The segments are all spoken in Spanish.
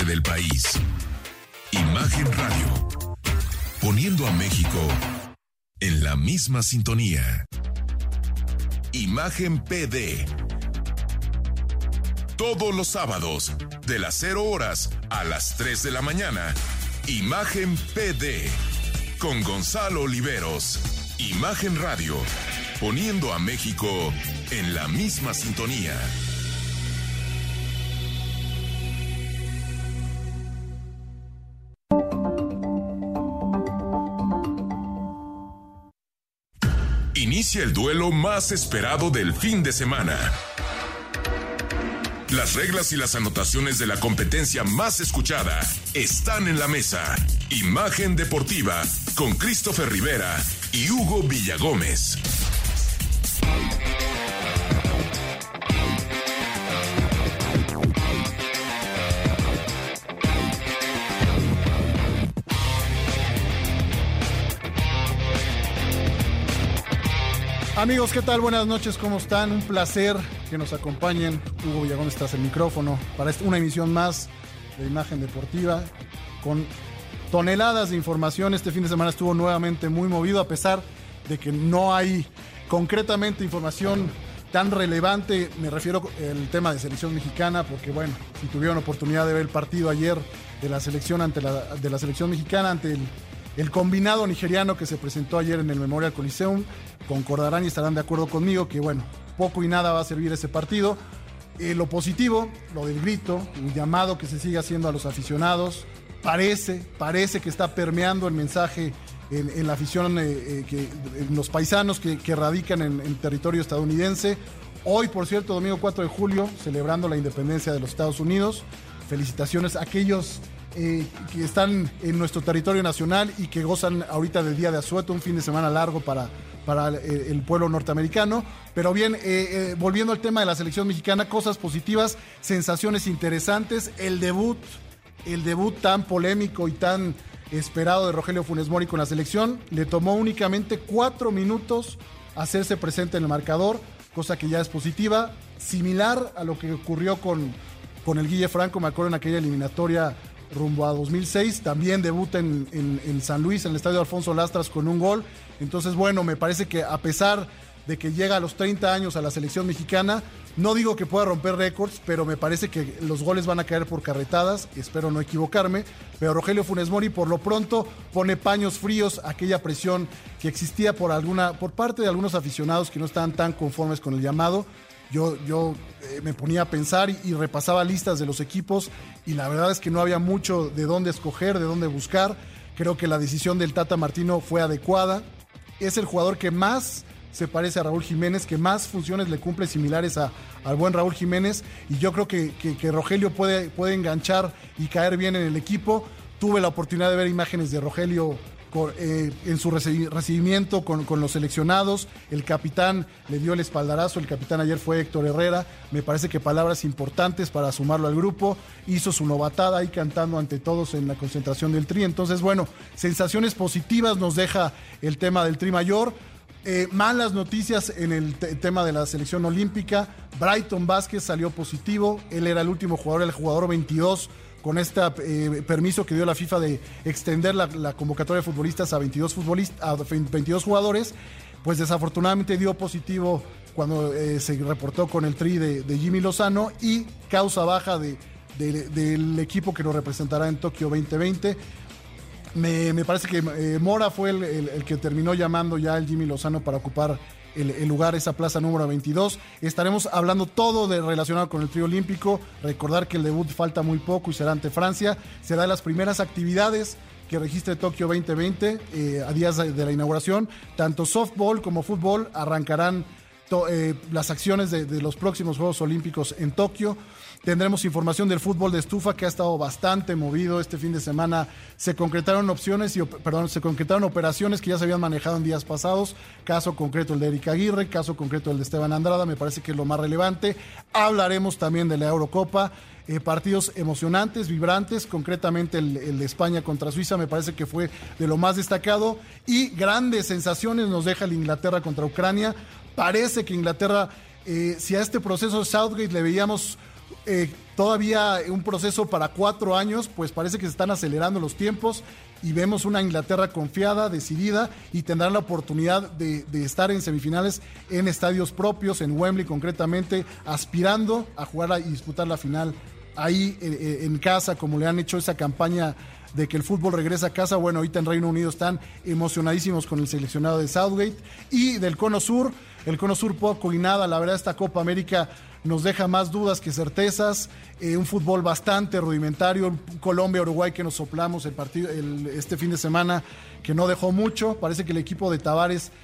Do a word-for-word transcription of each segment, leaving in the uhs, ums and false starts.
norte del país. Imagen Radio, poniendo a México en la misma sintonía. Imagen P D. Todos los sábados, de las cero horas a las tres de la mañana. Imagen P D. Con Gonzalo Oliveros. Imagen Radio, poniendo a México en la misma sintonía. Inicia el duelo más esperado del fin de semana. Las reglas y las anotaciones de la competencia más escuchada están en la mesa. Imagen Deportiva con Christopher Rivera y Hugo Villagómez. Amigos, ¿qué tal? Buenas noches, ¿cómo están? Un placer que nos acompañen. Hugo Villagómez tras el micrófono para una emisión más de Imagen Deportiva con toneladas de información. Este fin de semana estuvo nuevamente muy movido, a pesar de que no hay concretamente información tan relevante. Me refiero al tema de selección mexicana, porque bueno, si tuvieron oportunidad de ver el partido ayer de la selección ante la, de la selección mexicana ante el El combinado nigeriano que se presentó ayer en el Memorial Coliseum, concordarán y estarán de acuerdo conmigo que, bueno, poco y nada va a servir ese partido. Eh, lo positivo, lo del grito, el llamado que se sigue haciendo a los aficionados, parece, parece que está permeando el mensaje en, en la afición, eh, eh, que, en los paisanos que, que radican en, en territorio estadounidense. Hoy, por cierto, domingo cuatro de julio, celebrando la independencia de los Estados Unidos. Felicitaciones a aquellos Eh, que están en nuestro territorio nacional y que gozan ahorita del día de asueto, un fin de semana largo para, para el, el pueblo norteamericano. Pero bien, eh, eh, volviendo al tema de la selección mexicana, cosas positivas, sensaciones interesantes, el debut, el debut tan polémico y tan esperado de Rogelio Funes Mori con la selección. Le tomó únicamente cuatro minutos hacerse presente en el marcador, cosa que ya es positiva, similar a lo que ocurrió con, con el Guille Franco, me acuerdo en aquella eliminatoria rumbo a dos mil seis, también debuta en, en, en San Luis, en el estadio Alfonso Lastras, con un gol. Entonces, bueno, me parece que a pesar de que llega a los treinta años a la selección mexicana, no digo que pueda romper récords, pero me parece que los goles van a caer por carretadas, espero no equivocarme, pero Rogelio Funes Mori por lo pronto pone paños fríos a aquella presión que existía por, alguna, por parte de algunos aficionados que no estaban tan conformes con el llamado. Yo, yo eh, me ponía a pensar y, y repasaba listas de los equipos y la verdad es que no había mucho de dónde escoger, de dónde buscar. Creo que la decisión del Tata Martino fue adecuada. Es el jugador que más se parece a Raúl Jiménez, que más funciones le cumple similares a, al buen Raúl Jiménez, y yo creo que, que, que Rogelio puede, puede enganchar y caer bien en el equipo. Tuve la oportunidad de ver imágenes de Rogelio Con, eh, en su recibimiento con, con los seleccionados. El capitán le dio el espaldarazo, el capitán ayer fue Héctor Herrera, me parece que palabras importantes para sumarlo al grupo, hizo su novatada ahí cantando ante todos en la concentración del Tri. Entonces, bueno, sensaciones positivas nos deja el tema del Tri Mayor. Eh, malas noticias en el t- tema de la selección olímpica. Brighton Vázquez salió positivo, él era el último jugador, el jugador veintidós, con este eh, permiso que dio la FIFA de extender la, la convocatoria de futbolistas a veintidós, futbolistas, a veintidós jugadores, pues desafortunadamente dio positivo cuando eh, se reportó con el Tri de, de Jimmy Lozano, y causa baja de, de, del equipo que nos representará en Tokio veinte veinte. Me, me parece que eh, Mora fue el, el, el que terminó llamando ya al Jimmy Lozano para ocupar El, el lugar, esa plaza número veintidós. Estaremos hablando todo de relacionado con el trío olímpico. Recordar que el debut falta muy poco y será ante Francia. Será de las primeras actividades que registre Tokio veinte veinte, eh, a días de, de la inauguración. Tanto softball como fútbol arrancarán to, eh, las acciones de, de los próximos Juegos Olímpicos en Tokio. Tendremos información del fútbol de estufa, que ha estado bastante movido este fin de semana. Se concretaron opciones y perdón, se concretaron operaciones que ya se habían manejado en días pasados. Caso concreto el de Eric Aguirre, caso concreto el de Esteban Andrada, me parece que es lo más relevante. Hablaremos también de la Eurocopa. Eh, partidos emocionantes, vibrantes, concretamente el, el de España contra Suiza me parece que fue de lo más destacado, y grandes sensaciones nos deja el Inglaterra contra Ucrania. Parece que Inglaterra, eh, si a este proceso de Southgate le veíamos eh, todavía un proceso para cuatro años, pues parece que se están acelerando los tiempos y vemos una Inglaterra confiada, decidida, y tendrán la oportunidad de, de estar en semifinales en estadios propios, en Wembley concretamente, aspirando a jugar y disputar la final ahí eh, en casa, como le han hecho esa campaña de que el fútbol regresa a casa. Bueno, ahorita en Reino Unido están emocionadísimos con el seleccionado de Southgate. Y del Cono Sur, el Cono Sur poco y nada, la verdad esta Copa América nos deja más dudas que certezas, eh, un fútbol bastante rudimentario, Colombia-Uruguay que nos soplamos el partido el, este fin de semana, que no dejó mucho. Parece que el equipo de Tavares,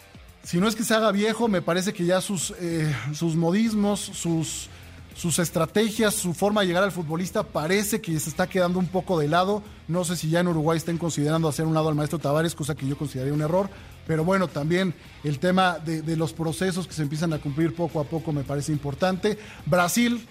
si no es que se haga viejo, me parece que ya sus, eh, sus modismos, sus, sus estrategias, su forma de llegar al futbolista parece que se está quedando un poco de lado. No sé si ya en Uruguay estén considerando hacer un lado al maestro Tavares, cosa que yo consideraría un error. Pero bueno, también el tema de, de los procesos que se empiezan a cumplir poco a poco me parece importante. Brasil,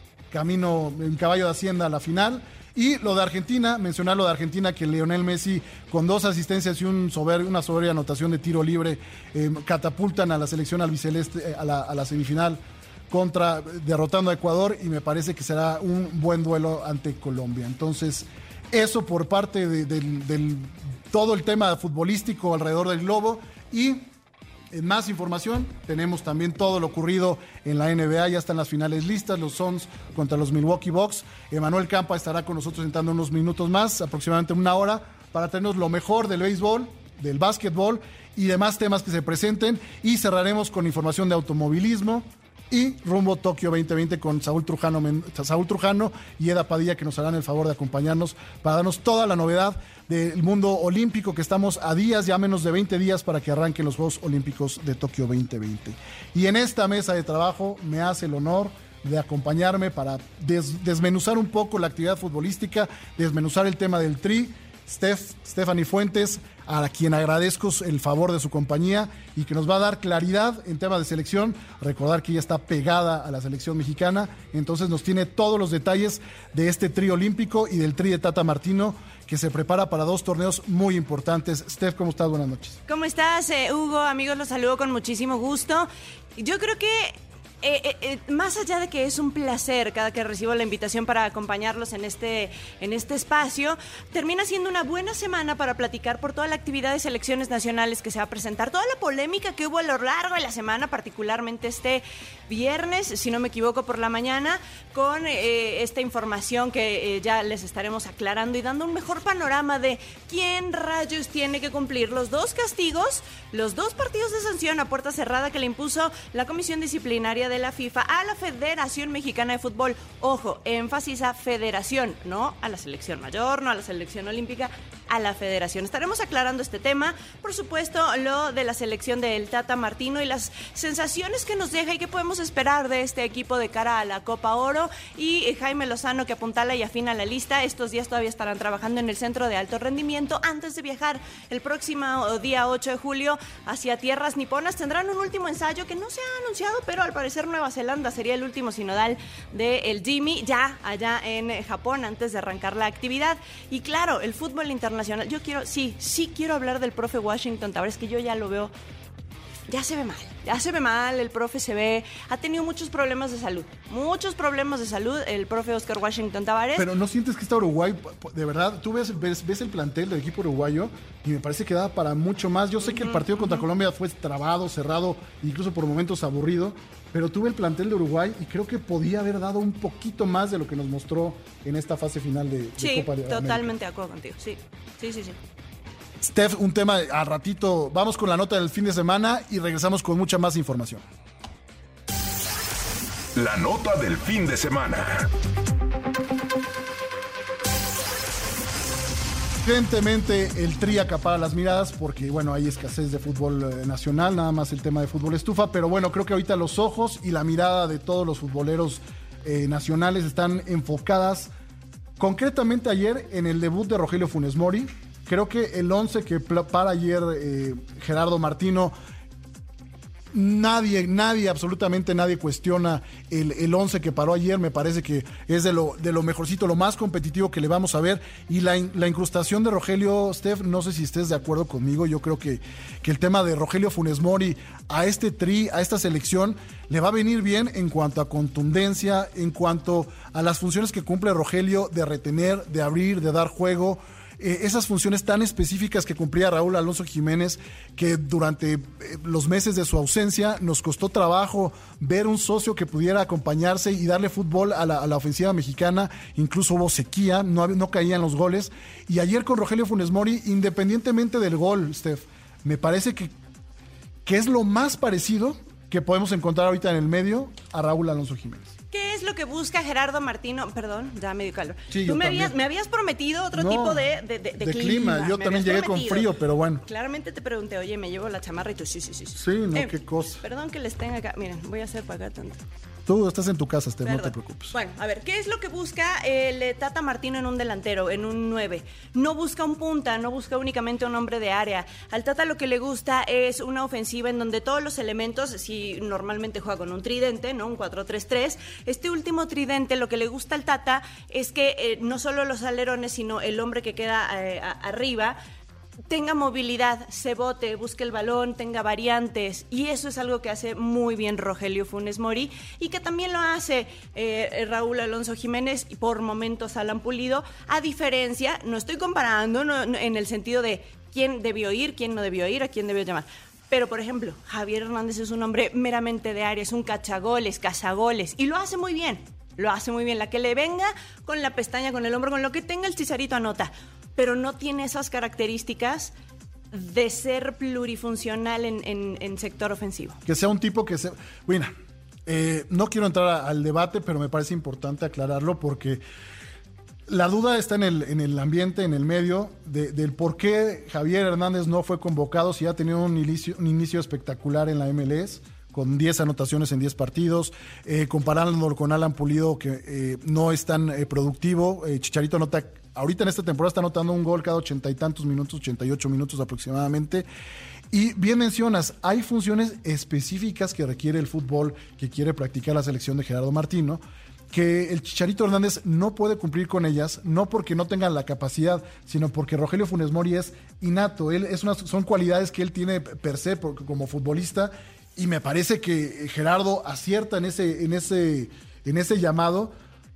camino en caballo de Hacienda a la final. Y lo de Argentina, mencionar lo de Argentina, que Lionel Messi con dos asistencias y un sober, una soberbia anotación de tiro libre eh, catapultan a la selección albiceleste a la, a la semifinal contra, derrotando a Ecuador, y me parece que será un buen duelo ante Colombia. Entonces, eso por parte de, de, del todo el tema futbolístico alrededor del globo. Y en más información tenemos también todo lo ocurrido en la N B A. Ya están las finales listas, los Suns contra los Milwaukee Bucks. Emanuel Campa estará con nosotros entrando unos minutos más, aproximadamente una hora, para tenernos lo mejor del béisbol, del básquetbol y demás temas que se presenten. Y cerraremos con información de automovilismo y rumbo Tokio veinte veinte con Saúl Trujano, Saúl Trujano y Eda Padilla, que nos harán el favor de acompañarnos para darnos toda la novedad del mundo olímpico, que estamos a días, ya menos de veinte días para que arranquen los Juegos Olímpicos de Tokio veinte veinte. Y en esta mesa de trabajo me hace el honor de acompañarme para des- desmenuzar un poco la actividad futbolística, desmenuzar el tema del Tri, Steph, Stephanie Fuentes, a quien agradezco el favor de su compañía y que nos va a dar claridad en tema de selección. Recordar que ella está pegada a la selección mexicana, entonces nos tiene todos los detalles de este Tri olímpico y del Tri de Tata Martino, que se prepara para dos torneos muy importantes. Steph, ¿cómo estás? Buenas noches. ¿Cómo estás, eh, Hugo? Amigos, los saludo con muchísimo gusto. Yo creo que Eh, eh, eh, más allá de que es un placer cada que recibo la invitación para acompañarlos en este, en este espacio, termina siendo una buena semana para platicar por toda la actividad de selecciones nacionales que se va a presentar, toda la polémica que hubo a lo largo de la semana, particularmente este viernes, si no me equivoco, por la mañana, con eh, esta información que eh, ya les estaremos aclarando y dando un mejor panorama de quién rayos tiene que cumplir los dos castigos, los dos partidos de sanción a puerta cerrada que le impuso la Comisión Disciplinaria de la FIFA a la Federación Mexicana de Fútbol. Ojo, énfasis a federación, no a la selección mayor, no a la selección olímpica, a la federación. Estaremos aclarando este tema, por supuesto, lo de la selección del Tata Martino y las sensaciones que nos deja y qué podemos esperar de este equipo de cara a la Copa Oro. Y Jaime Lozano, que apuntala y afina la lista. Estos días todavía estarán trabajando en el Centro de Alto Rendimiento antes de viajar el próximo día ocho de julio hacia tierras niponas. Tendrán un último ensayo que no se ha anunciado, pero al parecer Nueva Zelanda sería el último sinodal del Jimmy, ya allá en Japón, antes de arrancar la actividad. Y claro, el fútbol internacional. Yo quiero, sí, sí quiero hablar del profe Washington Tavares, que yo ya lo veo, ya se ve mal, ya se ve mal, el profe se ve, ha tenido muchos problemas de salud, muchos problemas de salud, el profe Oscar Washington Tavares. Pero ¿no sientes que está Uruguay, de verdad, tú ves, ves, ves el plantel del equipo uruguayo y me parece que da para mucho más? Yo sé que el partido contra uh-huh. Colombia fue trabado, cerrado, incluso por momentos aburrido, pero tuve el plantel de Uruguay y creo que podía haber dado un poquito más de lo que nos mostró en esta fase final de, de sí, Copa de América. Sí, totalmente de acuerdo contigo, sí, sí, sí, sí. Steph, un tema al ratito, vamos con la nota del fin de semana y regresamos con mucha más información. La nota del fin de semana. Evidentemente el Tri acapara las miradas porque, bueno, hay escasez de fútbol nacional, nada más el tema de fútbol estufa, pero bueno, creo que ahorita los ojos y la mirada de todos los futboleros eh, nacionales están enfocadas concretamente ayer en el debut de Rogelio Funes Mori. Creo que el once que para ayer eh, Gerardo Martino Nadie, nadie, absolutamente nadie cuestiona el, el once que paró ayer. Me parece que es de lo, de lo mejorcito, lo más competitivo que le vamos a ver. Y la, la incrustación de Rogelio, Steph, no sé si estés de acuerdo conmigo. Yo creo que, que el tema de Rogelio Funes Mori a este tri, a esta selección, le va a venir bien en cuanto a contundencia, en cuanto a las funciones que cumple Rogelio de retener, de abrir, de dar juego. Eh, esas funciones tan específicas que cumplía Raúl Alonso Jiménez, que durante eh, los meses de su ausencia nos costó trabajo ver un socio que pudiera acompañarse y darle fútbol a la, a la ofensiva mexicana. Incluso hubo sequía, no, no caían los goles. Y ayer con Rogelio Funes Mori, independientemente del gol, Steph, me parece que, que es lo más parecido que podemos encontrar ahorita en el medio a Raúl Alonso Jiménez. ¿Qué es lo que busca Gerardo Martino? Perdón, ya me dio calor. Sí, Tú me también. habías, me habías prometido otro No, tipo de, de, de, de, de clima. clima. Yo Me también habías llegué con frío, pero bueno. Claramente te pregunté, oye, me llevo la chamarra y tú sí, sí, sí. Sí, no, Eh, qué cosa. Perdón que les tenga acá. Miren, voy a hacer para acá tanto. Tú estás en tu casa, Steph, no te Perdón. preocupes. Bueno, a ver, ¿qué es lo que busca el Tata Martino en un delantero, en un nueve? No busca un punta, no busca únicamente un hombre de área. Al Tata lo que le gusta es una ofensiva en donde todos los elementos, si normalmente juega con un tridente, ¿no? Un cuatro tres tres, este último tridente, lo que le gusta al Tata es que eh, no solo los alerones, sino el hombre que queda eh, a, arriba, tenga movilidad, se bote, busque el balón, tenga variantes, y eso es algo que hace muy bien Rogelio Funes Mori y que también lo hace eh, Raúl Alonso Jiménez y por momentos Alan Pulido, a diferencia, no estoy comparando no, no, en el sentido de quién debió ir, quién no debió ir, a quién debió llamar. Pero, por ejemplo, Javier Hernández es un hombre meramente de área, es un cachagoles, cazagoles, y lo hace muy bien, lo hace muy bien. La que le venga con la pestaña, con el hombro, con lo que tenga el Chicharito anota, pero no tiene esas características de ser plurifuncional en, en, en sector ofensivo. Que sea un tipo que se... Bueno, eh, no quiero entrar a, al debate, pero me parece importante aclararlo porque la duda está en el, en el ambiente, en el medio, de, del por qué Javier Hernández no fue convocado si ha tenido un inicio, un inicio espectacular en la M L S, con diez anotaciones en diez partidos, eh, comparándolo con Alan Pulido, que eh, no es tan eh, productivo. Eh, Chicharito anota, ahorita en esta temporada está anotando un gol cada ochenta y tantos minutos, ochenta y ocho minutos aproximadamente. Y bien mencionas, hay funciones específicas que requiere el fútbol, que quiere practicar la selección de Gerardo Martino, que el Chicharito Hernández no puede cumplir con ellas, no porque no tenga la capacidad, sino porque Rogelio Funes Mori es innato. Él es una, son cualidades que él tiene per se por, como futbolista, y me parece que Gerardo acierta en ese, en ese, en ese llamado,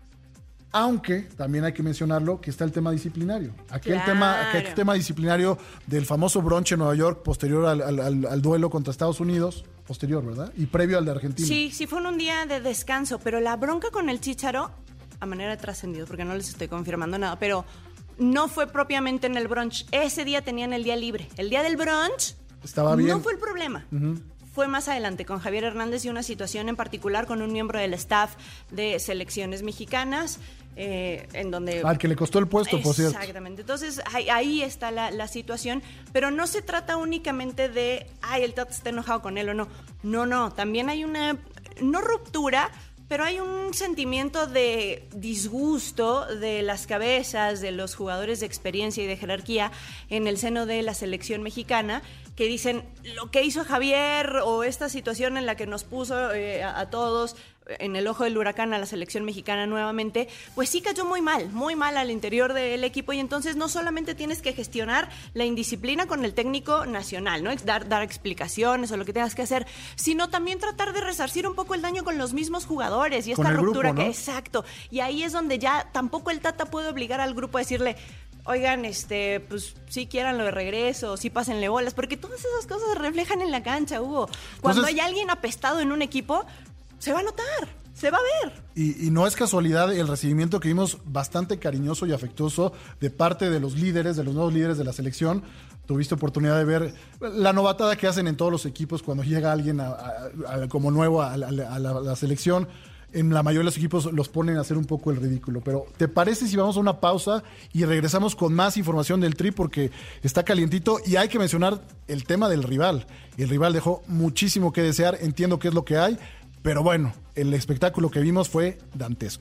aunque también hay que mencionarlo que está el tema disciplinario. Aquel, Claro. tema, aquel tema disciplinario del famoso bronche en Nueva York, posterior al, al, al, al duelo contra Estados Unidos, posterior, ¿verdad? Y previo al de Argentina. Sí, sí fue en un día de descanso, pero la bronca con el Chícharo, a manera de trascendido, porque no les estoy confirmando nada, pero no fue propiamente en el brunch. Ese día tenían el día libre. El día del brunch Estaba bien. no fue el problema. Uh-huh. Fue más adelante con Javier Hernández y una situación en particular con un miembro del staff de selecciones mexicanas, eh, en donde... Al que le costó el puesto, por cierto. Exactamente. Entonces, ahí, ahí está la, la situación, pero no se trata únicamente de, ay, el Tata está enojado con él o no. No, no, también hay una, no ruptura, pero hay un sentimiento de disgusto de las cabezas de los jugadores de experiencia y de jerarquía en el seno de la selección mexicana, que dicen lo que hizo Javier o esta situación en la que nos puso eh, a, a todos en el ojo del huracán a la selección mexicana nuevamente, pues sí cayó muy mal, muy mal al interior del equipo, y entonces no solamente tienes que gestionar la indisciplina con el técnico nacional, ¿no? Dar, dar explicaciones o lo que tengas que hacer, sino también tratar de resarcir un poco el daño con los mismos jugadores y esta ruptura grupo, ¿no? que exacto, y ahí es donde ya tampoco el Tata puede obligar al grupo a decirle, oigan, este, pues sí quieran lo de regreso, sí pásenle bolas, porque todas esas cosas se reflejan en la cancha, Hugo. Cuando Entonces, hay alguien apestado en un equipo, se va a notar, se va a ver. Y, y no es casualidad el recibimiento que vimos bastante cariñoso y afectuoso de parte de los líderes, de los nuevos líderes de la selección. Tuviste oportunidad de ver la novatada que hacen en todos los equipos cuando llega alguien a, a, a, como nuevo a, a, a, la, a la selección. En la mayoría de los equipos los ponen a hacer un poco el ridículo. Pero ¿te parece si vamos a una pausa y regresamos con más información del Tri? Porque está calientito y hay que mencionar el tema del rival. El rival dejó muchísimo que desear, entiendo qué es lo que hay, pero bueno, el espectáculo que vimos fue dantesco.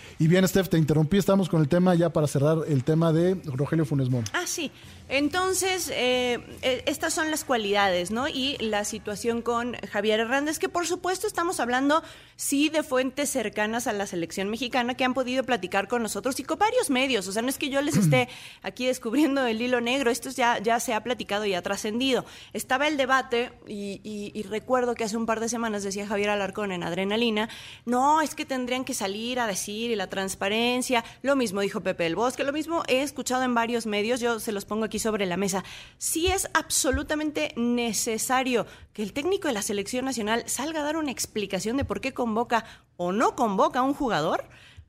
Y bien, Steph, te interrumpí, estamos con el tema ya para cerrar el tema de Rogelio Funes Mori. Ah, sí. Entonces, eh, estas son las cualidades, ¿no? Y la situación con Javier Hernández, que por supuesto estamos hablando, sí, de fuentes cercanas a la selección mexicana que han podido platicar con nosotros y con varios medios. O sea, no es que yo les esté aquí descubriendo el hilo negro, esto ya, ya se ha platicado y ha trascendido. Estaba el debate y, y, y recuerdo que hace un par de semanas decía Javier Alarcón en Adrenalina, no, es que tendrían que salir a decir y la transparencia. Lo mismo dijo Pepe del Bosque, lo mismo he escuchado en varios medios, yo se los pongo aquí sobre la mesa. Sí es absolutamente necesario que el técnico de la selección nacional salga a dar una explicación de por qué convoca o no convoca a un jugador.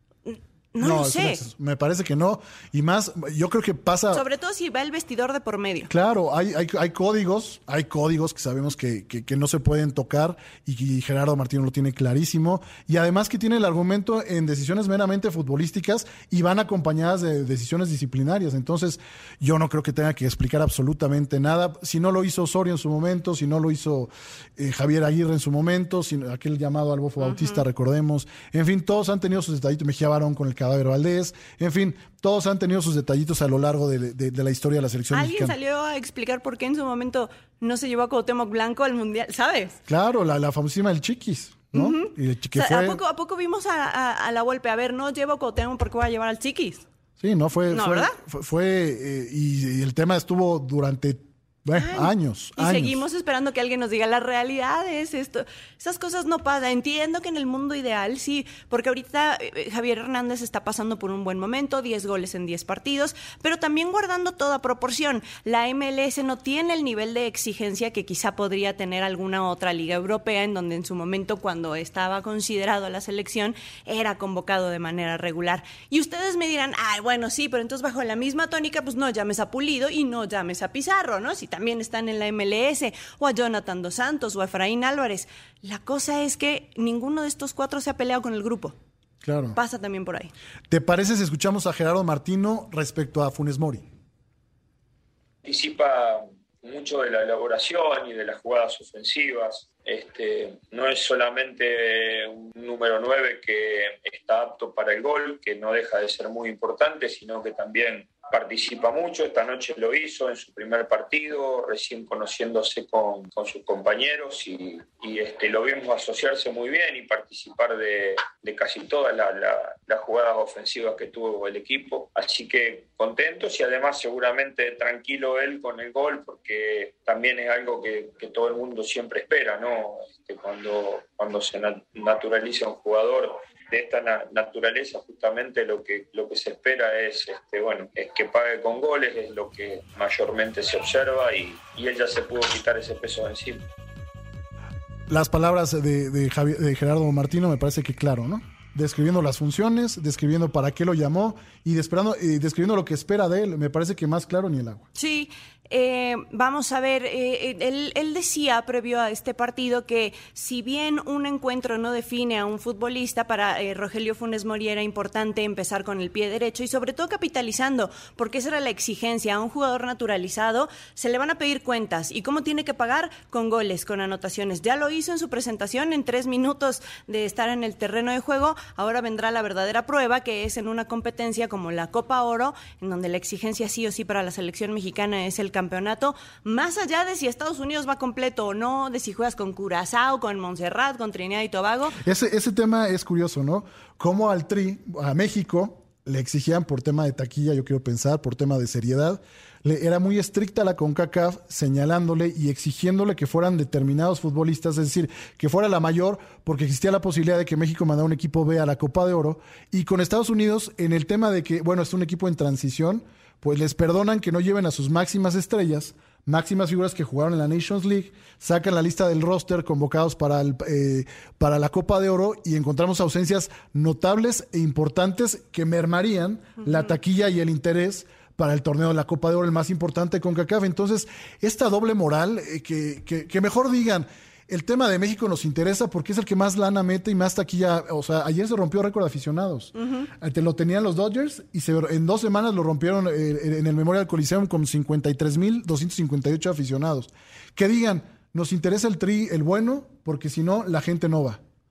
No, no lo sé. Me parece que no. Y más, yo creo que pasa... Sobre todo si va el vestidor de por medio. Claro, hay, hay, hay códigos, hay códigos que sabemos que, que, que no se pueden tocar y, y Gerardo Martino lo tiene clarísimo. Y además que tiene el argumento en decisiones meramente futbolísticas y van acompañadas de decisiones disciplinarias. Entonces, yo no creo que tenga que explicar absolutamente nada. Si no lo hizo Osorio en su momento, si no lo hizo eh, Javier Aguirre en su momento, si, aquel llamado al Bofo uh-huh. Bautista, recordemos. En fin, todos han tenido sus detallitos. Mejía Barón con el Cadáver Valdés, en fin, todos han tenido sus detallitos a lo largo de, de, de la historia de la selección ¿Alguien mexicana. ¿Alguien salió a explicar por qué en su momento no se llevó a Cuauhtémoc Blanco al Mundial? ¿Sabes? Claro, la, la famosísima del Chiquis, ¿no? Uh-huh. Y que o sea, fue... ¿a, poco, ¿A poco vimos a, a, a la Volpe? A ver, no llevo a Cuauhtémoc porque voy a llevar al Chiquis. Sí, no, fue... No, fue, ¿verdad? Fue, fue eh, y, y el tema estuvo durante... Bueno, Ay, años, y años. seguimos esperando que alguien nos diga la realidad es esto. Esas cosas no pasan. Entiendo que en el mundo ideal sí, porque ahorita eh, Javier Hernández está pasando por un buen momento, diez goles en diez partidos, pero también guardando toda proporción. La M L S no tiene el nivel de exigencia que quizá podría tener alguna otra liga europea, en donde en su momento, cuando estaba considerado a la selección, era convocado de manera regular. Y ustedes me dirán, ay, bueno, sí, pero entonces bajo la misma tónica, pues no llames a Pulido y no llames a Pizarro, ¿no? Si también están en la M L S, o a Jonathan Dos Santos, o a Efraín Álvarez. La cosa es que ninguno de estos cuatro se ha peleado con el grupo. Claro. Pasa también por ahí. ¿Te parece si escuchamos a Gerardo Martino respecto a Funes Mori? Participa mucho de la elaboración y de las jugadas ofensivas. Este, no es solamente un número nueve que está apto para el gol, que no deja de ser muy importante, sino que también participa mucho. Esta noche lo hizo en su primer partido, recién conociéndose con, con sus compañeros y, y este, lo vimos asociarse muy bien y participar de, de casi todas la, la, las jugadas ofensivas que tuvo el equipo. Así que contentos y además seguramente tranquilo él con el gol, porque también es algo que, que todo el mundo siempre espera, ¿no? Este, cuando, cuando se naturaliza un jugador de esta na- naturaleza, justamente lo que lo que se espera es este bueno es que pague con goles, es lo que mayormente se observa y, y él ya se pudo quitar ese peso de encima. Las palabras de, de, Javier, de Gerardo Martino me parece que claro, ¿no? Describiendo las funciones, describiendo para qué lo llamó y describiendo, eh, describiendo lo que espera de él. Me parece que más claro ni el agua. Sí, eh, vamos a ver, eh, él, él decía previo a este partido que si bien un encuentro no define a un futbolista, para eh, Rogelio Funes Mori era importante empezar con el pie derecho y sobre todo capitalizando, porque esa era la exigencia. A un jugador naturalizado se le van a pedir cuentas. ¿Y cómo tiene que pagar? Con goles, con anotaciones. Ya lo hizo en su presentación en tres minutos de estar en el terreno de juego. Ahora vendrá la verdadera prueba, que es en una competencia como la Copa Oro, en donde la exigencia sí o sí para la selección mexicana es el campeonato, más allá de si Estados Unidos va completo o no, de si juegas con Curazao, con Montserrat, con Trinidad y Tobago. Ese, ese tema es curioso, ¿no? Cómo al Tri, a México, le exigían por tema de taquilla, yo quiero pensar, por tema de seriedad. Le, era muy estricta la CONCACAF señalándole y exigiéndole que fueran determinados futbolistas, es decir, que fuera la mayor, porque existía la posibilidad de que México mandara un equipo B a la Copa de Oro. Y con Estados Unidos, en el tema de que, bueno, es un equipo en transición, pues les perdonan que no lleven a sus máximas estrellas, máximas figuras que jugaron en la Nations League, sacan la lista del roster convocados para, el, eh, para la Copa de Oro y encontramos ausencias notables e importantes que mermarían uh-huh. la taquilla y el interés para el torneo de la Copa de Oro, el más importante con CONCACAF. Entonces, esta doble moral, eh, que, que, que mejor digan, el tema de México nos interesa porque es el que más lana mete y más taquilla. O sea, ayer se rompió récord de aficionados. Uh-huh. Te lo tenían los Dodgers y se, en dos semanas lo rompieron eh, en el Memorial Coliseum con cincuenta y tres mil doscientos cincuenta y ocho aficionados. Que digan, nos interesa el Tri, el bueno, porque si no, la gente no va.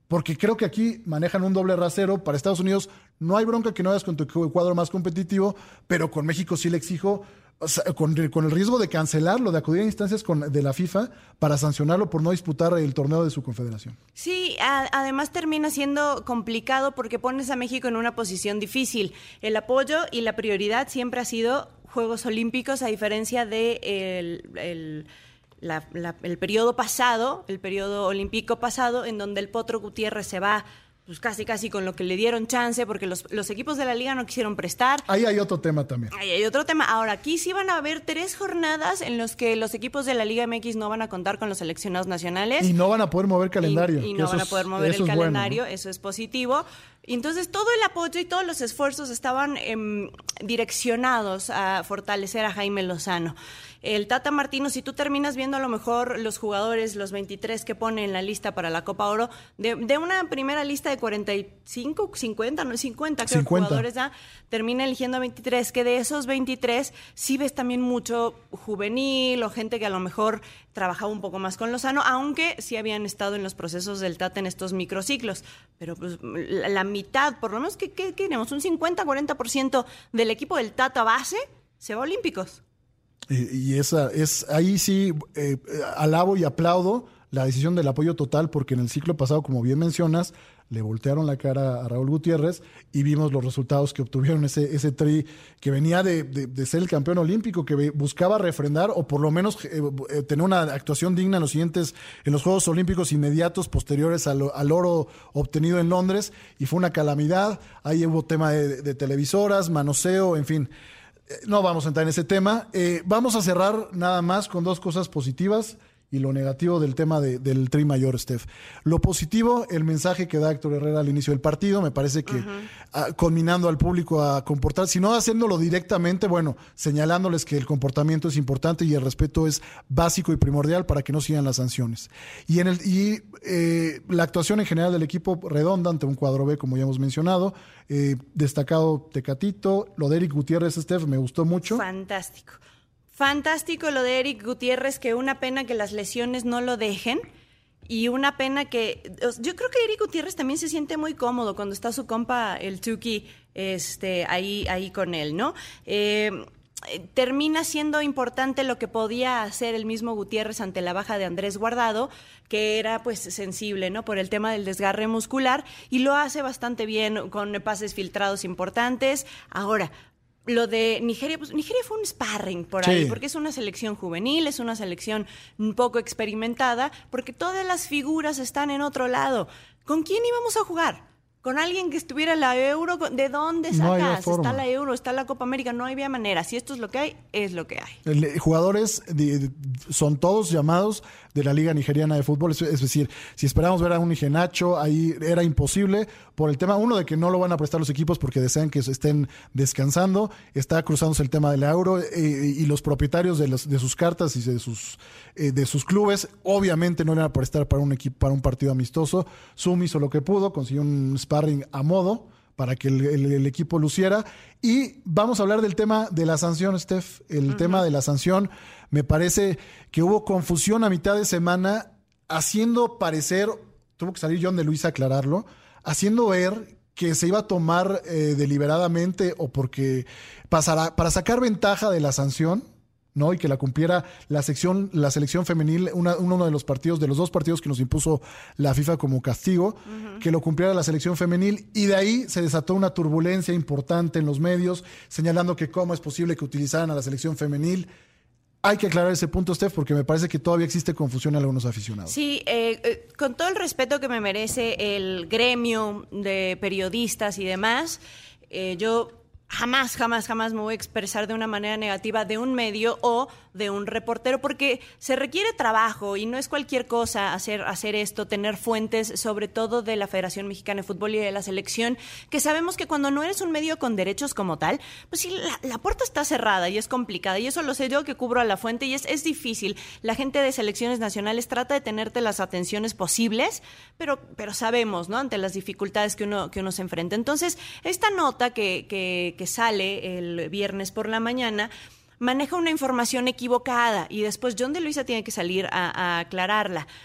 porque creo que aquí manejan un doble rasero. Para Estados Unidos no hay bronca que no vayas con tu cuadro más competitivo, pero con México sí le exijo, o sea, con, con el riesgo de cancelarlo, de acudir a instancias con, de la FIFA para sancionarlo por no disputar el torneo de su confederación. Sí, a, además termina siendo complicado porque pones a México en una posición difícil. El apoyo y la prioridad siempre ha sido Juegos Olímpicos, a diferencia de el, el, la, la, el periodo pasado, el periodo olímpico pasado, en donde el Potro Gutiérrez se va pues casi casi con lo que le dieron chance, porque los, los equipos de la liga no quisieron prestar. Ahí hay otro tema también. Ahí hay otro tema. Ahora, aquí sí van a haber tres jornadas en los que los equipos de la Liga M X no van a contar con los seleccionados nacionales. Y no van a poder mover calendario. Y, y no van a poder mover el calendario, bueno, ¿no? Eso es positivo. Y entonces todo el apoyo y todos los esfuerzos estaban eh, direccionados a fortalecer a Jaime Lozano. El Tata Martino, si tú terminas viendo a lo mejor los jugadores, los veintitrés que pone en la lista para la Copa Oro, de, de una primera lista de cuarenta y cinco, cincuenta, no, cincuenta, creo, cincuenta jugadores ya, termina eligiendo a veintitrés, que de esos veintitrés sí ves también mucho juvenil o gente que a lo mejor trabajaba un poco más con Lozano, aunque sí habían estado en los procesos del Tata en estos microciclos. Pero pues la, la mitad, por lo menos, ¿qué, qué, qué tenemos? Un cincuenta, cuarenta por ciento del equipo del Tata base se va a Olímpicos. Y, y esa es ahí sí eh, alabo y aplaudo la decisión del apoyo total, porque en el ciclo pasado, como bien mencionas, le voltearon la cara a Raúl Gutiérrez y vimos los resultados que obtuvieron ese, ese tri que venía de, de, de ser el campeón olímpico, que buscaba refrendar o por lo menos eh, eh, tener una actuación digna en los siguientes, en los Juegos Olímpicos inmediatos posteriores al, al oro obtenido en Londres, y fue una calamidad. Ahí hubo tema de, de televisoras, manoseo, en fin. No vamos a entrar en ese tema. Eh, vamos a cerrar nada más con dos cosas positivas y lo negativo del tema de, del Tri Mayor, Steph. Lo positivo, el mensaje que da Héctor Herrera al inicio del partido, me parece que uh-huh. a, conminando al público a comportar, si no haciéndolo directamente, bueno, señalándoles que el comportamiento es importante y el respeto es básico y primordial para que no sigan las sanciones. Y, en el, y eh, la actuación en general del equipo redonda ante un cuadro B, como ya hemos mencionado, eh, destacado Tecatito, lo de Eric Gutiérrez, Steph, me gustó mucho. Fantástico. Fantástico lo de Eric Gutiérrez, que una pena que las lesiones no lo dejen y una pena que... Yo creo que Eric Gutiérrez también se siente muy cómodo cuando está su compa, el Tuki, este, ahí, ahí con él, ¿no? Eh, termina siendo importante lo que podía hacer el mismo Gutiérrez ante la baja de Andrés Guardado, que era pues sensible, ¿no?, por el tema del desgarre muscular, y lo hace bastante bien con pases filtrados importantes. Ahora, lo de Nigeria, pues Nigeria fue un sparring por ahí, sí, porque es una selección juvenil, es una selección un poco experimentada, porque todas las figuras están en otro lado. ¿Con quién íbamos a jugar? ¿Con alguien que estuviera en la Euro? ¿De dónde sacas? No está la Euro, está la Copa América, no había manera. Si esto es lo que hay, es lo que hay. El, jugadores de, de, son todos llamados de la Liga Nigeriana de Fútbol, es, es decir, si esperamos ver a un Iheanacho, ahí era imposible por el tema, uno, de que no lo van a prestar los equipos porque desean que estén descansando, está cruzándose el tema de la Euro, eh, y los propietarios de, los, de sus cartas y de sus, eh, de sus clubes, obviamente no le van a prestar para un equipo, para un partido amistoso. Zoom hizo lo que pudo, consiguió un sparring a modo para que el, el, el equipo luciera. Y vamos a hablar del tema de la sanción, Steph. El uh-huh. tema de la sanción, me parece que hubo confusión a mitad de semana, haciendo parecer, tuvo que salir John de Luis a aclararlo, haciendo ver que se iba a tomar eh, deliberadamente o porque pasará, para sacar ventaja de la sanción, ¿no?, y que la cumpliera la sección, la selección femenil, una, uno de los partidos, de los dos partidos que nos impuso la FIFA como castigo, uh-huh. que lo cumpliera la selección femenil, y de ahí se desató una turbulencia importante en los medios, señalando que cómo es posible que utilizaran a la selección femenil. Hay que aclarar ese punto, Steph, porque me parece que todavía existe confusión en algunos aficionados. Sí, eh, eh, con todo el respeto que me merece el gremio de periodistas y demás, eh, yo... Jamás, jamás, jamás me voy a expresar de una manera negativa de un medio o de un reportero, porque se requiere trabajo y no es cualquier cosa hacer, hacer esto, tener fuentes, sobre todo de la Federación Mexicana de Fútbol y de la selección, que sabemos que cuando no eres un medio con derechos como tal, pues sí, la, la puerta está cerrada y es complicada, y eso lo sé yo, que cubro a la fuente, y es, es difícil. La gente de selecciones nacionales trata de tenerte las atenciones posibles, pero, pero sabemos, ¿no?, ante las dificultades que uno, que uno se enfrenta. Entonces, esta nota que, que que sale el viernes por la mañana maneja una información equivocada y después John de Luisa tiene que salir a, a aclararla.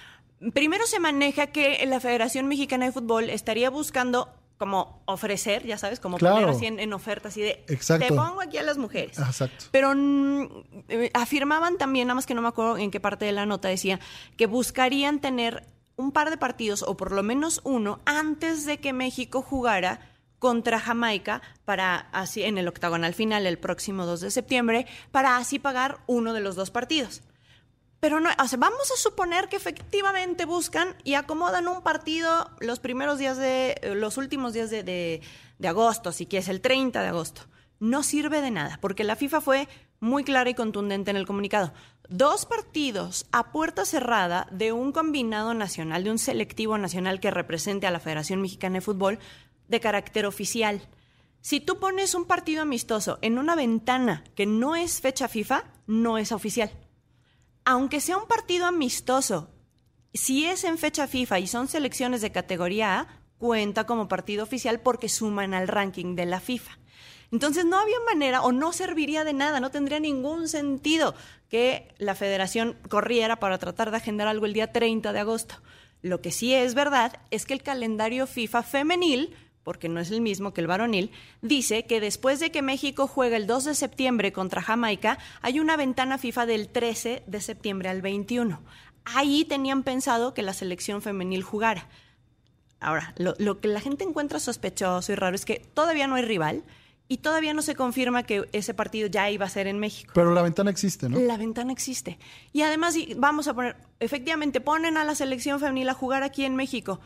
primero se maneja que la Federación Mexicana de Fútbol estaría buscando como ofrecer, ya sabes, como claro. poner así en, en ofertas así de, Exacto. te pongo aquí a las mujeres. Exacto. Pero mm, eh, afirmaban también, nada más que no me acuerdo en qué parte de la nota decía, que buscarían tener un par de partidos, o por lo menos uno, antes de que México jugara contra Jamaica, para así en el octagonal final el próximo dos de septiembre, para así pagar uno de los dos partidos. Pero no, o sea, vamos a suponer que efectivamente buscan y acomodan un partido los primeros días de, los últimos días de, de, de agosto, si quieres, el treinta de agosto. No sirve de nada, porque la FIFA fue muy clara y contundente en el comunicado. Dos partidos a puerta cerrada de un combinado nacional, de un selectivo nacional que represente a la Federación Mexicana de Fútbol de carácter oficial. Si tú pones un partido amistoso en una ventana que no es fecha FIFA, no es oficial. Aunque sea un partido amistoso, si es en fecha FIFA y son selecciones de categoría A, cuenta como partido oficial porque suman al ranking de la FIFA. Entonces no había manera o no serviría de nada, no tendría ningún sentido que la federación corriera para tratar de agendar algo el día treinta de agosto. Lo que sí es verdad es que el calendario FIFA femenil, porque no es el mismo que el varonil, dice que después de que México juega el dos de septiembre contra Jamaica, hay una ventana FIFA del trece de septiembre al veintiuno. Ahí tenían pensado que la selección femenil jugara. Ahora, lo, lo que la gente encuentra sospechoso y raro es que todavía no hay rival y todavía no se confirma que ese partido ya iba a ser en México. Pero la ventana existe, ¿no? La ventana existe. Y además, vamos a poner, efectivamente, ponen a la selección femenil a jugar aquí en México.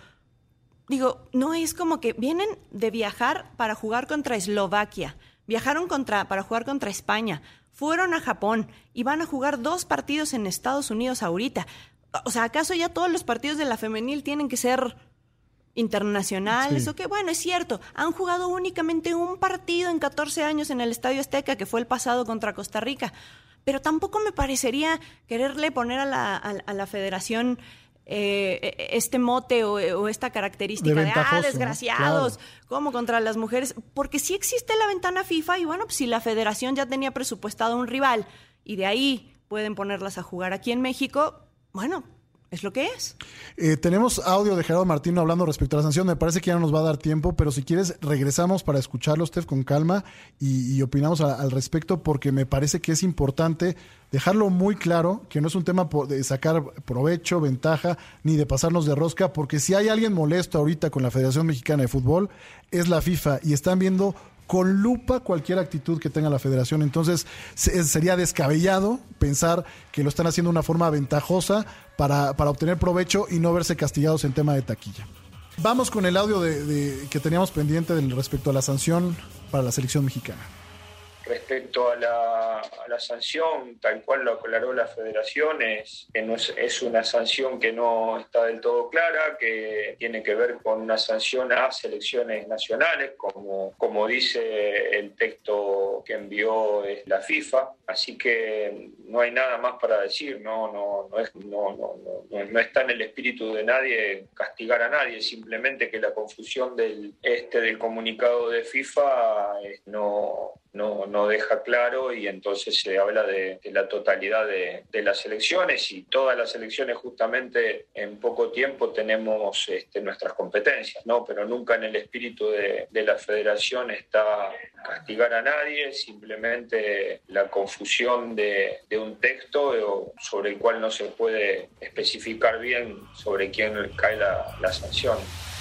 Digo, no es como que vienen de viajar para jugar contra Eslovaquia, viajaron contra, para jugar contra España, fueron a Japón y van a jugar dos partidos en Estados Unidos ahorita. O sea, ¿acaso ya todos los partidos de la femenil tienen que ser internacionales? Sí. O que, bueno, es cierto, han jugado únicamente un partido en catorce años en el Estadio Azteca, que fue el pasado contra Costa Rica. Pero tampoco me parecería quererle poner a la, a, a la federación Eh, este mote o, o esta característica de, de ah, desgraciados, ¿no? Claro. Como contra las mujeres, porque sí existe la ventana FIFA y bueno, pues si la federación ya tenía presupuestado un rival y de ahí pueden ponerlas a jugar aquí en México, bueno, es lo que es. Eh, tenemos audio de Gerardo Martino hablando respecto a la sanción. Me parece que ya no nos va a dar tiempo, pero si quieres regresamos para escucharlo, Steph, con calma y, y opinamos a, al respecto, porque me parece que es importante dejarlo muy claro que no es un tema de sacar provecho, ventaja, ni de pasarnos de rosca, porque si hay alguien molesto ahorita con la Federación Mexicana de Fútbol, es la FIFA, y están viendo con lupa cualquier actitud que tenga la federación. Entonces sería descabellado pensar que lo están haciendo de una forma ventajosa para, para obtener provecho y no verse castigados en tema de taquilla. Vamos con el audio de, de, que teníamos pendiente del, respecto a la sanción para la selección mexicana. Respecto a la, a la sanción, tal cual lo aclaró la federación, es que no es, es una sanción que no está del todo clara, que tiene que ver con una sanción a selecciones nacionales, como, como dice el texto que envió la FIFA. Así que no hay nada más para decir, no, no, no, es, no, no, no, no está en el espíritu de nadie castigar a nadie, simplemente que la confusión del, este, del comunicado de FIFA eh, no... No, no deja claro y entonces se habla de, de la totalidad de, de las elecciones y todas las elecciones justamente en poco tiempo tenemos este, nuestras competencias, ¿no? Pero nunca en el espíritu de, de la federación está castigar a nadie, simplemente la confusión de, de un texto sobre el cual no se puede especificar bien sobre quién cae la, la sanción.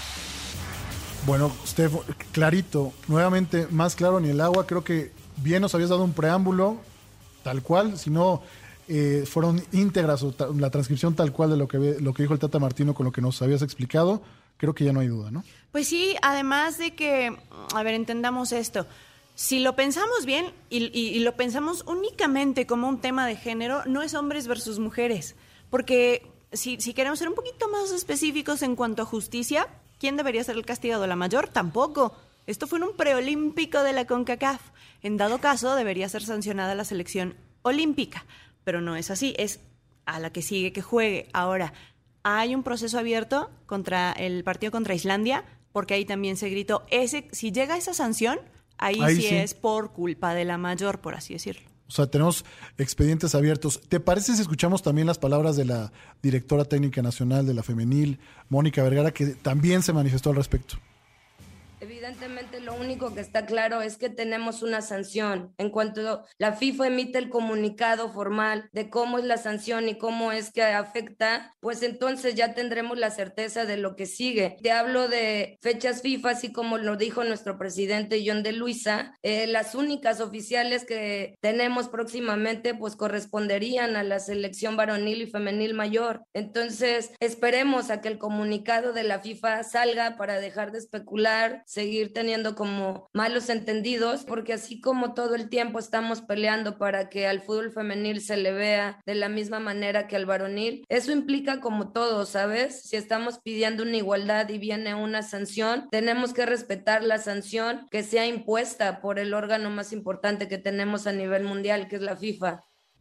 Bueno, Steph, clarito, nuevamente, más claro ni el agua. Creo que bien nos habías dado un preámbulo, tal cual, si no eh, fueron íntegras o ta- la transcripción tal cual de lo que, lo que dijo el Tata Martino con lo que nos habías explicado, creo que ya no hay duda, ¿no? Pues sí, además de que, a ver, entendamos esto. Si lo pensamos bien y, y, y lo pensamos únicamente como un tema de género, no es hombres versus mujeres, porque si, si queremos ser un poquito más específicos en cuanto a justicia, ¿quién debería ser el castigado? ¿La mayor? Tampoco. Esto fue en un preolímpico de la CONCACAF. En dado caso, debería ser sancionada la selección olímpica. Pero no es así. Es a la que sigue que juegue. Ahora, hay un proceso abierto contra el partido contra Islandia, porque ahí también se gritó. Ese, si llega esa sanción, ahí, ahí sí, sí es por culpa de la mayor, por así decirlo. O sea, tenemos expedientes abiertos. ¿Te parece si escuchamos también las palabras de la directora técnica nacional de la femenil, Mónica Vergara, que también se manifestó al respecto? Evidentemente lo único que está claro es que tenemos una sanción. En cuanto la FIFA emite el comunicado formal de cómo es la sanción y cómo es que afecta, pues entonces ya tendremos la certeza de lo que sigue. Te hablo de fechas FIFA, así como lo dijo nuestro presidente John de Luisa, eh, las únicas oficiales que tenemos próximamente pues corresponderían a la selección varonil y femenil mayor. Entonces esperemos a que el comunicado de la FIFA salga para dejar de especular, seguir teniendo como malos entendidos, porque así como todo el tiempo estamos peleando para que al fútbol femenil se le vea de la misma manera que al varonil, eso implica como todo, ¿sabes? Si estamos pidiendo una igualdad y viene una sanción, tenemos que respetar la sanción que sea impuesta por el órgano más importante que tenemos a nivel mundial, que es la FIFA.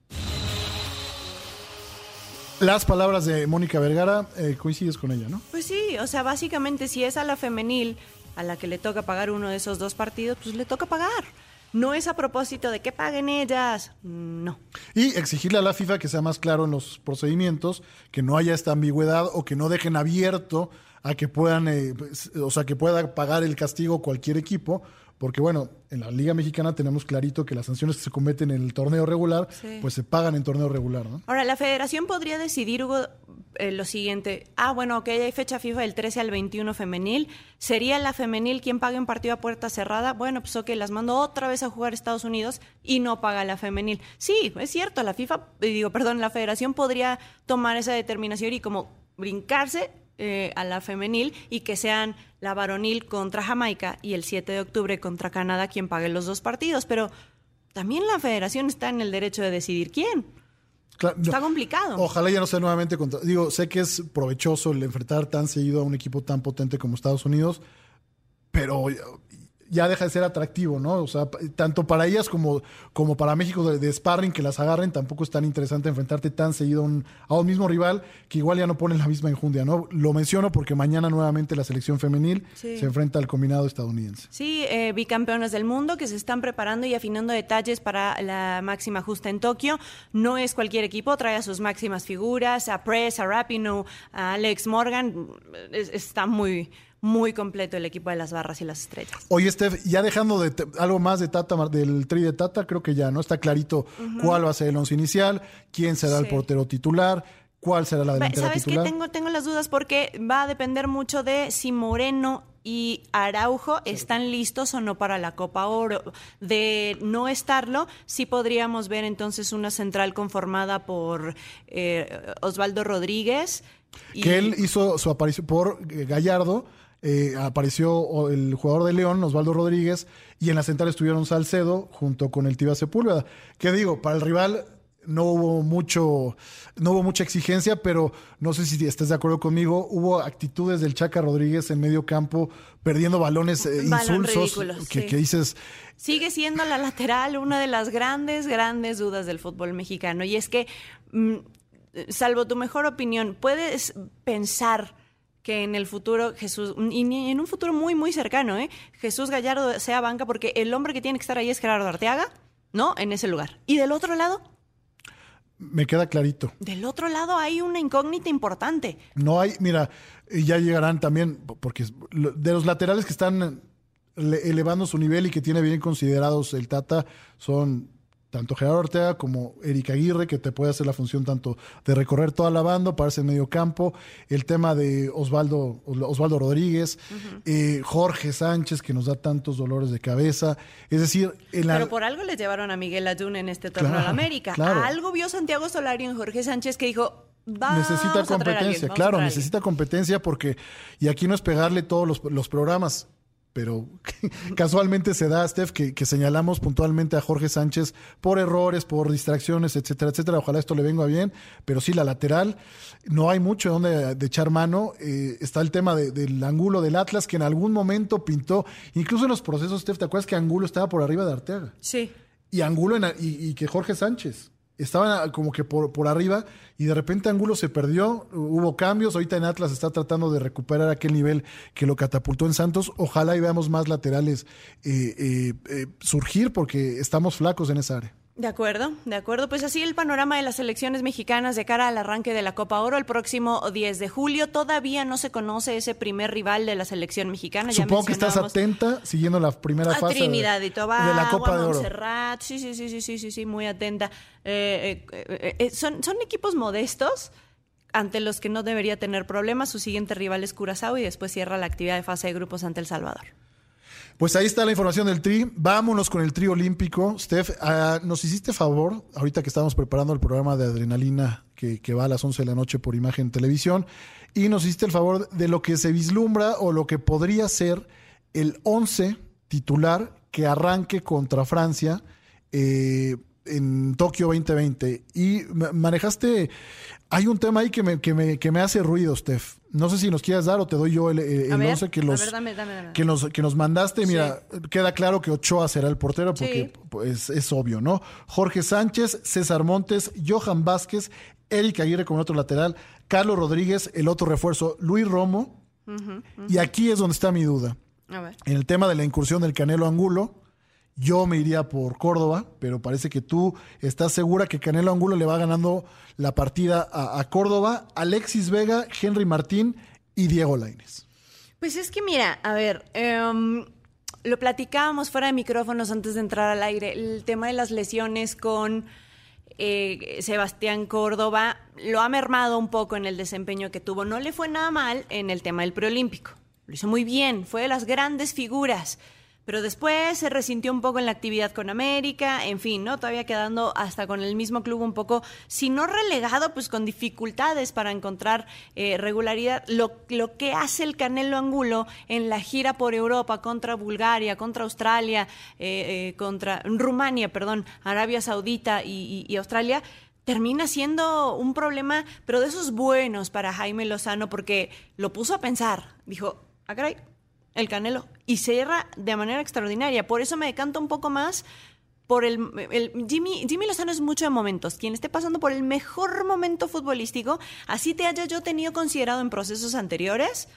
Las palabras de Mónica Vergara, eh, coincides con ella, ¿no? Pues sí, o sea, básicamente si es a la femenil a la que le toca pagar uno de esos dos partidos, pues le toca pagar. No es a propósito de que paguen ellas, no. Y exigirle a la FIFA que sea más claro en los procedimientos, que no haya esta ambigüedad o que no dejen abierto a que puedan, eh, o sea, que pueda pagar el castigo cualquier equipo, porque bueno, en la Liga Mexicana tenemos clarito que las sanciones que se cometen en el torneo regular, sí, pues se pagan en torneo regular, ¿no? Ahora, la federación podría decidir, Hugo, eh, lo siguiente. Ah, bueno, ok, hay fecha FIFA del trece al veintiuno femenil. ¿Sería la femenil quien pague un partido a puerta cerrada? Bueno, pues ok, las mando otra vez a jugar a Estados Unidos y no paga la femenil. Sí, es cierto, la FIFA, digo, perdón, la federación podría tomar esa determinación y como brincarse Eh, a la femenil y que sean la varonil contra Jamaica y el siete de octubre contra Canadá quien pague los dos partidos, pero también la federación está en el derecho de decidir quién. Claro, está no, complicado. Ojalá ya no sea nuevamente contra... Digo, sé que es provechoso el enfrentar tan seguido a un equipo tan potente como Estados Unidos, pero ya deja de ser atractivo, ¿no? O sea, tanto para ellas como, como para México de, de sparring que las agarren, tampoco es tan interesante enfrentarte tan seguido a un, a un mismo rival que igual ya no pone la misma enjundia, ¿no? Lo menciono porque mañana nuevamente la selección femenil sí. se enfrenta al combinado estadounidense. Sí, eh, bicampeonas del mundo que se están preparando y afinando detalles para la máxima justa en Tokio. No es cualquier equipo, trae a sus máximas figuras, a Press, a Rapinoe, a Alex Morgan. Es, está muy... muy completo el equipo de las barras y las estrellas. Oye, Steph, ya dejando de t- algo más de Tata, del tri de Tata, creo que ya, ¿no? Está clarito uh-huh. cuál va a ser el once inicial, quién será sí. el portero titular, cuál será la delantera ¿Sabes titular. ¿Sabes qué? Tengo, tengo las dudas porque va a depender mucho de si Moreno y Araujo están listos o no para la Copa Oro. De no estarlo, sí podríamos ver entonces una central conformada por eh, Osvaldo Rodríguez. Y... que él hizo su aparición por eh, Gallardo. Eh, apareció el jugador de León, Osvaldo Rodríguez, y en la central estuvieron Salcedo junto con el Tiva Sepúlveda. ¿Qué digo? Para el rival no hubo mucho, no hubo mucha exigencia, pero no sé si estás de acuerdo conmigo, hubo actitudes del Chaca Rodríguez en medio campo, perdiendo balones eh, insulsos, que, sí. que dices... Sigue siendo la lateral una de las grandes, grandes dudas del fútbol mexicano, y es que, mm, salvo tu mejor opinión, puedes pensar que en el futuro Jesús, y en un futuro muy, muy cercano, ¿eh? Jesús Gallardo sea banca, porque el hombre que tiene que estar ahí es Gerardo Arteaga, ¿no? En ese lugar. ¿Y del otro lado? Me queda clarito. Del otro lado hay una incógnita importante. No hay, mira, ya llegarán también, porque de los laterales que están elevando su nivel y que tiene bien considerados el Tata, son... tanto Gerardo Ortega como Eric Aguirre, que te puede hacer la función tanto de recorrer toda la banda, pararse en medio campo, el tema de Osvaldo, Osvaldo Rodríguez, uh-huh. eh, Jorge Sánchez, que nos da tantos dolores de cabeza. Es decir, en la... Pero por algo les llevaron a Miguel Ayun en este torneo claro, a la América. Claro. Algo vio Santiago Solari en Jorge Sánchez que dijo... Vamos necesita competencia, claro, necesita competencia porque, y aquí no es pegarle todos los, los programas, pero casualmente se da, Steph, que, que señalamos puntualmente a Jorge Sánchez por errores, por distracciones, etcétera, etcétera. Ojalá esto le venga bien, pero sí, la lateral, no hay mucho donde de echar mano. Eh, está el tema de, del Angulo del Atlas, que en algún momento pintó, incluso en los procesos, Steph, ¿te acuerdas que Angulo estaba por arriba de Arteaga? Sí. Y Angulo, en, y, y que Jorge Sánchez estaban como que por, por arriba, y de repente Angulo se perdió, hubo cambios, ahorita en Atlas está tratando de recuperar aquel nivel que lo catapultó en Santos. Ojalá y veamos más laterales eh, eh, eh, surgir, porque estamos flacos en esa área. De acuerdo, de acuerdo. Pues así el panorama de las selecciones mexicanas de cara al arranque de la Copa Oro el próximo diez de julio. Todavía no se conoce ese primer rival de la selección mexicana. Supongo que estás atenta, siguiendo la primera a fase Trinidad de, y Tobago, de la Copa a de Oro. Montserrat. Sí, sí, sí, sí, sí, sí, sí, muy atenta. Eh, eh, eh, eh, son, son equipos modestos ante los que no debería tener problemas. Su siguiente rival es Curazao y después cierra la actividad de fase de grupos ante El Salvador. Pues ahí está la información del Tri. Vámonos con el Tri Olímpico. Steph, uh, nos hiciste favor, ahorita que estábamos preparando el programa de Adrenalina que, que va a las once de la noche por Imagen Televisión, y nos hiciste el favor de lo que se vislumbra o lo que podría ser el once titular que arranque contra Francia eh, en Tokio veinte veinte. Y manejaste... Hay un tema ahí que me, que me, que me hace ruido, Steph. No sé si nos quieras dar o te doy yo el, el once que, los, ver, dame, dame, dame. que, nos, que nos mandaste. Mira, sí. Queda claro que Ochoa será el portero porque sí. pues, es obvio, ¿no? Jorge Sánchez, César Montes, Johan Vázquez, Eric Aguirre como otro lateral, Carlos Rodríguez, el otro refuerzo, Luis Romo. Uh-huh, uh-huh. Y aquí es donde está mi duda. A ver. En el tema de la incursión del Canelo Angulo, yo me iría por Córdoba, pero parece que tú estás segura que Canelo Angulo le va ganando la partida a, a Córdoba, Alexis Vega, Henry Martín y Diego Lainez. Pues es que mira, a ver, um, lo platicábamos fuera de micrófonos antes de entrar al aire, el tema de las lesiones con eh, Sebastián Córdoba lo ha mermado un poco en el desempeño que tuvo. No le fue nada mal en el tema del preolímpico, lo hizo muy bien, fue de las grandes figuras. Pero después se resintió un poco en la actividad con América, en fin, ¿no? Todavía quedando hasta con el mismo club un poco, si no relegado, pues con dificultades para encontrar eh, regularidad. Lo, lo que hace el Canelo Angulo en la gira por Europa contra Bulgaria, contra Australia, eh, eh, contra Rumania, perdón, Arabia Saudita y, y, y Australia, termina siendo un problema, pero de esos buenos para Jaime Lozano, porque lo puso a pensar. Dijo, ah, caray, el Canelo, y cierra de manera extraordinaria. Por eso me decanto un poco más por el, el Jimmy, Jimmy Lozano es mucho de momentos. Quien esté pasando por el mejor momento futbolístico, así te haya yo tenido considerado en procesos anteriores,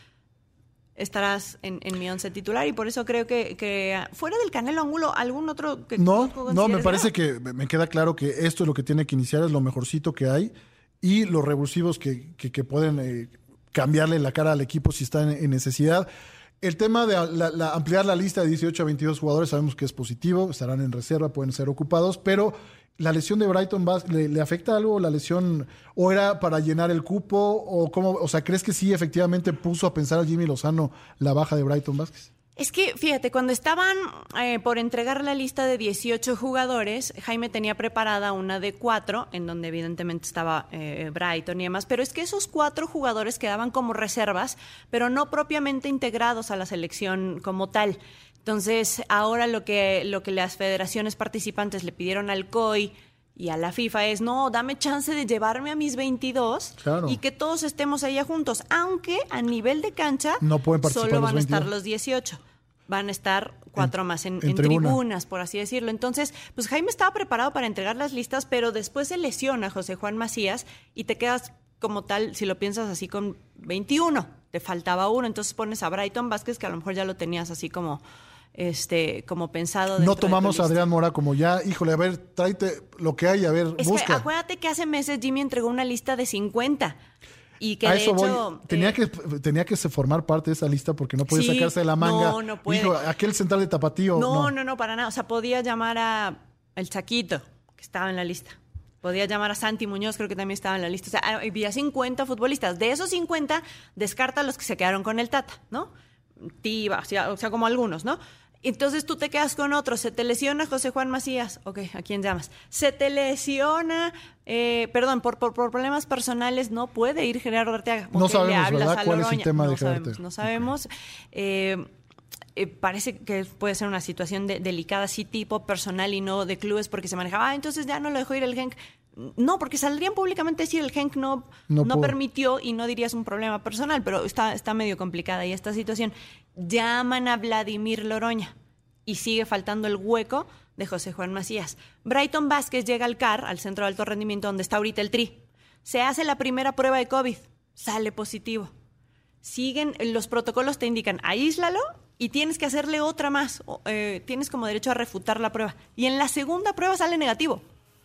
estarás en, en mi once titular, y por eso creo que, que fuera del Canelo Angulo, algún otro que no, no, me parece que me queda claro que esto es lo que tiene que iniciar, es lo mejorcito que hay, y los revulsivos que, que, que pueden eh, cambiarle la cara al equipo si está en, en necesidad. El tema de la, la, ampliar la lista de dieciocho a veintidós jugadores sabemos que es positivo, estarán en reserva, pueden ser ocupados, pero ¿la lesión de Brighton ¿le, le afecta algo? ¿La lesión o era para llenar el cupo? ¿O cómo? O sea, ¿crees que sí efectivamente puso a pensar a Jimmy Lozano la baja de Brighton Vázquez? Es que, fíjate, cuando estaban eh, por entregar la lista de dieciocho jugadores, Jaime tenía preparada una de cuatro, en donde evidentemente estaba eh, Brighton y demás, pero es que esos cuatro jugadores quedaban como reservas, pero no propiamente integrados a la selección como tal. Entonces, ahora lo que, lo que las federaciones participantes le pidieron al C O I y a la FIFA es, no, dame chance de llevarme a mis veintidós, claro, y que todos estemos allá juntos, aunque a nivel de cancha no pueden participar solo van los a estar los dieciocho. Van a estar cuatro en, más en, en, en tribuna. tribunas, por así decirlo. Entonces, pues Jaime estaba preparado para entregar las listas, pero después se lesiona José Juan Macías y te quedas como tal, si lo piensas así, con veintiuno. Te faltaba uno, entonces pones a Brighton Vázquez, que a lo mejor ya lo tenías así como... este como pensado. No tomamos a Adrián Mora como ya, híjole, a ver, tráete lo que hay, a ver, es busca. Que acuérdate que hace meses Jimmy entregó una lista de cincuenta y que a de eso hecho... voy. Tenía, eh, que, tenía que formar parte de esa lista porque no puede sí, sacarse de la manga. No, no puede. Hijo, aquel central de Tapatío. No, no, no, no, para nada. O sea, podía llamar a el Chaquito, que estaba en la lista. Podía llamar a Santi Muñoz, creo que también estaba en la lista. O sea, había cincuenta futbolistas. De esos cincuenta, descarta los que se quedaron con el Tata, ¿no? Tiva, o sea, o sea, como algunos, ¿no? Entonces tú te quedas con otro, se te lesiona José Juan Macías, ok, ¿a quién llamas? Se te lesiona, eh, perdón, por, por, por problemas personales no puede ir Gerardo Arteaga. Okay, no sabemos, le hablas ¿verdad? A ¿Cuál es el tema no de Gerardo sabemos, no sabemos. Eh, eh, parece que puede ser una situación de, delicada, sí, tipo personal y no de clubes, porque se manejaba, ah, entonces ya no lo dejó ir el Genk. No, porque saldrían públicamente a decir el Genk no, no, no permitió y no dirías un problema personal, pero está, está medio complicada y esta situación. Llaman a Vladimir Loroña y sigue faltando el hueco de José Juan Macías. Brighton Vázquez llega al C A R, al Centro de Alto Rendimiento, donde está ahorita el Tri. Se hace la primera prueba de COVID, sale positivo. Siguen, los protocolos te indican, aíslalo y tienes que hacerle otra más. Eh, tienes como derecho a refutar la prueba. Y en la segunda prueba sale negativo.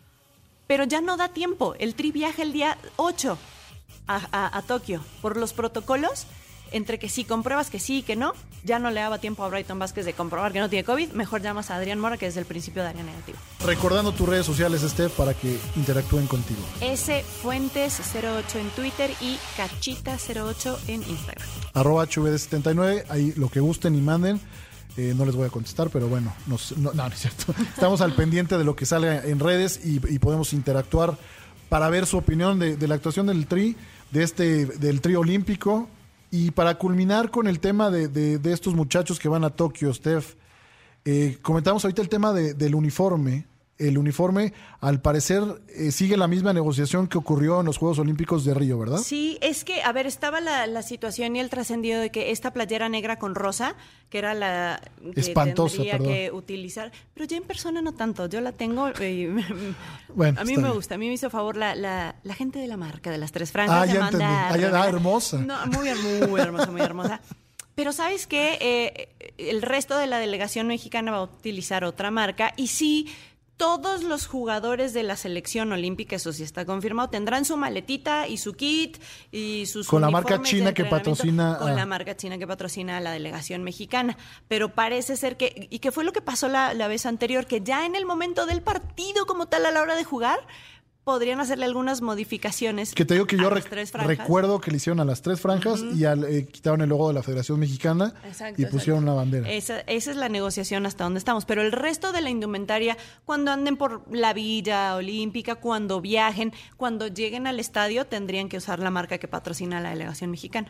Pero ya no da tiempo. El Tri viaja el día ocho a, a, a Tokio. Por los protocolos, entre que sí compruebas que sí y que no, ya no le daba tiempo a Brighton Vázquez de comprobar que no tiene COVID. Mejor llamas a Adrián Mora, que desde el principio daría negativo. Recordando tus redes sociales, Steph, para que interactúen contigo. S Fuentes cero ocho en Twitter y Cachita cero ocho en Instagram. Arroba H V D setenta y nueve, ahí lo que gusten y manden. Eh, no les voy a contestar, pero bueno, nos, no, no, no es cierto. Estamos al pendiente de lo que sale en redes y, y podemos interactuar para ver su opinión de, de la actuación del Tri, de este, del Tri olímpico. Y para culminar con el tema de, de, de estos muchachos que van a Tokio, Steph, eh, comentamos ahorita el tema de, del uniforme. El uniforme, al parecer, eh, sigue la misma negociación que ocurrió en los Juegos Olímpicos de Río, ¿verdad? Sí, es que, a ver, estaba la, la situación y el trascendido de que esta playera negra con rosa, que era la que espantosa, tendría perdón. que utilizar, pero ya en persona no tanto, yo la tengo y bueno, a mí está me bien. gusta, a mí me hizo favor la, la, la gente de la marca de las tres franjas Ah, de ya entendí. Ah, ya, ah, hermosa. No, muy, muy hermosa, muy hermosa. Pero ¿sabes qué? Eh, el resto de la delegación mexicana va a utilizar otra marca y sí, todos los jugadores de la selección olímpica, eso sí está confirmado, tendrán su maletita y su kit y sus con la marca uniformes de china que entrenamiento patrocina con a... la marca china que patrocina a la delegación mexicana. Pero parece ser que, y que fue lo que pasó la, la vez anterior, que ya en el momento del partido como tal a la hora de jugar, podrían hacerle algunas modificaciones. Que te digo que yo a las rec- tres franjas. recuerdo que le hicieron a las tres franjas uh-huh. y al, eh, quitaron el logo de la Federación Mexicana. Exacto, y pusieron exacto. la bandera. Esa, esa es la negociación hasta donde estamos. Pero el resto de la indumentaria, cuando anden por la Villa Olímpica, cuando viajen, cuando lleguen al estadio, tendrían que usar la marca que patrocina a la delegación mexicana.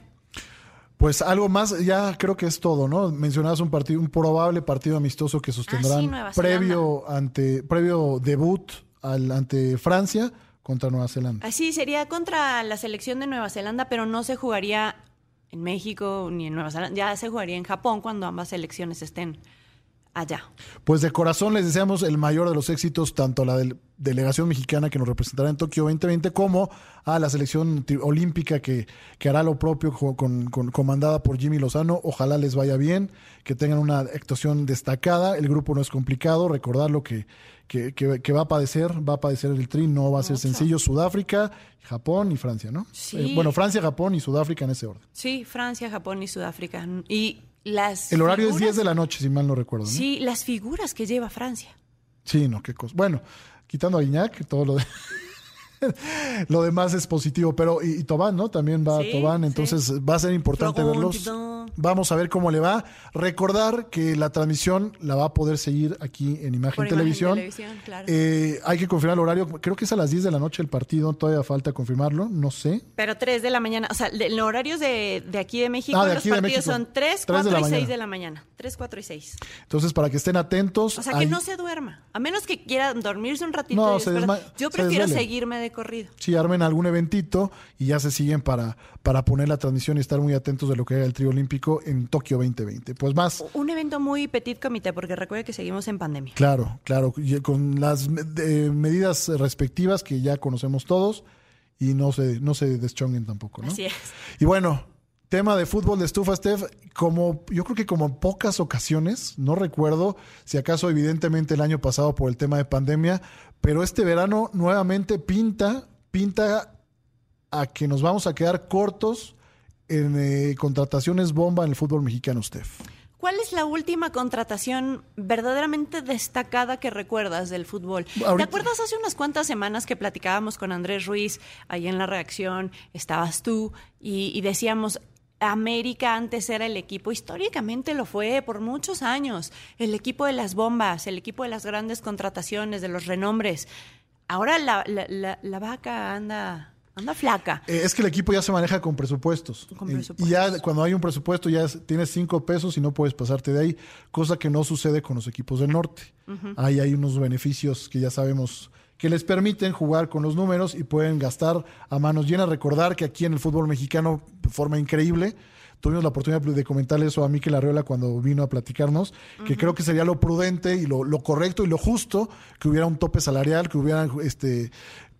Pues algo más, ya creo que es todo, ¿no? Mencionabas un partido, un probable partido amistoso que sostendrán ah, sí, Nueva previo ante previo debut al, ante Francia contra Nueva Zelanda. Así sería contra la selección de Nueva Zelanda, pero no se jugaría en México ni en Nueva Zelanda, ya se jugaría en Japón cuando ambas selecciones estén allá. Pues de corazón les deseamos el mayor de los éxitos tanto a la del- delegación mexicana que nos representará en Tokio veinte veinte como a la selección tri- olímpica que, que hará lo propio con, con- con- comandada por Jimmy Lozano. Ojalá les vaya bien, que tengan una actuación destacada. El grupo no es complicado, recordarlo que, que, que, que va a padecer, va a padecer el Tri, no va a ser Mucho. sencillo. Sudáfrica, Japón y Francia, ¿no? Sí. Eh, bueno, Francia, Japón y Sudáfrica en ese orden. Sí, Francia, Japón y Sudáfrica. Y las El horario es figuras- diez de la noche, si mal no recuerdo, ¿no? Sí, las figuras que lleva Francia. Sí, no, qué cosa. Bueno, quitando a Guiñac, todo lo de... lo demás es positivo, pero y, y Tobán, ¿no? También va Sí, Tobán, entonces sí. va a ser importante Florent verlos. Titán. Vamos a ver cómo le va. Recordar que la transmisión la va a poder seguir aquí en Imagen Por Imagen Televisión. Televisión, claro. Eh, hay que confirmar el horario. Creo que es a las diez de la noche el partido. Todavía falta confirmarlo. No sé. Pero tres de la mañana, o sea, de- los horarios de, de aquí de México, Ah, de los aquí de partidos México. son tres, Tres de cuatro la y mañana. seis de la mañana. tres, cuatro y seis. Entonces, para que estén atentos. O sea, que ahí- no se duerma. A menos que quieran dormirse un ratito. No, y se después- desma- Yo se prefiero desvelen. seguirme de corrido. Sí, armen algún eventito y ya se siguen para, para poner la transmisión y estar muy atentos de lo que haga el trío olímpico en Tokio veinte veinte. Pues más, Un evento muy petit comité, porque recuerde que seguimos en pandemia. claro, claro, y con las me- de- medidas respectivas que ya conocemos todos y no se, no se deschonguen tampoco, ¿no? Así es. Y bueno, tema de fútbol de estufa, Steph, como yo creo que como en pocas ocasiones, no recuerdo si acaso evidentemente el año pasado por el tema de pandemia, pero este verano nuevamente pinta, pinta a que nos vamos a quedar cortos en eh, contrataciones bomba en el fútbol mexicano, Steph. ¿Cuál es la última contratación verdaderamente destacada que recuerdas del fútbol? Ahorita- ¿Te acuerdas hace unas cuantas semanas que platicábamos con Andrés Ruiz, ahí en la redacción, estabas tú, y, y decíamos, América antes era el equipo, históricamente lo fue por muchos años, el equipo de las bombas, el equipo de las grandes contrataciones, de los renombres. Ahora la, la, la, la vaca anda, anda flaca. Eh, es que el equipo ya se maneja con presupuestos. Con Eh, presupuestos. Y ya cuando hay un presupuesto ya es- tienes cinco pesos y no puedes pasarte de ahí, cosa que no sucede con los equipos del norte. Ahí hay unos beneficios que ya sabemos que les permiten jugar con los números y pueden gastar a manos llenas. Recordar que aquí en el fútbol mexicano, de forma increíble, tuvimos la oportunidad de comentarle eso a Mikel Arriola cuando vino a platicarnos, que creo que sería lo prudente y lo, lo correcto y lo justo que hubiera un tope salarial, que hubieran este,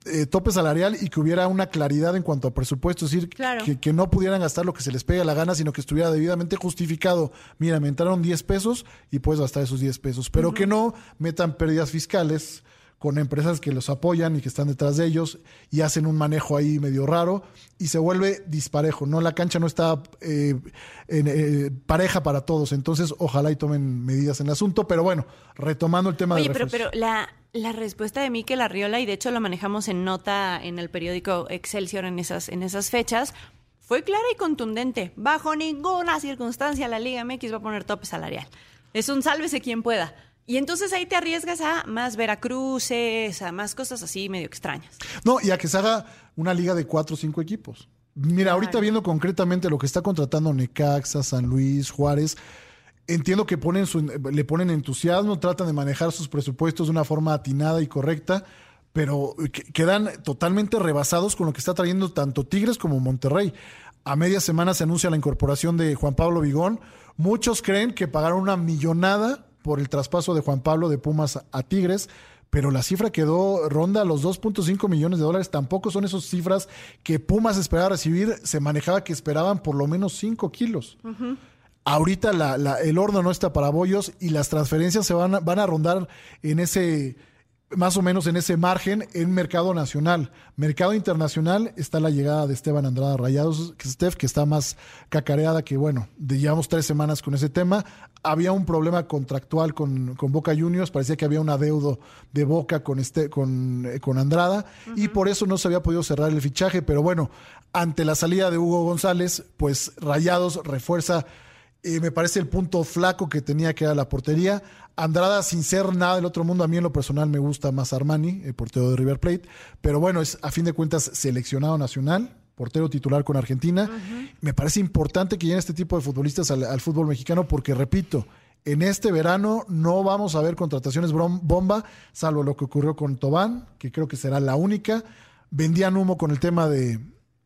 eh, tope salarial y que hubiera una claridad en cuanto a presupuesto, es decir, claro. que, que no pudieran gastar lo que se les pegue la gana, sino que estuviera debidamente justificado. Mira, me entraron diez pesos y puedes gastar esos diez pesos, pero uh-huh. que no metan pérdidas fiscales con empresas que los apoyan y que están detrás de ellos y hacen un manejo ahí medio raro y se vuelve disparejo, ¿no? La cancha no está eh, en, eh, pareja para todos, entonces ojalá y tomen medidas en el asunto, pero bueno, retomando el tema de Oye, pero, pero la, la respuesta de Mikel Arriola, y de hecho lo manejamos en nota en el periódico Excelsior en esas, en esas fechas, fue clara y contundente. Bajo ninguna circunstancia la Liga M X va a poner tope salarial. Es un sálvese quien pueda. Y entonces ahí te arriesgas a más Veracruces, a más cosas así medio extrañas. No, y a que se haga una liga de cuatro o cinco equipos. Mira, claro. Ahorita viendo concretamente lo que está contratando Necaxa, San Luis, Juárez, entiendo que ponen su, le ponen entusiasmo, tratan de manejar sus presupuestos de una forma atinada y correcta, pero quedan totalmente rebasados con lo que está trayendo tanto Tigres como Monterrey. A media semana se anuncia la incorporación de Juan Pablo Vigón. Muchos creen que pagaron una millonada por el traspaso de Juan Pablo de Pumas a Tigres, pero la cifra quedó ronda los dos punto cinco millones de dólares. Tampoco son esas cifras que Pumas esperaba recibir. Se manejaba que esperaban por lo menos cinco kilos. Uh-huh. Ahorita la, la, el horno no está para bollos y las transferencias se van a, van a rondar en ese, más o menos en ese margen en mercado nacional. Mercado internacional está la llegada de Esteban Andrada Rayados, que Steph, que está más cacareada que, bueno, de, llevamos tres semanas con ese tema. Había un problema contractual con, con Boca Juniors, parecía que había un adeudo de Boca con, este, con, con Andrada, uh-huh. y por eso no se había podido cerrar el fichaje, pero bueno, ante la salida de Hugo González, pues Rayados refuerza, eh, me parece el punto flaco que tenía, que era la portería. Andrada, sin ser nada del otro mundo, a mí en lo personal me gusta más Armani, el portero de River Plate, pero bueno, es a fin de cuentas seleccionado nacional, portero titular con Argentina. Uh-huh. Me parece importante que lleguen este tipo de futbolistas al, al fútbol mexicano porque, repito, en este verano no vamos a ver contrataciones bomba, salvo lo que ocurrió con Tobán, que creo que será la única. Vendían humo con el tema de...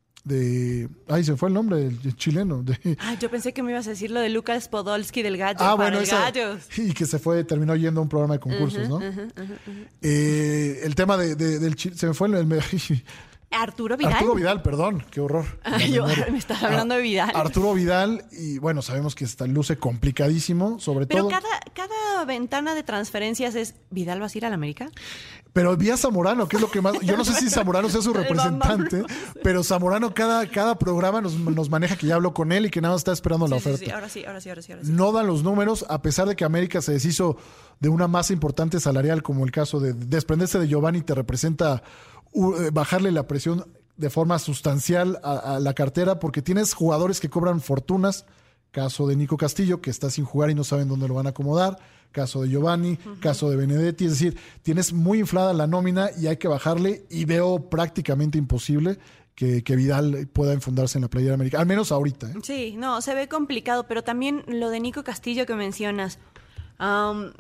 de ay, se fue el nombre del chileno. De, ah, yo pensé que me ibas a decir lo de Lucas Podolski del Gallo. Ah, para bueno, el esa, Gallos. Y que se fue, terminó yendo a un programa de concursos, uh-huh, ¿no? Uh-huh, uh-huh, uh-huh. Eh, el tema de, de, del se me fue el... el Arturo Vidal. Arturo Vidal, perdón, qué horror. Ay, yo, me estás hablando de Vidal. Arturo Vidal, y bueno, sabemos que está, luce complicadísimo, sobre Pero todo. Pero cada, cada ventana de transferencias es, ¿Vidal vas a ir a la América? Pero vía Zamorano, que es lo que más... Yo no sé si Zamorano sea su representante, pero Zamorano cada, cada programa nos, nos maneja que ya habló con él y que nada más está esperando sí, la sí, oferta. Sí, ahora sí, ahora sí, ahora sí, ahora sí. No dan los números, a pesar de que América se deshizo de una masa importante salarial, como el caso de desprenderse de Giovanni, te representa uh, bajarle la presión de forma sustancial a, a la cartera, porque tienes jugadores que cobran fortunas, caso de Nico Castillo, que está sin jugar y no saben dónde lo van a acomodar, caso de Giovanni, uh-huh. caso de Benedetti, es decir, tienes muy inflada la nómina y hay que bajarle, y veo prácticamente imposible que, que Vidal pueda enfundarse en la playera americana, al menos ahorita. ¿eh? Sí, no, se ve complicado, pero también lo de Nico Castillo que mencionas, um,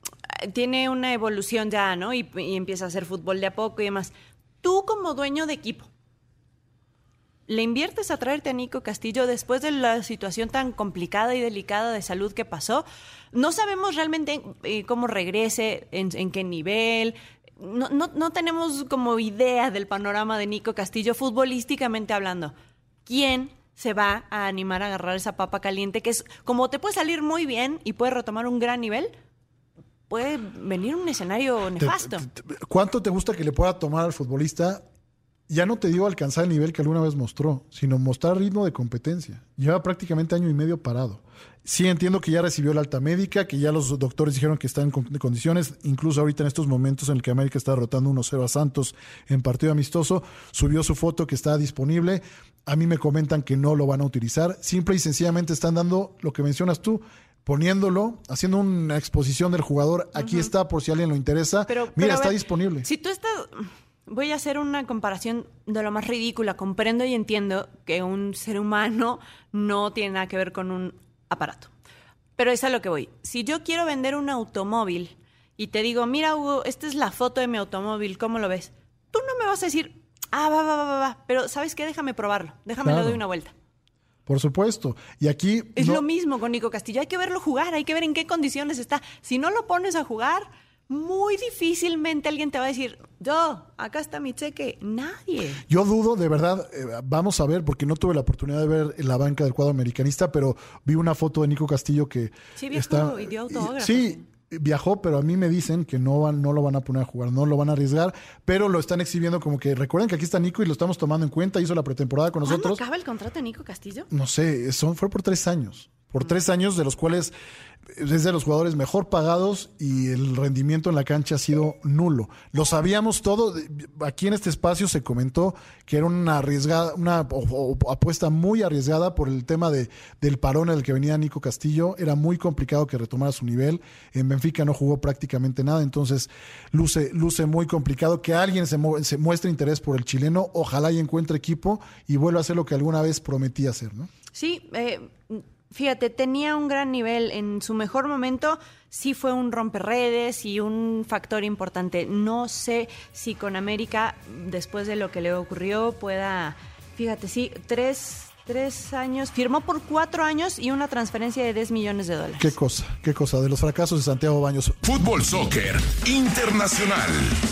tiene una evolución ya, ¿no? Y, y empieza a hacer fútbol de a poco y demás. Tú como dueño de equipo, ¿le inviertes a traerte a Nico Castillo después de la situación tan complicada y delicada de salud que pasó? No sabemos realmente eh, cómo regrese, en, en qué nivel. No, no, no tenemos como idea del panorama de Nico Castillo futbolísticamente hablando. ¿Quién se va a animar a agarrar esa papa caliente que es como te puede salir muy bien y puede retomar un gran nivel? Puede venir un escenario nefasto. Te, te, ¿Cuánto te gusta que le pueda tomar al futbolista? Ya no te digo alcanzar el nivel que alguna vez mostró, sino mostrar ritmo de competencia. Lleva prácticamente año y medio parado. Sí entiendo que ya recibió la alta médica, que ya los doctores dijeron que está en condiciones, incluso ahorita en estos momentos en el que América está derrotando uno cero a Santos en partido amistoso, subió su foto que está disponible. A mí me comentan que no lo van a utilizar. Simple y sencillamente están dando lo que mencionas tú, poniéndolo, haciendo una exposición del jugador. Aquí uh-huh. está por si a alguien lo interesa. Pero, Mira, pero está ver, disponible. Si tú estás... Voy a hacer una comparación de lo más ridícula. Comprendo y entiendo que un ser humano no tiene nada que ver con un aparato. Pero es a lo que voy. Si yo quiero vender un automóvil y te digo, mira, Hugo, esta es la foto de mi automóvil, ¿cómo lo ves? Tú no me vas a decir, ah, va, va, va, va, va. Pero ¿sabes qué? Déjame probarlo. Déjame claro. lo doy una vuelta. Por supuesto. Y aquí... Es no... lo mismo con Nico Castillo. Hay que verlo jugar, hay que ver en qué condiciones está. Si no lo pones a jugar... muy difícilmente alguien te va a decir, yo, acá está mi cheque. Nadie. Yo dudo, de verdad, eh, vamos a ver, porque no tuve la oportunidad de ver la banca del cuadro americanista, pero vi una foto de Nico Castillo que sí, viajó está... y dio autógrafos. Sí, viajó, pero a mí me dicen que no van, no lo van a poner a jugar, no lo van a arriesgar, pero lo están exhibiendo como que, recuerden que aquí está Nico y lo estamos tomando en cuenta, hizo la pretemporada con nosotros. ¿Cuándo acaba el contrato de Nico Castillo? No sé, son, fue por tres años. Por tres años, de los cuales es de los jugadores mejor pagados y el rendimiento en la cancha ha sido nulo. Lo sabíamos todo. Aquí en este espacio se comentó que era una arriesgada, una o, o, apuesta muy arriesgada por el tema de, del parón en el que venía Nico Castillo. Era muy complicado que retomara su nivel. En Benfica no jugó prácticamente nada, entonces luce, luce muy complicado que alguien se, mu- se muestre interés por el chileno. Ojalá y encuentre equipo y vuelva a hacer lo que alguna vez prometía hacer, ¿no? Sí, eh, fíjate, tenía un gran nivel. En su mejor momento sí fue un romperredes y un factor importante. No sé si con América, después de lo que le ocurrió, pueda... Fíjate, sí, tres, tres años, firmó por cuatro años y una transferencia de diez millones de dólares. Qué cosa, qué cosa, de los fracasos de Santiago Baños. Fútbol Soccer Internacional.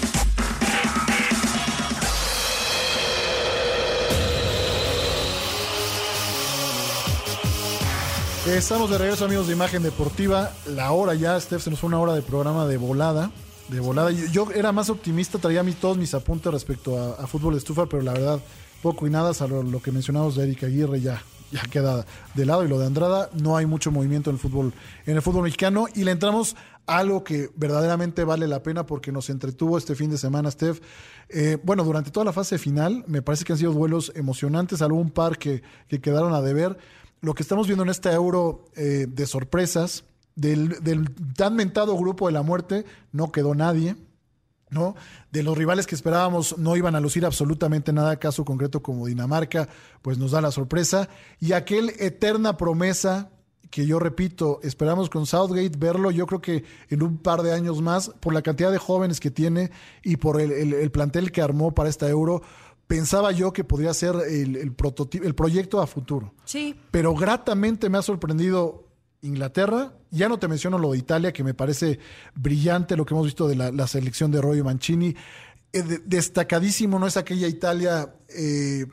Estamos de regreso, amigos de Imagen Deportiva. La hora ya, Steph, se nos fue una hora de programa de volada. De volada. Yo, yo era más optimista, traía mis, todos mis apuntes respecto a, a fútbol de estufa, pero la verdad, poco y nada, salvo lo que mencionamos de Erika Aguirre, ya, ya queda de lado. Y lo de Andrada, no hay mucho movimiento en el fútbol, en el fútbol mexicano. Y le entramos a algo que verdaderamente vale la pena porque nos entretuvo este fin de semana, Steph. Eh, bueno, durante toda la fase final, me parece que han sido duelos emocionantes, algún par que, que quedaron a deber. Lo que estamos viendo en este Euro eh, de sorpresas, del, del tan mentado grupo de la muerte, no quedó nadie, ¿no? De los rivales que esperábamos no iban a lucir absolutamente nada, caso concreto como Dinamarca, pues nos da la sorpresa. Y aquel eterna promesa que yo repito, esperamos con Southgate verlo, yo creo que en un par de años más, por la cantidad de jóvenes que tiene y por el, el, el plantel que armó para esta Euro, pensaba yo que podría ser el, el prototipo, el proyecto a futuro. Sí. Pero gratamente me ha sorprendido Inglaterra. Ya no te menciono lo de Italia, que me parece brillante lo que hemos visto de la, la selección de Roy Mancini. Eh, de, destacadísimo, no es aquella Italia eh,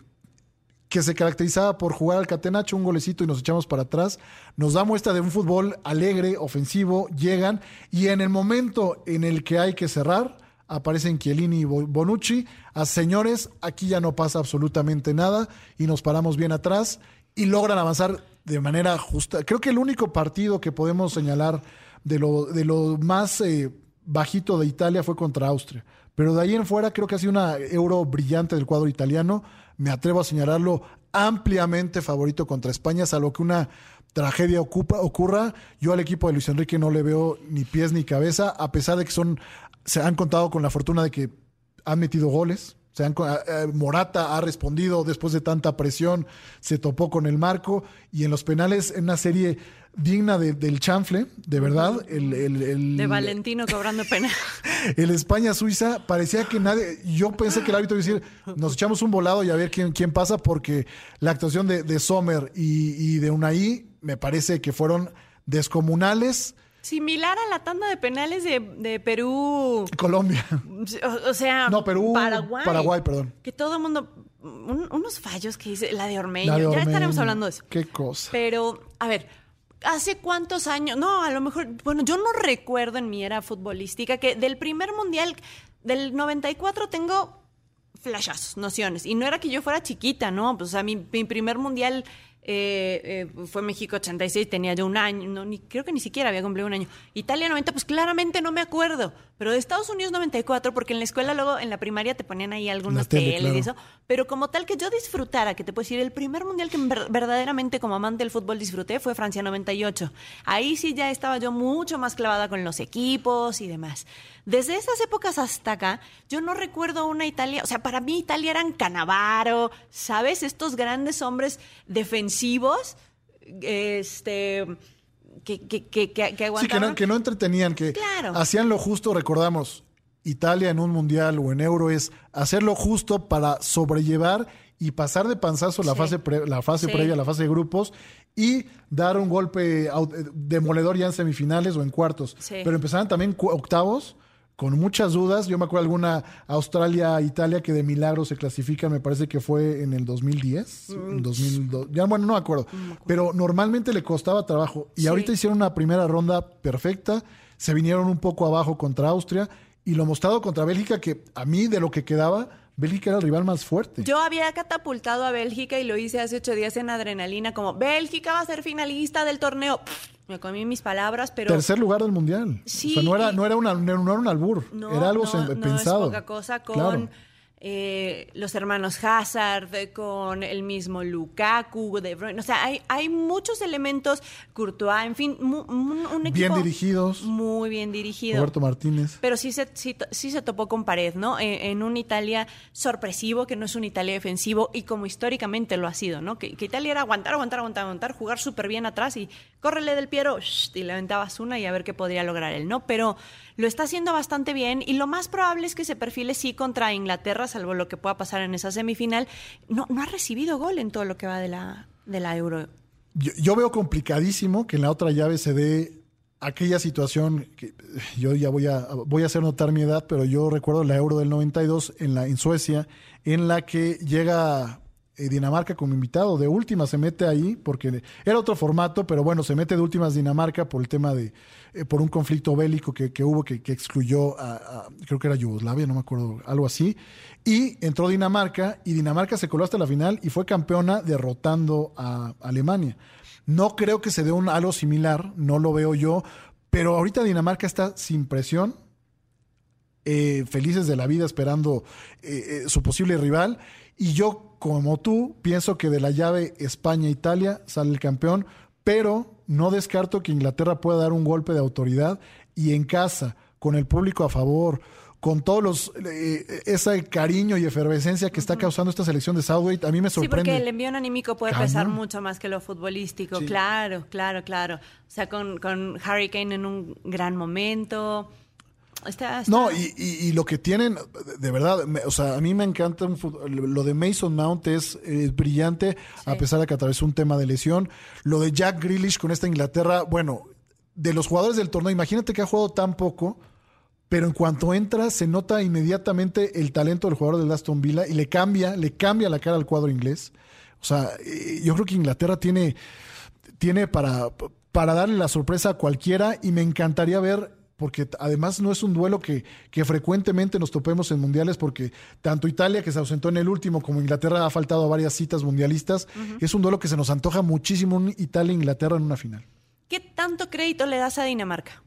que se caracterizaba por jugar al catenacho, un golecito y nos echamos para atrás. Nos da muestra de un fútbol alegre, ofensivo, llegan y en el momento en el que hay que cerrar, aparecen Chiellini y Bonucci. A señores, aquí ya no pasa absolutamente nada y nos paramos bien atrás y logran avanzar de manera justa. Creo que el único partido que podemos señalar de lo, de lo más eh, bajito de Italia fue contra Austria. Pero de ahí en fuera creo que ha sido una Euro brillante del cuadro italiano. Me atrevo a señalarlo ampliamente favorito contra España, salvo que una tragedia ocupa, ocurra. Yo al equipo de Luis Enrique no le veo ni pies ni cabeza, a pesar de que son... se han contado con la fortuna de que han metido goles. Se han, eh, Morata ha respondido después de tanta presión, se topó con el marco y en los penales en una serie digna de, del chanfle, de verdad. El, el, el, de Valentino cobrando penal. El España-Suiza parecía que nadie... Yo pensé que el árbitro iba a decir, nos echamos un volado y a ver quién, quién pasa, porque la actuación de, de Sommer y, y de Unai me parece que fueron descomunales. Similar a la tanda de penales de, de Perú. Colombia. O, o sea, no, Perú. Paraguay. Paraguay, perdón. Que todo el mundo... Un, unos fallos que hice, la de Ormeño. La de Ormeño. Ya estaremos hablando de eso. Qué cosa. Pero, a ver, ¿hace cuántos años? No, a lo mejor... Bueno, yo no recuerdo en mi era futbolística que del primer mundial, del noventa y cuatro, tengo flashazos, nociones. Y no era que yo fuera chiquita, ¿no? Pues, o sea, mi, mi primer mundial... Eh, eh, fue México ochenta y seis, tenía yo un año, no, ni, creo que ni siquiera había cumplido un año. Italia noventa, pues claramente no me acuerdo, pero de Estados Unidos noventa y cuatro, porque en la escuela luego en la primaria te ponían ahí algunos teles claro. y eso, pero como tal que yo disfrutara, que te puedo decir, el primer mundial que ver, verdaderamente como amante del fútbol disfruté fue Francia noventa y ocho. Ahí sí ya estaba yo mucho más clavada con los equipos y demás. Desde esas épocas hasta acá, yo no recuerdo una Italia, o sea, para mí Italia eran Cannavaro, ¿sabes? Estos grandes hombres defensivos, este, que, que, que, que, que aguantaban. Sí, que no, que no entretenían, que claro. hacían lo justo, recordamos, Italia en un mundial o en Euro es hacer lo justo para sobrellevar y pasar de panzazo la sí. fase, pre, la fase sí. previa, la fase de grupos y dar un golpe demoledor ya en semifinales o en cuartos. Sí. Pero empezaban también octavos con muchas dudas. Yo me acuerdo alguna Australia-Italia que de milagro se clasifican, me parece que fue en el dos mil diez, mm. dos mil dos, ya bueno, no me acuerdo, no me acuerdo, pero normalmente le costaba trabajo y sí. Ahorita hicieron una primera ronda perfecta, se vinieron un poco abajo contra Austria y lo mostrado contra Bélgica, que a mí de lo que quedaba, Bélgica era el rival más fuerte. Yo había catapultado a Bélgica y lo hice hace ocho días en Adrenalina, como Bélgica va a ser finalista del torneo. Pff, me comí mis palabras, pero... Tercer lugar del Mundial. Sí. O sea, no era, no era, una, no era un albur, no, era algo no, pensado. No es poca cosa con... Claro. Eh, los hermanos Hazard, con el mismo Lukaku, De Bruyne, o sea, hay, hay muchos elementos, Courtois, en fin, mu, un, un equipo bien dirigidos, muy bien dirigido. Roberto Martínez. Pero sí se, sí, sí se topó con pared, ¿no? En, en un Italia sorpresivo, que no es un Italia defensivo, y como históricamente lo ha sido, ¿no? Que, que Italia era aguantar, aguantar, aguantar, aguantar, jugar súper bien atrás y córrele del Piero, shh, y le aventabas una y a ver qué podría lograr él, ¿no? Pero lo está haciendo bastante bien y lo más probable es que se perfile sí contra Inglaterra, salvo lo que pueda pasar en esa semifinal. No, no ha recibido gol en todo lo que va de la, de la Euro. Yo, yo veo complicadísimo que en la otra llave se dé aquella situación que yo ya voy a, voy a hacer notar mi edad, pero yo recuerdo la Euro del noventa y dos en, la, en Suecia, en la que llega eh, Dinamarca como invitado. De última se mete ahí, porque era otro formato, pero bueno, se mete de últimas Dinamarca por el tema de, eh, por un conflicto bélico que, que hubo, que, que excluyó a, a, creo que era Yugoslavia, no me acuerdo, algo así. Y entró Dinamarca, y Dinamarca se coló hasta la final y fue campeona derrotando a Alemania. No creo que se dé un algo similar, no lo veo yo, pero ahorita Dinamarca está sin presión, eh, felices de la vida esperando eh, eh, su posible rival, y yo, como tú, pienso que de la llave España-Italia sale el campeón, pero no descarto que Inglaterra pueda dar un golpe de autoridad y en casa, con el público a favor, con todos los eh, ese cariño y efervescencia que está causando esta selección de Southgate, a mí me sorprende. Sí, porque el envío anímico puede Cañón. pesar mucho más que lo futbolístico. Sí. Claro, claro, claro. O sea, con, con Harry Kane en un gran momento. Está, está... No, y, y, y lo que tienen, de verdad, me, o sea, a mí me encanta un fut... lo de Mason Mount es, es brillante, sí. A pesar de que atravesó un tema de lesión. Lo de Jack Grealish con esta Inglaterra, bueno, de los jugadores del torneo, imagínate que ha jugado tan poco, pero en cuanto entra se nota inmediatamente el talento del jugador del Aston Villa y le cambia, le cambia la cara al cuadro inglés. O sea, yo creo que Inglaterra tiene, tiene para, para darle la sorpresa a cualquiera, y me encantaría ver, porque además no es un duelo que, que frecuentemente nos topemos en mundiales, porque tanto Italia, que se ausentó en el último, como Inglaterra ha faltado a varias citas mundialistas. Uh-huh. Es un duelo que se nos antoja muchísimo, un Italia-Inglaterra en una final. ¿Qué tanto crédito le das a Dinamarca?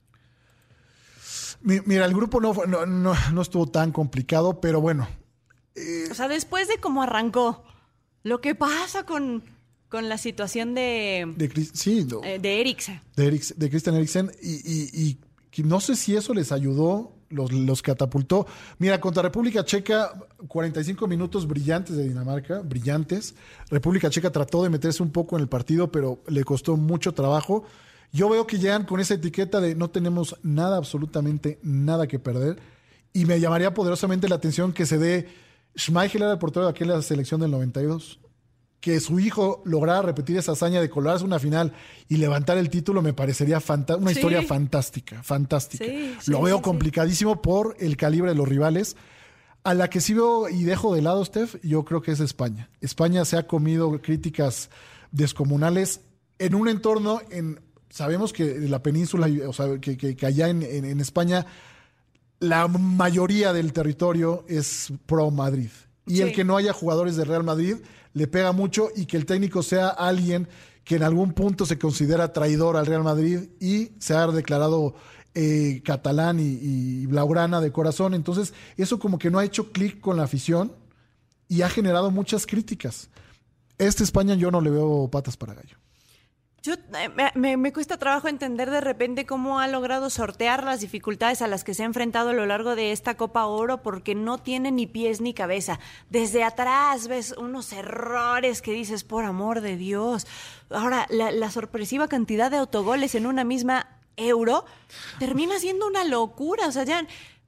Mira, el grupo no, no, no, no estuvo tan complicado, pero bueno. Eh, o sea, después de cómo arrancó, lo que pasa con, con la situación de... De, sí, no, eh, de Eriksen. De, Eriks, de Christian Eriksen. Y, y, y no sé si eso les ayudó, los, los catapultó. Mira, contra República Checa, cuarenta y cinco minutos brillantes de Dinamarca, brillantes. República Checa trató de meterse un poco en el partido, pero le costó mucho trabajo. Yo veo que llegan con esa etiqueta de no tenemos nada, absolutamente nada que perder, y me llamaría poderosamente la atención que se dé. Schmeichel era el portero de aquella selección del noventa y dos, que su hijo lograra repetir esa hazaña de colarse una final y levantar el título, me parecería fanta- una sí. historia fantástica, fantástica. Sí, sí, Lo veo sí, complicadísimo sí. por el calibre de los rivales. A la que sí veo y dejo de lado, Steph, yo creo que es España. España se ha comido críticas descomunales en un entorno en... Sabemos que la península, o sea, que, que, que allá en, en, en España la mayoría del territorio es pro Madrid. Y sí. el que no haya jugadores de Real Madrid le pega mucho, y que el técnico sea alguien que en algún punto se considera traidor al Real Madrid y se ha declarado eh, catalán y, y blaugrana de corazón. Entonces, eso como que no ha hecho clic con la afición y ha generado muchas críticas. Este España yo no le veo patas para gallo. Yo me, me, me cuesta trabajo entender de repente cómo ha logrado sortear las dificultades a las que se ha enfrentado a lo largo de esta Copa Oro, porque no tiene ni pies ni cabeza. Desde atrás ves unos errores que dices, por amor de Dios. Ahora, la, la sorpresiva cantidad de autogoles en una misma Euro termina siendo una locura. O sea, ya...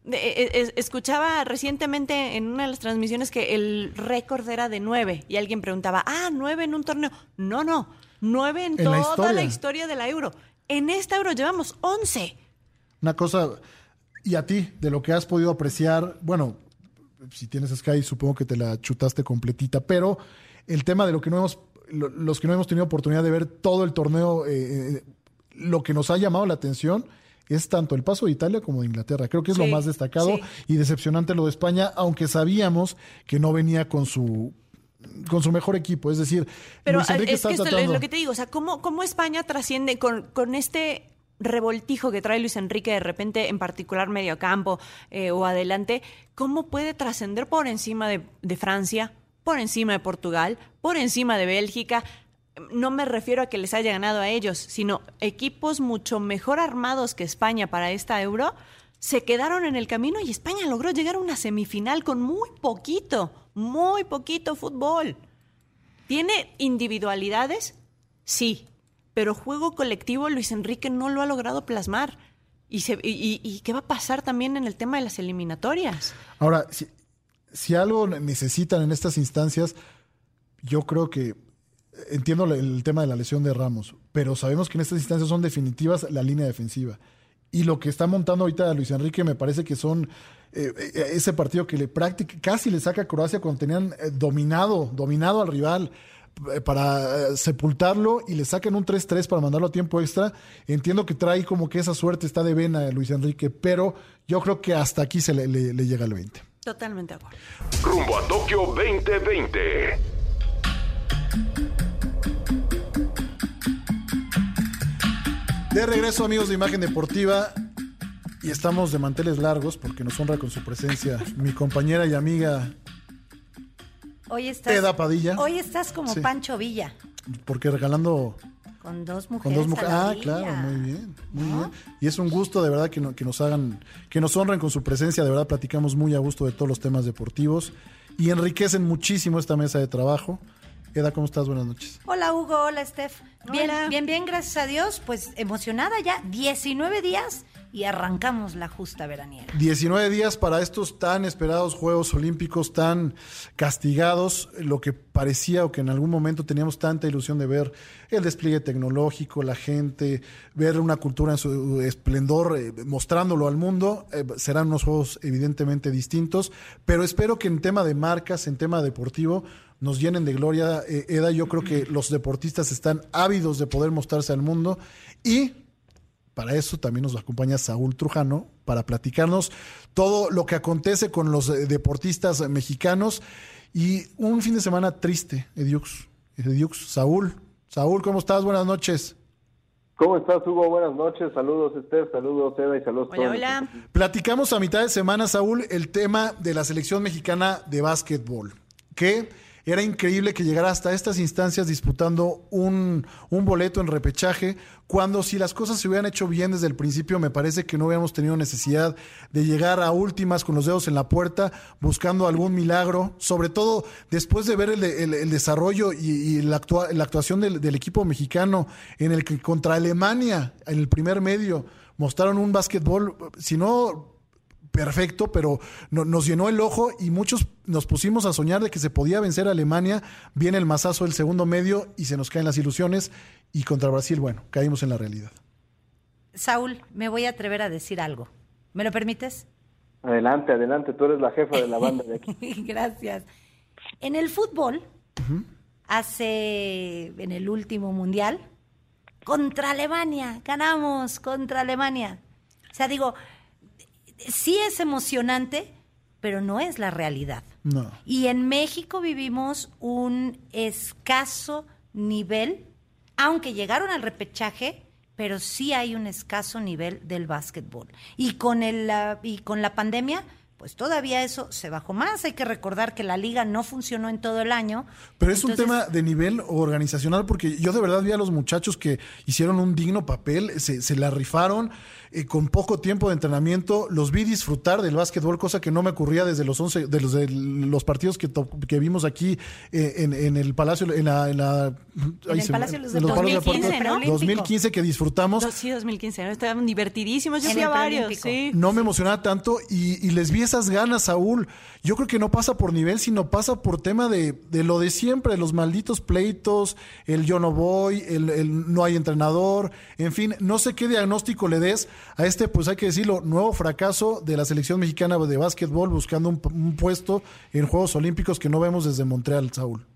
Escuchaba recientemente en una de las transmisiones que el récord era de nueve y alguien preguntaba, ah, nueve en un torneo. No, no, nueve en, en toda la historia. la historia de la Euro. En esta Euro llevamos once. Una cosa Y a ti, de lo que has podido apreciar, bueno, si tienes Sky, supongo que te la chutaste completita, pero el tema de lo que no hemos, lo, los que no hemos tenido oportunidad de ver todo el torneo, eh, lo que nos ha llamado la atención es tanto el paso de Italia como de Inglaterra. Creo que es sí, lo más destacado sí. y decepcionante lo de España, aunque sabíamos que no venía con su con su mejor equipo. Es decir, pero Luis Enrique es está que esto tratando... es lo que te digo, o sea, ¿cómo, cómo España trasciende con, con este revoltijo que trae Luis Enrique de repente, en particular medio campo eh, o adelante? ¿Cómo puede trascender por encima de, de Francia, por encima de Portugal, por encima de Bélgica? No me refiero a que les haya ganado a ellos, sino equipos mucho mejor armados que España para esta Euro se quedaron en el camino y España logró llegar a una semifinal con muy poquito, muy poquito fútbol. ¿Tiene individualidades? Sí, pero juego colectivo Luis Enrique no lo ha logrado plasmar. ¿Y, se, y, y qué va a pasar también en el tema de las eliminatorias? Ahora, si, si algo necesitan en estas instancias, yo creo que entiendo el tema de la lesión de Ramos, pero sabemos que en estas instancias son definitivas la línea defensiva. Y lo que está montando ahorita Luis Enrique me parece que son eh, ese partido que le práctica, casi le saca a Croacia cuando tenían eh, dominado, dominado al rival eh, para eh, sepultarlo y le sacan un tres tres para mandarlo a tiempo extra. Entiendo que trae como que esa suerte está de vena Luis Enrique, pero yo creo que hasta aquí se le, le, le llega el veinte. Totalmente de acuerdo. Rumbo a Tokio veinte veinte. De regreso, amigos de Imagen Deportiva, y estamos de manteles largos porque nos honra con su presencia mi compañera y amiga hoy estás, Eda Padilla. Hoy estás como sí. Pancho Villa. Porque regalando... Con dos mujeres. Con dos mujeres. Ah, villa. claro, muy bien, muy ¿No? bien. Y es un gusto de verdad que, no, que nos hagan, que nos honren con su presencia. De verdad platicamos muy a gusto de todos los temas deportivos y enriquecen muchísimo esta mesa de trabajo. Eda, ¿cómo estás? Buenas noches. Hola, Hugo. Hola, Steph. Bien, Hola. bien, bien, gracias a Dios. Pues emocionada ya, diecinueve días y arrancamos la justa veraniega. diecinueve días para estos tan esperados Juegos Olímpicos, tan castigados, lo que parecía o que en algún momento teníamos tanta ilusión de ver el despliegue tecnológico, la gente, ver una cultura en su esplendor, eh, mostrándolo al mundo. Eh, serán unos Juegos evidentemente distintos, pero espero que en tema de marcas, en tema deportivo, nos llenen de gloria, eh, Eda. Yo creo que los deportistas están ávidos de poder mostrarse al mundo y para eso también nos acompaña Saúl Trujano para platicarnos todo lo que acontece con los eh, deportistas mexicanos y un fin de semana triste, Ediux. Ediux, Saúl. Saúl, ¿cómo estás? Buenas noches. ¿Cómo estás, Hugo? Buenas noches. Saludos, Esther. Saludos, Eda, y saludos a Hola, todos. hola. Platicamos a mitad de semana, Saúl, el tema de la selección mexicana de básquetbol, que era increíble que llegara hasta estas instancias disputando un, un boleto en repechaje, cuando si las cosas se hubieran hecho bien desde el principio, me parece que no hubiéramos tenido necesidad de llegar a últimas con los dedos en la puerta, buscando algún milagro, sobre todo después de ver el, el, el desarrollo y, y la, actua, la actuación del, del equipo mexicano, en el que contra Alemania, en el primer medio, mostraron un básquetbol, si no perfecto, pero no, nos llenó el ojo y muchos nos pusimos a soñar de que se podía vencer a Alemania. Viene el mazazo del segundo medio y se nos caen las ilusiones, y contra Brasil, bueno, caímos en la realidad. Saúl, me voy a atrever a decir algo. ¿Me lo permites? Adelante, adelante. Tú eres la jefa de la banda de aquí. Gracias. En el fútbol, uh-huh. hace, en el último mundial, contra Alemania, ganamos contra Alemania. O sea, digo, sí es emocionante, pero no es la realidad. No. Y en México vivimos un escaso nivel, aunque llegaron al repechaje, pero sí hay un escaso nivel del básquetbol. Y con el la, y con la pandemia, pues todavía eso se bajó más. Hay que recordar que la liga no funcionó en todo el año. Pero es Entonces, un tema de nivel organizacional, porque yo de verdad vi a los muchachos que hicieron un digno papel, se, se la rifaron eh, con poco tiempo de entrenamiento. Los vi disfrutar del básquetbol, cosa que no me ocurría desde los once, de los, de los partidos que, to, que vimos aquí eh, en, en el Palacio, en la... En, la, en el Palacio de los Deportes, dos mil quince, ¿no? dos mil quince que disfrutamos. Sí, dos mil quince, ¿no? Estaban divertidísimos. Yo fui a varios, sí. No me emocionaba tanto y, y les vi esas ganas, Saúl, yo creo que no pasa por nivel, sino pasa por tema de, de lo de siempre, los malditos pleitos, el yo no voy, el, el no hay entrenador, en fin, no sé qué diagnóstico le des a este, pues hay que decirlo, nuevo fracaso de la selección mexicana de básquetbol buscando un, un puesto en Juegos Olímpicos que no vemos desde Montreal, Saúl.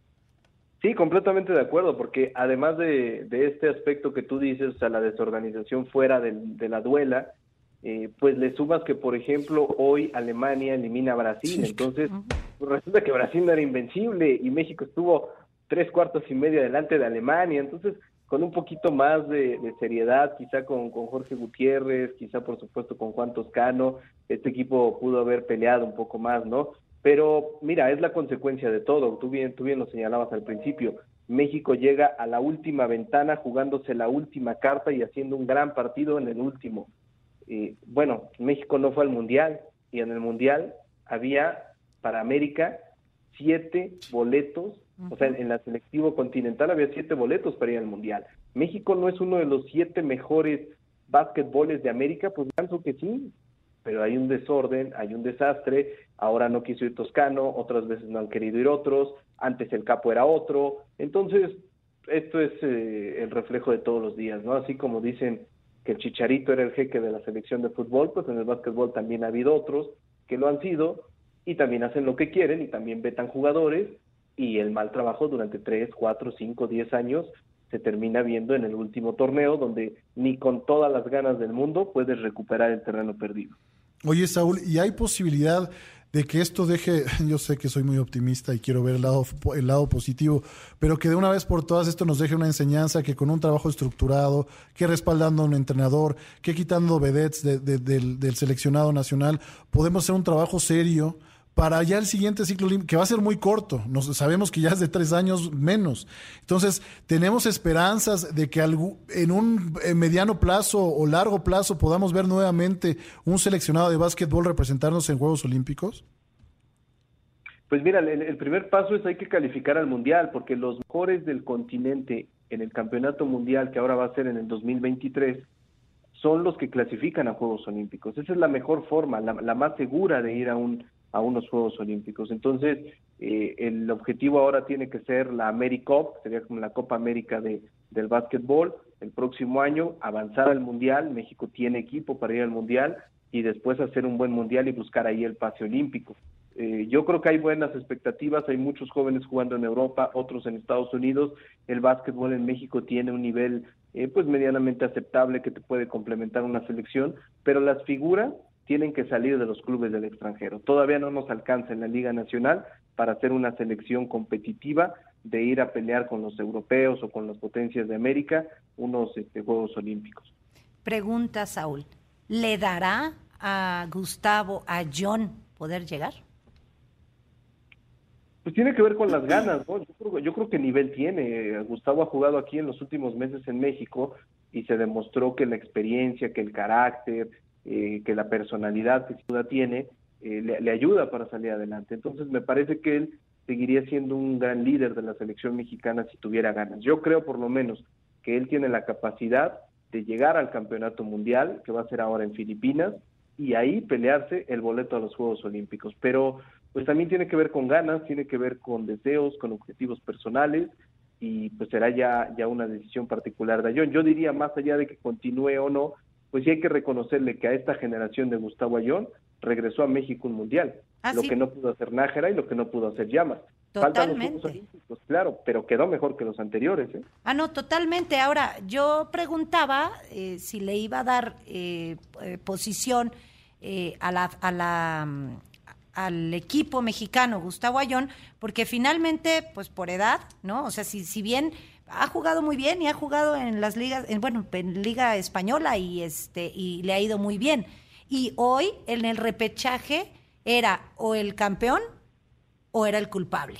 Sí, completamente de acuerdo, porque además de, de este aspecto que tú dices, o sea, la desorganización fuera de, de la duela, eh, pues le sumas que, por ejemplo, hoy Alemania elimina a Brasil, sí. Entonces pues resulta que Brasil no era invencible y México estuvo tres cuartos y medio delante de Alemania, entonces con un poquito más de, de seriedad, quizá con, con Jorge Gutiérrez, quizá por supuesto con Juan Toscano, este equipo pudo haber peleado un poco más, ¿no? Pero mira, es la consecuencia de todo, tú bien, tú bien lo señalabas al principio, México llega a la última ventana jugándose la última carta y haciendo un gran partido en el último. Eh, bueno, México no fue al Mundial y en el Mundial había para América siete boletos, uh-huh. O sea, en, en la selectivo continental había siete boletos para ir al Mundial. México no es uno de los siete mejores básquetboles de América, pues pienso que sí, pero hay un desorden, hay un desastre, ahora no quiso ir Toscano, otras veces no han querido ir otros, antes el capo era otro, entonces esto es eh, el reflejo de todos los días, ¿no? Así como dicen que el Chicharito era el jeque de la selección de fútbol, pues en el básquetbol también ha habido otros que lo han sido y también hacen lo que quieren y también vetan jugadores y el mal trabajo durante tres, cuatro, cinco, diez años se termina viendo en el último torneo donde ni con todas las ganas del mundo puedes recuperar el terreno perdido. Oye, Saúl, ¿y hay posibilidad de que esto deje, yo sé que soy muy optimista y quiero ver el lado, el lado positivo, pero que de una vez por todas esto nos deje una enseñanza que con un trabajo estructurado, que respaldando a un entrenador, que quitando vedettes de, de, del, del seleccionado nacional, podemos hacer un trabajo serio para ya el siguiente ciclo, que va a ser muy corto, nos, sabemos que ya es de tres años menos. Entonces, ¿tenemos esperanzas de que algún, en un en mediano plazo o largo plazo podamos ver nuevamente un seleccionado de básquetbol representarnos en Juegos Olímpicos? Pues mira, el, el primer paso es hay que calificar al Mundial, porque los mejores del continente en el Campeonato Mundial, que ahora va a ser en el dos mil veintitrés, son los que clasifican a Juegos Olímpicos. Esa es la mejor forma, la, la más segura de ir a un a unos Juegos Olímpicos. Entonces, eh, el objetivo ahora tiene que ser la AmeriCup, que sería como la Copa América de, del básquetbol, el próximo año, avanzar al Mundial, México tiene equipo para ir al Mundial, y después hacer un buen Mundial y buscar ahí el pase olímpico. Eh, yo creo que hay buenas expectativas, hay muchos jóvenes jugando en Europa, otros en Estados Unidos, el básquetbol en México tiene un nivel eh, pues medianamente aceptable que te puede complementar una selección, pero las figuras tienen que salir de los clubes del extranjero. Todavía no nos alcanza en la Liga Nacional para hacer una selección competitiva de ir a pelear con los europeos o con las potencias de América unos este, Juegos Olímpicos. Pregunta, Saúl, ¿le dará a Gustavo, a John, poder llegar? Pues tiene que ver con las ganas, ¿no? Yo creo, yo creo que nivel tiene. Gustavo ha jugado aquí en los últimos meses en México y se demostró que la experiencia, que el carácter, Eh, que la personalidad que Ciudad tiene eh, le, le ayuda para salir adelante. Entonces me parece que él seguiría siendo un gran líder de la selección mexicana si tuviera ganas. Yo creo por lo menos que él tiene la capacidad de llegar al campeonato mundial, que va a ser ahora en Filipinas, y ahí pelearse el boleto a los Juegos Olímpicos. Pero pues también tiene que ver con ganas, tiene que ver con deseos, con objetivos personales, y pues será ya, ya una decisión particular de John. Yo diría, más allá de que continúe o no, pues sí hay que reconocerle que a esta generación de Gustavo Ayllón regresó a México un mundial, ah, lo sí. que no pudo hacer Nájera y lo que no pudo hacer Llamas. Totalmente. Faltan los Olímpicos, claro, pero quedó mejor que los anteriores. ¿eh? Ah, no, totalmente. Ahora, yo preguntaba eh, si le iba a dar eh, eh, posición eh, a la, a la, al equipo mexicano Gustavo Ayllón, porque finalmente, pues por edad, ¿no? O sea, si, si bien ha jugado muy bien y ha jugado en las ligas, en, bueno, en Liga Española y este y le ha ido muy bien. Y hoy en el repechaje era o el campeón o era el culpable.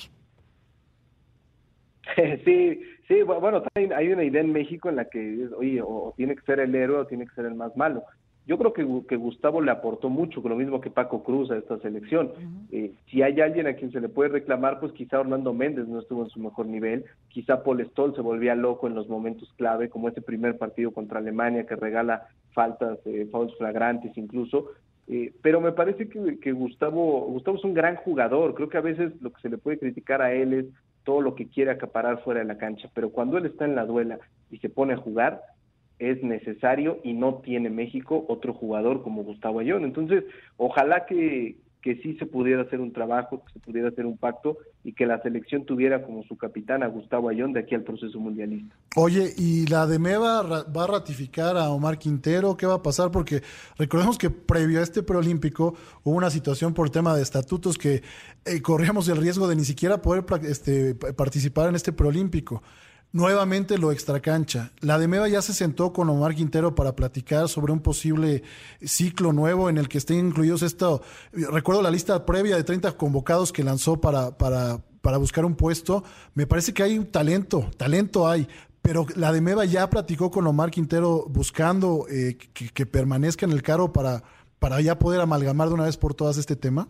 Sí, sí, bueno, hay una idea en México en la que, oye, o tiene que ser el héroe o tiene que ser el más malo. Yo creo que, que Gustavo le aportó mucho, lo mismo que Paco Cruz a esta selección. Uh-huh. Eh, si hay alguien a quien se le puede reclamar, pues quizá Orlando Méndez no estuvo en su mejor nivel, quizá Paul Stoll se volvía loco en los momentos clave, como ese primer partido contra Alemania que regala faltas, eh, fouls flagrantes incluso. Eh, pero me parece que, que Gustavo, Gustavo es un gran jugador. Creo que a veces lo que se le puede criticar a él es todo lo que quiere acaparar fuera de la cancha, pero cuando él está en la duela y se pone a jugar, es necesario y no tiene México otro jugador como Gustavo Ayón. Entonces, ojalá que, que sí se pudiera hacer un trabajo, que se pudiera hacer un pacto y que la selección tuviera como su capitán a Gustavo Ayón de aquí al proceso mundialista. Oye, ¿y la D M E va, va a ratificar a Omar Quintero? ¿Qué va a pasar? Porque recordemos que previo a este preolímpico hubo una situación por tema de estatutos que eh, corríamos el riesgo de ni siquiera poder este, participar en este preolímpico. Nuevamente lo extracancha. La D M E ya se sentó con Omar Quintero para platicar sobre un posible ciclo nuevo en el que estén incluidos esto. Recuerdo la lista previa de treinta convocados que lanzó para, para, para buscar un puesto. Me parece que hay un talento, talento hay, pero la D M E ya platicó con Omar Quintero buscando eh, que, que permanezca en el cargo para, para ya poder amalgamar de una vez por todas este tema.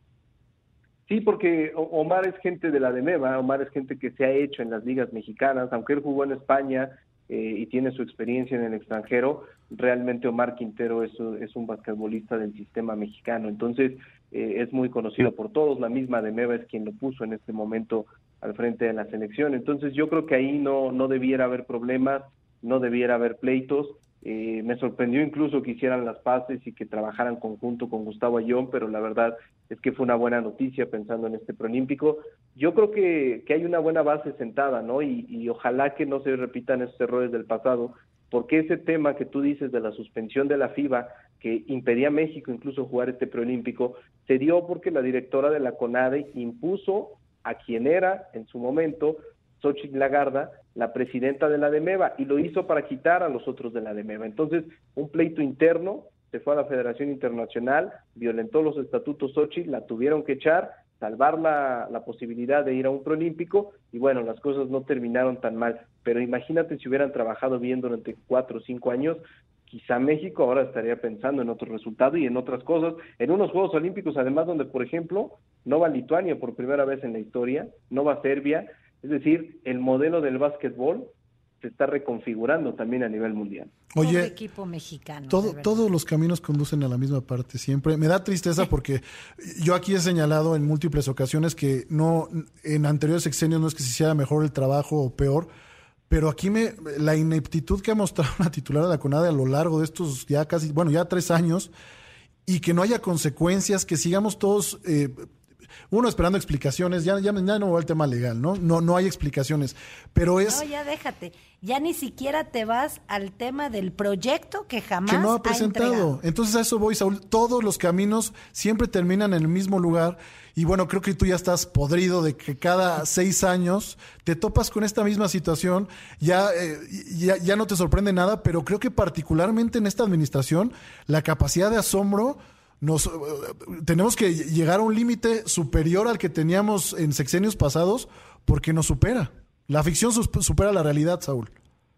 Sí, porque Omar es gente de la D M E, ¿va? Omar es gente que se ha hecho en las ligas mexicanas, aunque él jugó en España eh, y tiene su experiencia en el extranjero, realmente Omar Quintero es, es un basquetbolista del sistema mexicano, entonces eh, es muy conocido por todos, la misma D M E es quien lo puso en este momento al frente de la selección, entonces yo creo que ahí no, no debiera haber problemas, no debiera haber pleitos. Eh, me sorprendió incluso que hicieran las paces y que trabajaran conjunto con Gustavo Ayón, pero la verdad es que fue una buena noticia pensando en este preolímpico. Yo creo que, que hay una buena base sentada, ¿no? Y, y ojalá que no se repitan esos errores del pasado, porque ese tema que tú dices de la suspensión de la FIBA, que impedía a México incluso jugar este preolímpico, se dio porque la directora de la CONADE impuso a quien era en su momento Xochitl Lagarda, la presidenta de la D M E, y lo hizo para quitar a los otros de la D M E. Entonces, un pleito interno, se fue a la Federación Internacional, violentó los estatutos Xochitl, la tuvieron que echar, salvar la, la posibilidad de ir a un preolímpico, y bueno, las cosas no terminaron tan mal. Pero imagínate si hubieran trabajado bien durante cuatro o cinco años, quizá México ahora estaría pensando en otro resultado y en otras cosas, en unos Juegos Olímpicos, además, donde, por ejemplo, no va Lituania por primera vez en la historia, no va Serbia. Es decir, el modelo del básquetbol se está reconfigurando también a nivel mundial. Oye, todo equipo mexicano. Todo, todos los caminos conducen a la misma parte siempre. Me da tristeza porque yo aquí he señalado en múltiples ocasiones que no, en anteriores sexenios no es que se hiciera mejor el trabajo o peor, pero aquí me la ineptitud que ha mostrado la titular de la CONADE a lo largo de estos ya casi, bueno, ya tres años, y que no haya consecuencias, que sigamos todos... Eh, uno esperando explicaciones, ya, ya, ya no va el tema legal, ¿no? No, no hay explicaciones, pero es... No, ya déjate, ya ni siquiera te vas al tema del proyecto que jamás que no ha presentado. Ha Entonces a eso voy, Saúl, todos los caminos siempre terminan en el mismo lugar, y bueno, creo que tú ya estás podrido de que cada seis años te topas con esta misma situación, ya, eh, ya, ya no te sorprende nada, pero creo que particularmente en esta administración, la capacidad de asombro... Nos, uh, tenemos que llegar a un límite superior al que teníamos en sexenios pasados porque nos supera. La ficción sus, supera la realidad, Saúl.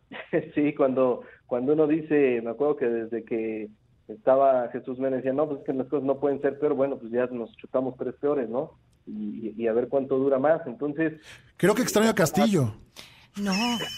Sí, cuando, cuando uno dice, me acuerdo que desde que estaba Jesús Mena decía, no, pues es que las cosas no pueden ser peor, bueno, pues ya nos chutamos tres peores, ¿no? Y, y a ver cuánto dura más. Entonces... Creo que extraño a Castillo. No.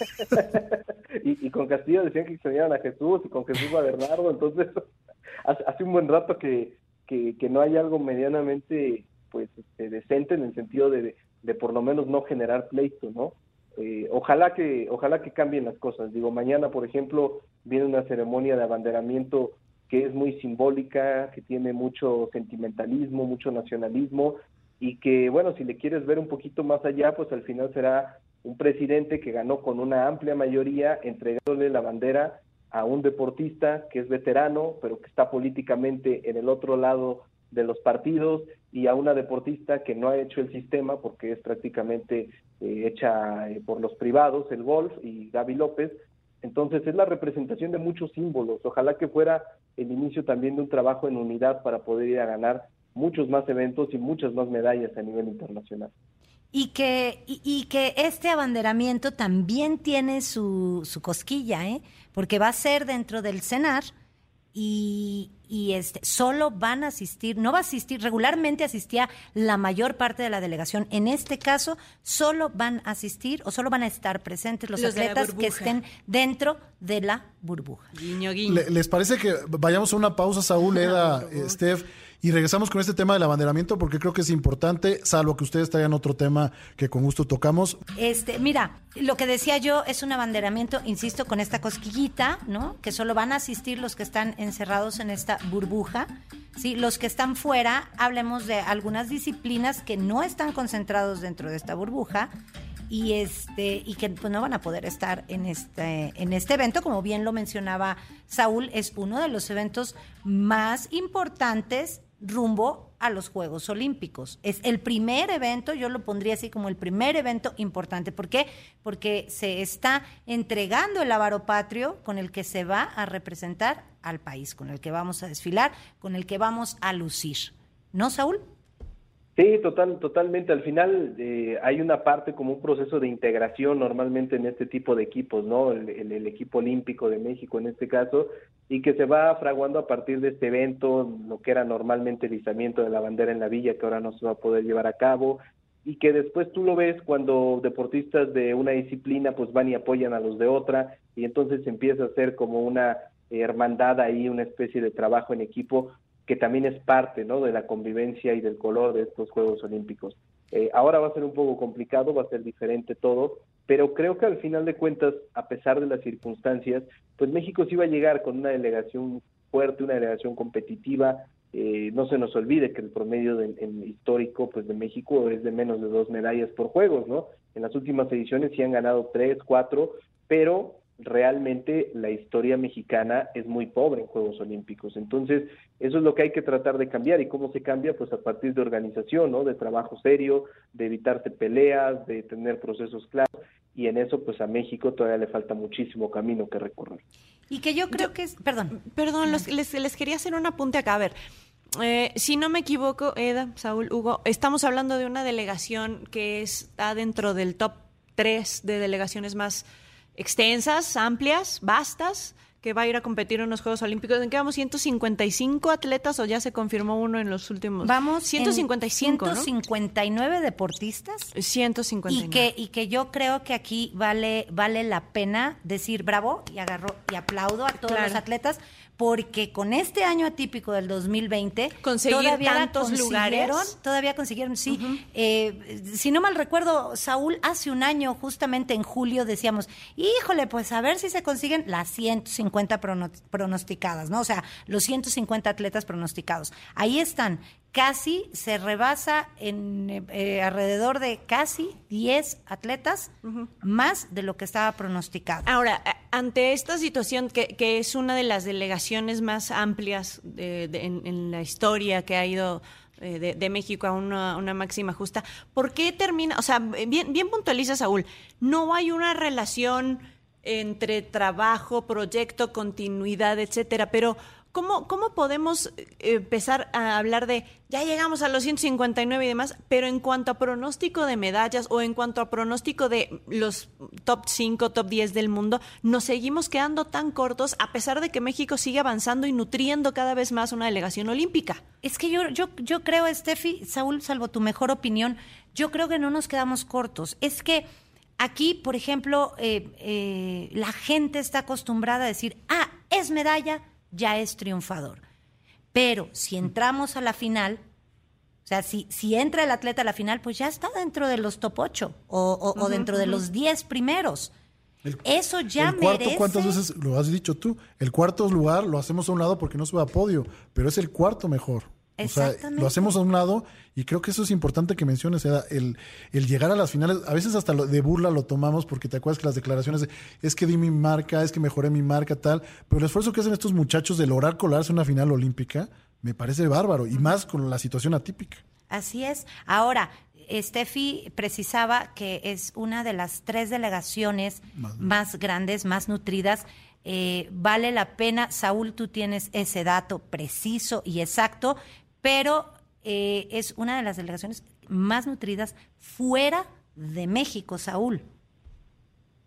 y, y con Castillo decían que extrañaban a Jesús y con Jesús a Bernardo, entonces... Hace un buen rato que, que, que no hay algo medianamente pues este, decente en el sentido de, de por lo menos no generar pleito, ¿no? Eh, ojalá que ojalá que cambien las cosas. Digo, mañana, por ejemplo, viene una ceremonia de abanderamiento que es muy simbólica, que tiene mucho sentimentalismo, mucho nacionalismo, y que, bueno, si le quieres ver un poquito más allá, pues al final será un presidente que ganó con una amplia mayoría entregándole la bandera a un deportista que es veterano, pero que está políticamente en el otro lado de los partidos, y a una deportista que no ha hecho el sistema porque es prácticamente eh, hecha eh, por los privados, el golf, y Gaby López. Entonces es la representación de muchos símbolos. Ojalá que fuera el inicio también de un trabajo en unidad para poder ir a ganar muchos más eventos y muchas más medallas a nivel internacional. Y que, y, y que este abanderamiento también tiene su, su cosquilla, ¿eh? Porque va a ser dentro del CENAR, y, y este solo van a asistir, no va a asistir, regularmente asistía la mayor parte de la delegación. En este caso, solo van a asistir o solo van a estar presentes los, los atletas que estén dentro de la burbuja. Guiño, guiño. ¿Le, ¿Les parece que vayamos a una pausa, Saúl, Eda, eh, Steph, y regresamos con este tema del abanderamiento porque creo que es importante, salvo que ustedes traigan otro tema que con gusto tocamos? Este, mira, lo que decía yo es un abanderamiento, insisto, con esta cosquillita, ¿no? Que solo van a asistir los que están encerrados en esta burbuja, ¿sí? Los que están fuera, hablemos de algunas disciplinas que no están concentrados dentro de esta burbuja y este y que pues no van a poder estar en este en este evento, como bien lo mencionaba Saúl, es uno de los eventos más importantes rumbo a los Juegos Olímpicos. Es el primer evento, yo lo pondría así como el primer evento importante. ¿Por qué? Porque se está entregando el avaro patrio con el que se va a representar al país, con el que vamos a desfilar, con el que vamos a lucir. ¿No, Saúl? Sí, total, totalmente. Al final eh, hay una parte como un proceso de integración normalmente en este tipo de equipos, ¿no? El, el, el equipo olímpico de México en este caso, y que se va fraguando a partir de este evento, lo que era normalmente el izamiento de la bandera en la villa, que ahora no se va a poder llevar a cabo, y que después tú lo ves cuando deportistas de una disciplina pues van y apoyan a los de otra, y entonces empieza a ser como una hermandad ahí, una especie de trabajo en equipo, que también es parte, ¿no?, de la convivencia y del color de estos Juegos Olímpicos. Eh, ahora va a ser un poco complicado, va a ser diferente todo, pero creo que al final de cuentas, a pesar de las circunstancias, pues México sí va a llegar con una delegación fuerte, una delegación competitiva. Eh, no se nos olvide que el promedio de, en histórico pues de México es de menos de dos medallas por Juegos, ¿no? En las últimas ediciones sí han ganado tres, cuatro, pero realmente la historia mexicana es muy pobre en Juegos Olímpicos. Entonces, eso es lo que hay que tratar de cambiar. ¿Y cómo se cambia? Pues a partir de organización, ¿no? De trabajo serio, de evitarse peleas, de tener procesos claros, y en eso pues a México todavía le falta muchísimo camino que recorrer. Y que yo creo yo, que es... Perdón. Perdón, los, les, les quería hacer un apunte acá. A ver, eh, si no me equivoco, Eda, Saúl, Hugo, estamos hablando de una delegación que está dentro del top tres de delegaciones más extensas, amplias, vastas, que va a ir a competir en los Juegos Olímpicos. ¿En qué vamos? ¿ciento cincuenta y cinco atletas o ya se confirmó uno en los últimos? Vamos ciento cincuenta y cinco, ciento cincuenta y nueve, ¿no?, deportistas. ciento cincuenta y nueve. Y que, y que yo creo que aquí vale, vale la pena decir bravo y agarro y aplaudo a todos claro. los atletas, porque con este año atípico del dos mil veinte conseguir todavía tantos lugares, todavía consiguieron, sí. Uh-huh. Eh, si no mal recuerdo, Saúl, hace un año, justamente en julio, decíamos, híjole, pues a ver si se consiguen las ciento cincuenta pronosticadas, ¿no? O sea, los ciento cincuenta atletas pronosticados. Ahí están. Casi se rebasa en eh, alrededor de casi diez atletas, uh-huh, más de lo que estaba pronosticado. Ahora, ante esta situación, que, que es una de las delegaciones más amplias de, de, en, en la historia que ha ido eh, de, de México a una, una máxima justa, ¿por qué termina? O sea, bien, bien puntualiza Saúl, no hay una relación entre trabajo, proyecto, continuidad, etcétera, pero ¿Cómo, ¿Cómo podemos empezar a hablar de, ya llegamos a los ciento cincuenta y nueve y demás, pero en cuanto a pronóstico de medallas o en cuanto a pronóstico de los top cinco, top diez del mundo, nos seguimos quedando tan cortos a pesar de que México sigue avanzando y nutriendo cada vez más una delegación olímpica? Es que yo, yo, yo creo, Steffi, Saúl, salvo tu mejor opinión, yo creo que no nos quedamos cortos. Es que aquí, por ejemplo, eh, eh, la gente está acostumbrada a decir, ah, es medalla, ya es triunfador. Pero si entramos a la final, o sea, si, si entra el atleta a la final, pues ya está dentro de los top ocho o, o, uh-huh, o dentro uh-huh. de los diez primeros. El, Eso ya el cuarto, merece... ¿cuántas veces lo has dicho tú? El cuarto lugar lo hacemos a un lado porque no sube a podio, pero es el cuarto mejor. O sea, lo hacemos a un lado y creo que eso es importante que menciones, Eda, el, el llegar a las finales. A veces hasta lo, de burla lo tomamos porque te acuerdas que las declaraciones de, es que di mi marca, es que mejoré mi marca, tal, pero el esfuerzo que hacen estos muchachos de lograr colarse a una final olímpica me parece bárbaro, y más con la situación atípica. Así es. Ahora, Steffi precisaba que es una de las tres delegaciones más, más grandes, más nutridas. Eh, vale la pena, Saúl, tú tienes ese dato preciso y exacto, pero eh, es una de las delegaciones más nutridas fuera de México, Saúl.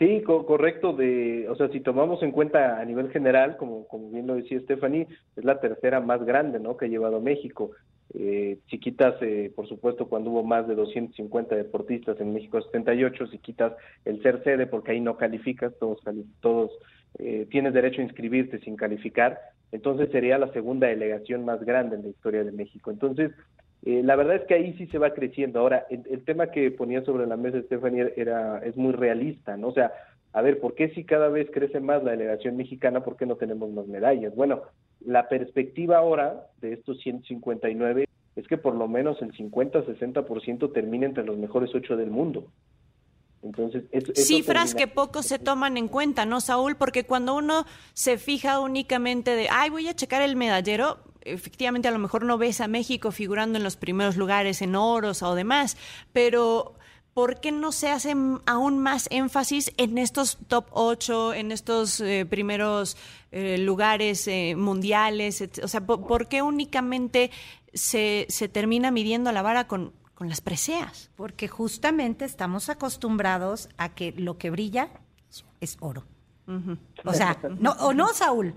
Sí, co- correcto. De, o sea, si tomamos en cuenta a nivel general, como, como bien lo decía Stephanie, es la tercera más grande, ¿no?, que ha llevado México. Eh, si quitas, eh, por supuesto, cuando hubo más de doscientos cincuenta deportistas en México setenta y ocho, si quitas el ser sede, porque ahí no calificas, todos, todos eh, tienes derecho a inscribirte sin calificar, entonces sería la segunda delegación más grande en la historia de México. Entonces, eh, la verdad es que ahí sí se va creciendo. Ahora, el, el tema que ponía sobre la mesa Stephanie era, es muy realista, ¿no? O sea, a ver, ¿por qué si cada vez crece más la delegación mexicana, por qué no tenemos más medallas? Bueno, la perspectiva ahora de estos ciento cincuenta y nueve es que por lo menos el cincuenta a sesenta por ciento termine entre los mejores ocho del mundo. Entonces, eso, eso cifras termina... que pocos se toman en cuenta, ¿no, Saúl? Porque cuando uno se fija únicamente de, ay, voy a checar el medallero, efectivamente a lo mejor no ves a México figurando en los primeros lugares en oros o demás, pero ¿por qué no se hace aún más énfasis en estos top ocho, en estos eh, primeros eh, lugares eh, mundiales? O sea, ¿por, ¿por qué únicamente se, se termina midiendo la vara con, con las preseas? Porque justamente estamos acostumbrados a que lo que brilla es oro. Uh-huh. O sea, ¿no, o no, Saúl?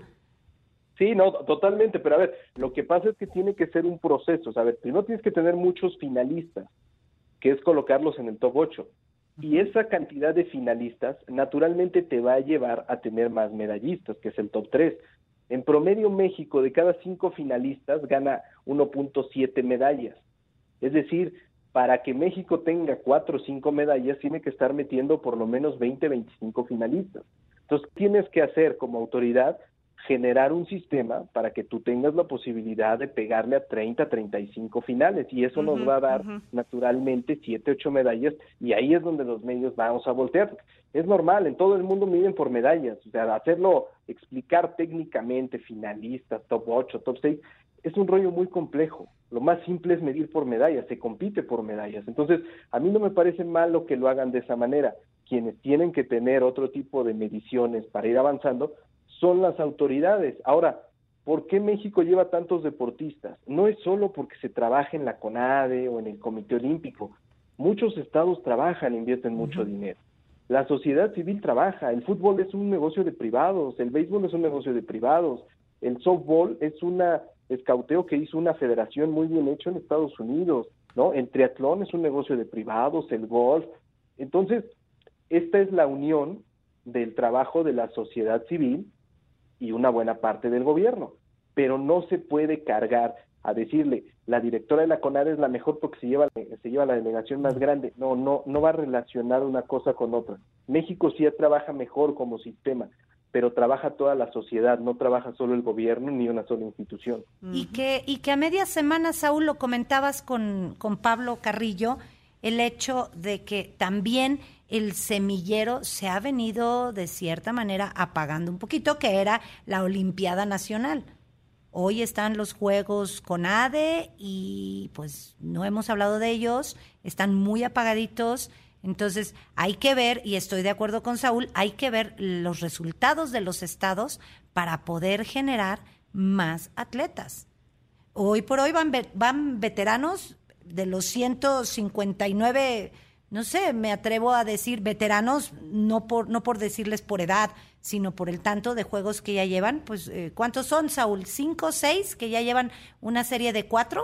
Sí, no, totalmente, pero a ver, lo que pasa es que tiene que ser un proceso, o sea, a ver, primero tienes que tener muchos finalistas, que es colocarlos en el top ocho, y esa cantidad de finalistas naturalmente te va a llevar a tener más medallistas, que es el top tres. En promedio, México, de cada cinco finalistas, gana uno punto siete medallas, es decir, para que México tenga cuatro o cinco medallas, tiene que estar metiendo por lo menos veinte, veinticinco finalistas. Entonces, tienes que hacer como autoridad generar un sistema para que tú tengas la posibilidad de pegarle a treinta, treinta y cinco finales, y eso uh-huh, nos va a dar uh-huh. naturalmente siete, ocho medallas, y ahí es donde los medios vamos a voltear. Es normal, en todo el mundo miden por medallas, o sea, hacerlo, explicar técnicamente finalistas, top ocho, top seis, es un rollo muy complejo. Lo más simple es medir por medallas, se compite por medallas. Entonces, a mí no me parece malo que lo hagan de esa manera. Quienes tienen que tener otro tipo de mediciones para ir avanzando son las autoridades. Ahora, ¿por qué México lleva tantos deportistas? No es solo porque se trabaja en la CONADE o en el Comité Olímpico. Muchos estados trabajan, invierten mucho uh-huh. dinero. La sociedad civil trabaja. El fútbol es un negocio de privados, el béisbol es un negocio de privados, el softball es una escauteo que hizo una federación muy bien hecho en Estados Unidos, ¿no? El triatlón es un negocio de privados, el golf. Entonces, esta es la unión del trabajo de la sociedad civil y una buena parte del gobierno, pero no se puede cargar a decirle, la directora de la CONADE es la mejor porque se lleva, se lleva la delegación más grande. No, no, no va a relacionar una cosa con otra. México sí trabaja mejor como sistema, pero trabaja toda la sociedad, no trabaja solo el gobierno ni una sola institución. Y que, y que a media semana, Saúl, lo comentabas con, con Pablo Carrillo, el hecho de que también el semillero se ha venido de cierta manera apagando un poquito, que era la Olimpiada Nacional. Hoy están los Juegos CONADE y pues no hemos hablado de ellos, están muy apagaditos. Entonces hay que ver, y estoy de acuerdo con Saúl, hay que ver los resultados de los estados para poder generar más atletas. Hoy por hoy van, van veteranos de los ciento cincuenta y nueve, no sé, me atrevo a decir veteranos, no por no por decirles por edad, sino por el tanto de juegos que ya llevan. Pues, eh, ¿cuántos son, Saúl? ¿Cinco, seis, que ya llevan una serie de cuatro?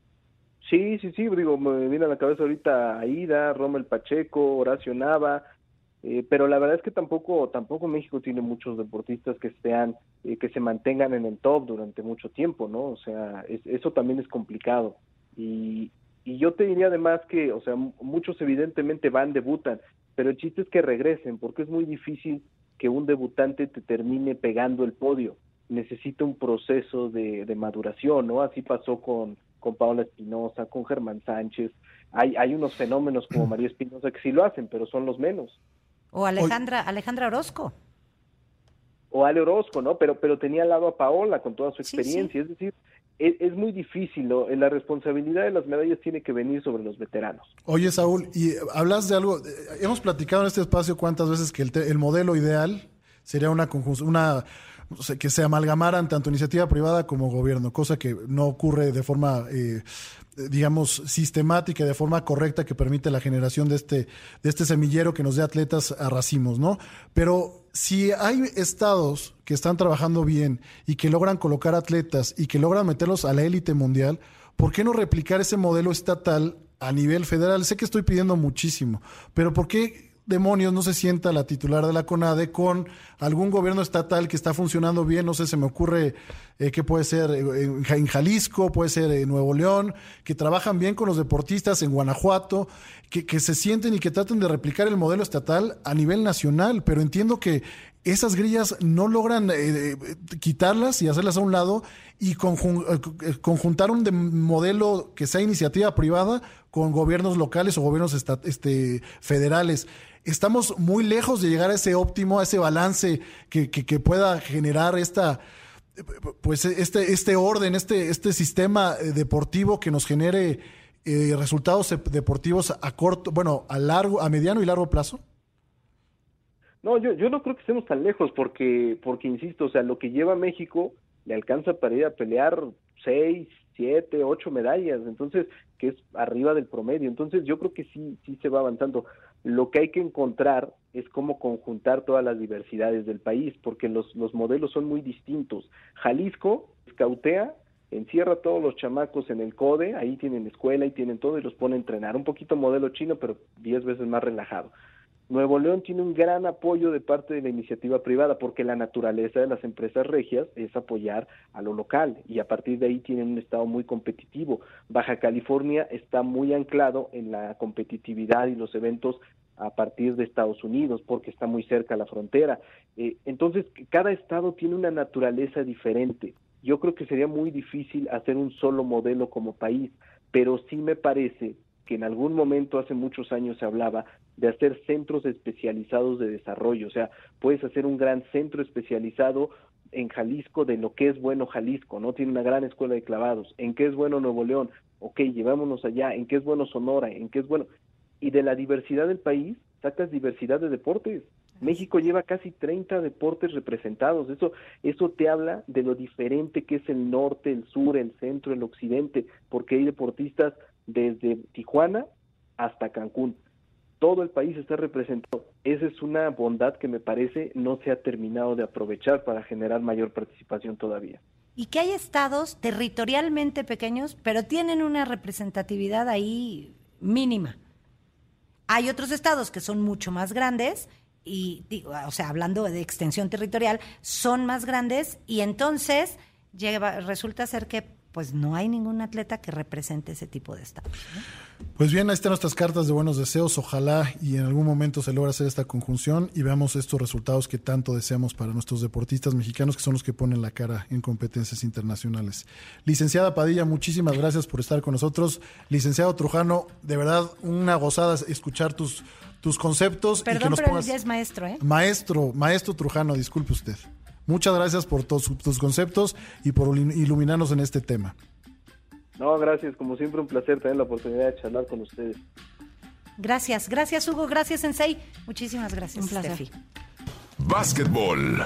Sí, sí, sí, digo, me viene a la cabeza ahorita Aida, Rommel Pacheco, Horacio Nava, eh, pero la verdad es que tampoco tampoco México tiene muchos deportistas que sean, eh, que se mantengan en el top durante mucho tiempo, ¿no? O sea, es, eso también es complicado. Y, y yo te diría además que, o sea, muchos evidentemente van, debutan, pero el chiste es que regresen, porque es muy difícil que un debutante te termine pegando el podio. Necesita un proceso de, de maduración, ¿no? Así pasó con con Paola Espinosa, con Germán Sánchez. Hay hay unos fenómenos como María Espinosa que sí lo hacen, pero son los menos. O Alejandra Alejandra Orozco. O Ale Orozco, ¿no? Pero pero tenía al lado a Paola con toda su experiencia. Sí, sí. Es decir, es, es muy difícil, ¿no? La responsabilidad de las medallas tiene que venir sobre los veteranos. Oye, Saúl, y hablas de algo, hemos platicado en este espacio cuántas veces que el, te, el modelo ideal sería una conjunción, una o sea, que se amalgamaran tanto iniciativa privada como gobierno, cosa que no ocurre de forma, eh, digamos, sistemática, de forma correcta, que permite la generación de este, de este semillero que nos dé atletas a racimos, ¿no? Pero si hay estados que están trabajando bien y que logran colocar atletas y que logran meterlos a la élite mundial, ¿por qué no replicar ese modelo estatal a nivel federal? Sé que estoy pidiendo muchísimo, pero ¿por qué demonios no se sienta la titular de la CONADE con algún gobierno estatal que está funcionando bien? No sé, se me ocurre eh, que puede ser en, en Jalisco, puede ser en Nuevo León, que trabajan bien con los deportistas, en Guanajuato, que, que se sienten y que traten de replicar el modelo estatal a nivel nacional, pero entiendo que esas grillas no logran eh, quitarlas y hacerlas a un lado y conjun- eh, conjuntar un de modelo que sea iniciativa privada con gobiernos locales o gobiernos esta- este, federales. Estamos muy lejos de llegar a ese óptimo, a ese balance que, que, que pueda generar esta, pues este, este orden, este, este sistema deportivo que nos genere eh, resultados deportivos a corto, bueno, a largo, a mediano y largo plazo. No, yo, yo no creo que estemos tan lejos porque, porque insisto, o sea, lo que lleva México le alcanza para ir a pelear seis, siete, ocho medallas, entonces, que es arriba del promedio. Entonces, yo creo que sí, sí se va avanzando. Lo que hay que encontrar es cómo conjuntar todas las diversidades del país, porque los, los modelos son muy distintos. Jalisco escautea, encierra a todos los chamacos en el CODE, ahí tienen escuela y tienen todo y los pone a entrenar. Un poquito modelo chino, pero diez veces más relajado. Nuevo León tiene un gran apoyo de parte de la iniciativa privada porque la naturaleza de las empresas regias es apoyar a lo local y a partir de ahí tienen un estado muy competitivo. Baja California está muy anclado en la competitividad y los eventos a partir de Estados Unidos porque está muy cerca a la frontera. Eh, entonces, cada estado tiene una naturaleza diferente. Yo creo que sería muy difícil hacer un solo modelo como país, pero sí me parece que en algún momento hace muchos años se hablaba de hacer centros especializados de desarrollo, o sea, puedes hacer un gran centro especializado en Jalisco de lo que es bueno Jalisco, ¿no? Tiene una gran escuela de clavados, ¿en qué es bueno Nuevo León? Ok, llevámonos allá, ¿en qué es bueno Sonora? ¿En qué es bueno? Y de la diversidad del país, sacas diversidad de deportes. México lleva casi treinta deportes representados, eso, eso te habla de lo diferente que es el norte, el sur, el centro, el occidente, porque hay deportistas desde Tijuana hasta Cancún. Todo el país está representado. Esa es una bondad que me parece no se ha terminado de aprovechar para generar mayor participación todavía. Y que hay estados territorialmente pequeños, pero tienen una representatividad ahí mínima. Hay otros estados que son mucho más grandes y, digo, o sea, hablando de extensión territorial, son más grandes y entonces llega, resulta ser que pues no hay ningún atleta que represente ese tipo de estados, ¿no? Pues bien, ahí están nuestras cartas de buenos deseos. Ojalá y en algún momento se logre hacer esta conjunción y veamos estos resultados que tanto deseamos para nuestros deportistas mexicanos, que son los que ponen la cara en competencias internacionales. Licenciada Padilla, muchísimas gracias por estar con nosotros. Licenciado Trujano, de verdad, una gozada escuchar tus, tus conceptos. Perdón, y que nos pero pongas... ya es maestro, ¿eh? Maestro, maestro Trujano, disculpe usted. Muchas gracias por todos tus conceptos y por iluminarnos en este tema. No, gracias. Como siempre, un placer tener la oportunidad de charlar con ustedes. Gracias, gracias Hugo, gracias Sensei. Muchísimas gracias, Un placer. Steffi. Básquetbol.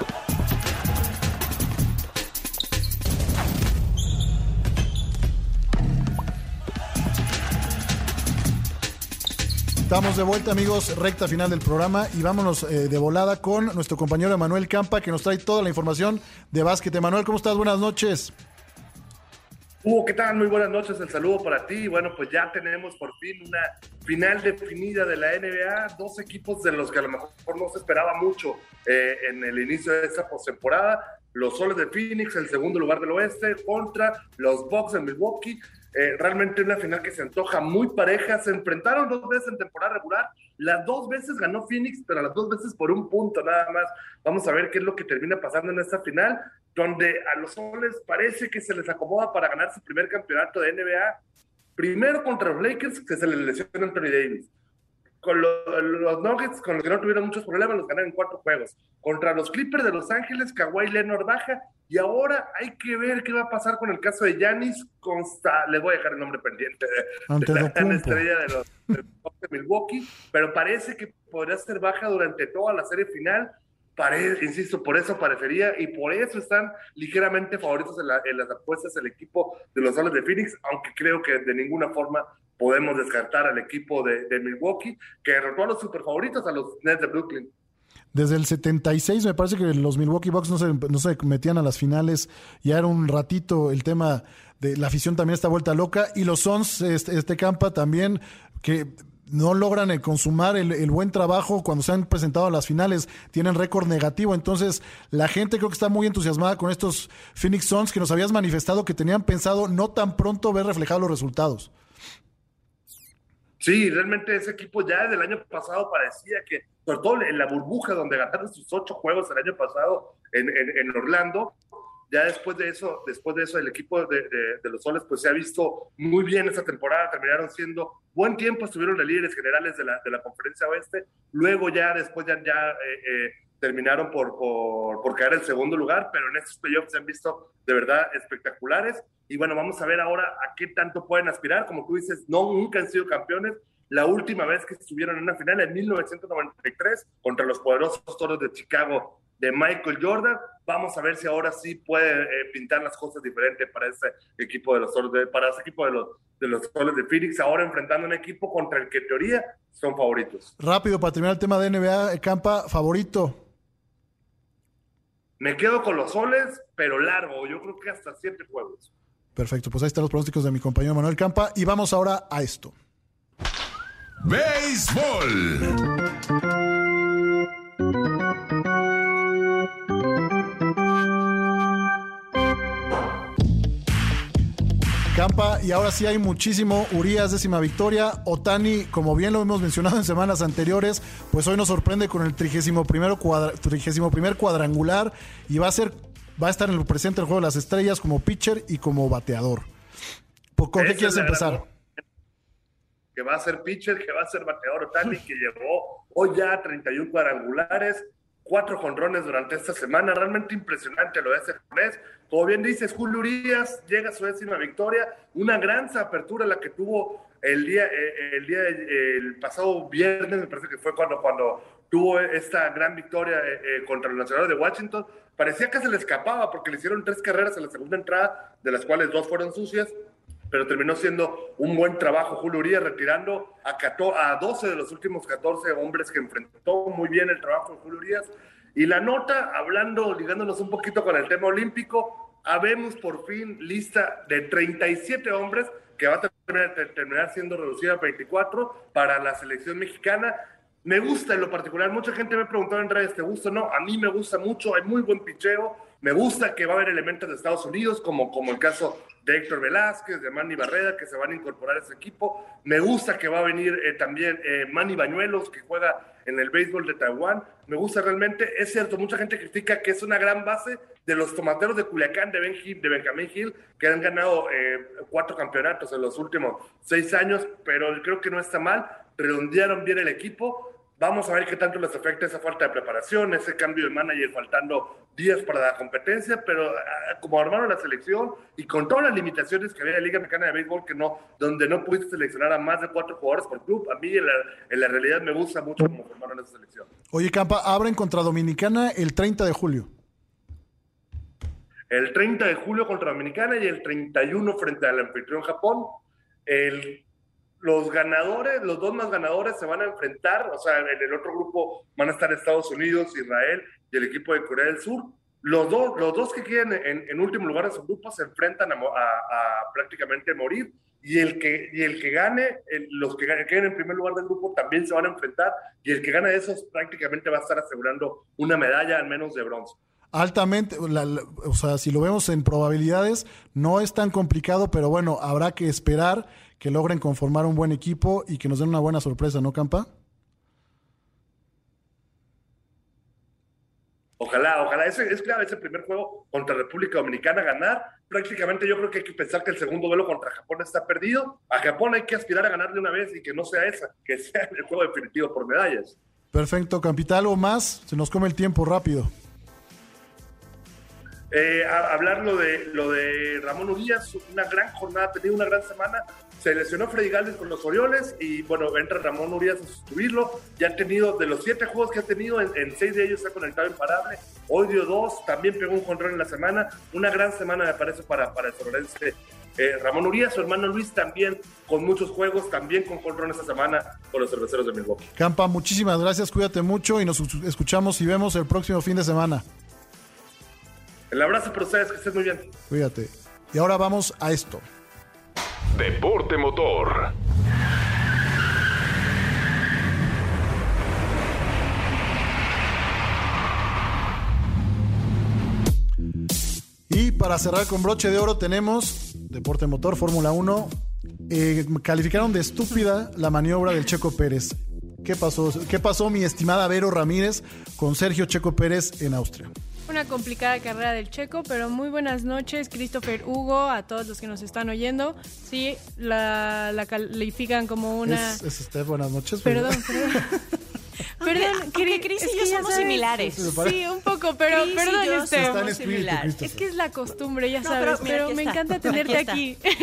Estamos de vuelta, amigos, recta final del programa y vámonos eh, de volada con nuestro compañero Emanuel Campa, que nos trae toda la información de básquet. Emanuel, ¿cómo estás? Buenas noches. Hugo, ¿qué tal? Muy buenas noches, el saludo para ti. Bueno, pues ya tenemos por fin una final definida de la N B A, dos equipos de los que a lo mejor no se esperaba mucho eh, en el inicio de esta postemporada. Los Soles de Phoenix, el segundo lugar del oeste, contra los Bucks de Milwaukee. Eh, realmente una final que se antoja muy pareja. Se enfrentaron dos veces en temporada regular. Las dos veces ganó Phoenix, pero las dos veces por un punto nada más. Vamos a ver qué es lo que termina pasando en esta final, donde a los Soles parece que se les acomoda para ganar su primer campeonato de N B A. Primero contra los Lakers, que se les lesionó Anthony Davis. Con los, los Nuggets, con los que no tuvieron muchos problemas, los ganaron en cuatro juegos. Contra los Clippers de Los Ángeles, Kawhi Leonard baja. Y ahora hay que ver qué va a pasar con el caso de Giannis Consta. Les voy a dejar el nombre pendiente de, de la gran estrella de los de Milwaukee. Pero parece que podría ser baja durante toda la serie final. Pare, insisto, por eso parecería y por eso están ligeramente favoritos en, la, en las apuestas el equipo de los Soles de Phoenix, aunque creo que de ninguna forma podemos descartar al equipo de, de Milwaukee, que derrotó a los superfavoritos, a los Nets de Brooklyn. Desde el setenta y seis me parece que los Milwaukee Bucks no se, no se metían a las finales, ya era un ratito el tema de la afición también está vuelta loca, y los Suns, este, este Campa también, que no logran el consumar el, el buen trabajo cuando se han presentado a las finales, tienen récord negativo, entonces la gente creo que está muy entusiasmada con estos Phoenix Suns que nos habías manifestado que tenían pensado no tan pronto ver reflejados los resultados. Sí, realmente ese equipo ya desde el año pasado parecía que, sobre todo en la burbuja donde ganaron sus ocho juegos el año pasado en, en, en Orlando, ya después de eso, después de eso el equipo de, de, de los Soles pues se ha visto muy bien esta temporada, terminaron siendo buen tiempo, estuvieron de líderes generales de la, de la Conferencia Oeste, luego ya después ya, ya eh, eh, terminaron por, por, por caer en segundo lugar, pero en estos playoffs se han visto de verdad espectaculares, y bueno, vamos a ver ahora a qué tanto pueden aspirar, como tú dices, no, nunca han sido campeones. La última vez que estuvieron en una final en mil novecientos noventa y tres contra los poderosos Toros de Chicago de Michael Jordan. Vamos a ver si ahora sí puede eh, pintar las cosas diferentes para ese equipo de los Toros, de, para ese equipo de los de los Soles de Phoenix, ahora enfrentando un equipo contra el que en teoría son favoritos. Rápido, para terminar el tema de N B A, Campa, favorito. Me quedo con los Soles, pero largo, yo creo que hasta siete juegos. Perfecto, pues ahí están los pronósticos de mi compañero Manuel Campa, y vamos ahora a esto. ¡Béisbol! Campa, y ahora sí hay muchísimo. Urias, décima victoria. Ohtani, como bien lo hemos mencionado en semanas anteriores, pues hoy nos sorprende con el trigésimo primero cuadra, trigésimo primer cuadrangular, y va a ser, va a estar en el presente del Juego de las Estrellas como pitcher y como bateador. ¿Con qué Esa quieres empezar? Gran... que va a ser pitcher, que va a ser bateador. Ohtani, que llevó hoy ya treinta y uno cuadrangulares, cuatro jonrones durante esta semana. Realmente impresionante lo de ese japonés. Como bien dices, Julio Urias llega a su décima victoria. Una gran apertura la que tuvo el día, el día el pasado viernes, me parece que fue cuando, cuando tuvo esta gran victoria eh, contra los Nacionales de Washington. Parecía que se le escapaba porque le hicieron tres carreras en la segunda entrada, de las cuales dos fueron sucias, pero terminó siendo un buen trabajo Julio Urias, retirando a, catorce, a doce de los últimos catorce hombres que enfrentó. Muy bien el trabajo de Julio Urias. Y la nota, hablando, ligándonos un poquito con el tema olímpico, habemos por fin lista de treinta y siete hombres, que va a terminar, terminar siendo reducida a veinticuatro para la selección mexicana. Me gusta en lo particular, mucha gente me preguntó en redes, ¿te gusta o no? A mí me gusta mucho, hay muy buen picheo, me gusta que va a haber elementos de Estados Unidos, como, como el caso de Héctor Velázquez, de Manny Barreda, que se van a incorporar a ese equipo. Me gusta que va a venir eh, también eh, Manny Bañuelos, que juega en el béisbol de Taiwán. Me gusta realmente, es cierto, mucha gente critica que es una gran base de los tomateros de Culiacán, de, ben Hill, de Benjamín Hill, que han ganado eh, cuatro campeonatos en los últimos seis años, pero creo que no está mal, redondearon bien el equipo. Vamos a ver qué tanto les afecta esa falta de preparación, ese cambio de manager faltando días para la competencia, pero uh, como armaron la selección y con todas las limitaciones que había en la Liga Mexicana de Béisbol, que no, donde no pudiste seleccionar a más de cuatro jugadores por club, a mí en la, en la realidad me gusta mucho cómo formaron esa selección. Oye, Campa, abren contra Dominicana el treinta de julio. El treinta de julio contra Dominicana y el treinta y uno frente al anfitrión Japón. El Los ganadores, los dos más ganadores se van a enfrentar, o sea, en el otro grupo van a estar Estados Unidos, Israel y el equipo de Corea del Sur. Los dos, los dos que queden en, en último lugar de su grupo se enfrentan a, a, a prácticamente morir, y el que, y el que gane, el, los que queden en primer lugar del grupo también se van a enfrentar, y el que gane de esos prácticamente va a estar asegurando una medalla al menos de bronce. Altamente, la, la, o sea, si lo vemos en probabilidades, no es tan complicado, pero bueno, habrá que esperar que logren conformar un buen equipo y que nos den una buena sorpresa, ¿no, Campa? Ojalá, ojalá. Ese, es clave ese primer juego contra República Dominicana, ganar. Prácticamente yo creo que hay que pensar que el segundo duelo contra Japón está perdido. A Japón hay que aspirar a ganar de una vez y que no sea esa, que sea el juego definitivo por medallas. Perfecto, Campita, ¿algo más? Se nos come el tiempo rápido. Eh, a, hablar lo de, lo de Ramón Urias, una gran jornada, ha tenido una gran semana. Se lesionó Freddy Galvis con los Orioles y bueno, entra Ramón Urias a sustituirlo. Ya ha tenido, de los siete juegos que ha tenido, en, en seis de ellos se ha conectado imparable. Hoy dio dos, también pegó un jonrón en la semana. Una gran semana me parece para, para el sonorense eh, Ramón Urias. Su hermano Luis también con muchos juegos, también con jonrón esta semana con los cerveceros de Milwaukee. Campa, muchísimas gracias, cuídate mucho y nos escuchamos y vemos el próximo fin de semana. El abrazo para ustedes, que estén muy bien. Cuídate. Y ahora vamos a esto. Deporte motor. Y para cerrar con broche de oro tenemos Deporte motor, Fórmula uno. Eh, calificaron de estúpida la maniobra del Checo Pérez. ¿Qué pasó? ¿Qué pasó, mi estimada Vero Ramírez, con Sergio Checo Pérez en Austria? Una complicada carrera del Checo, pero muy buenas noches, Christopher, Hugo, a todos los que nos están oyendo. Sí, la, la califican como una... Es, es Steph, buenas noches. Perdón, perdón. Perdón, aunque Cris y yo somos similares. Sí, un poco, pero Chris perdón, y yo Steph. somos similares. Es que es la costumbre, ya No, sabes, pero mira, pero aquí me está. encanta tenerte Aquí aquí.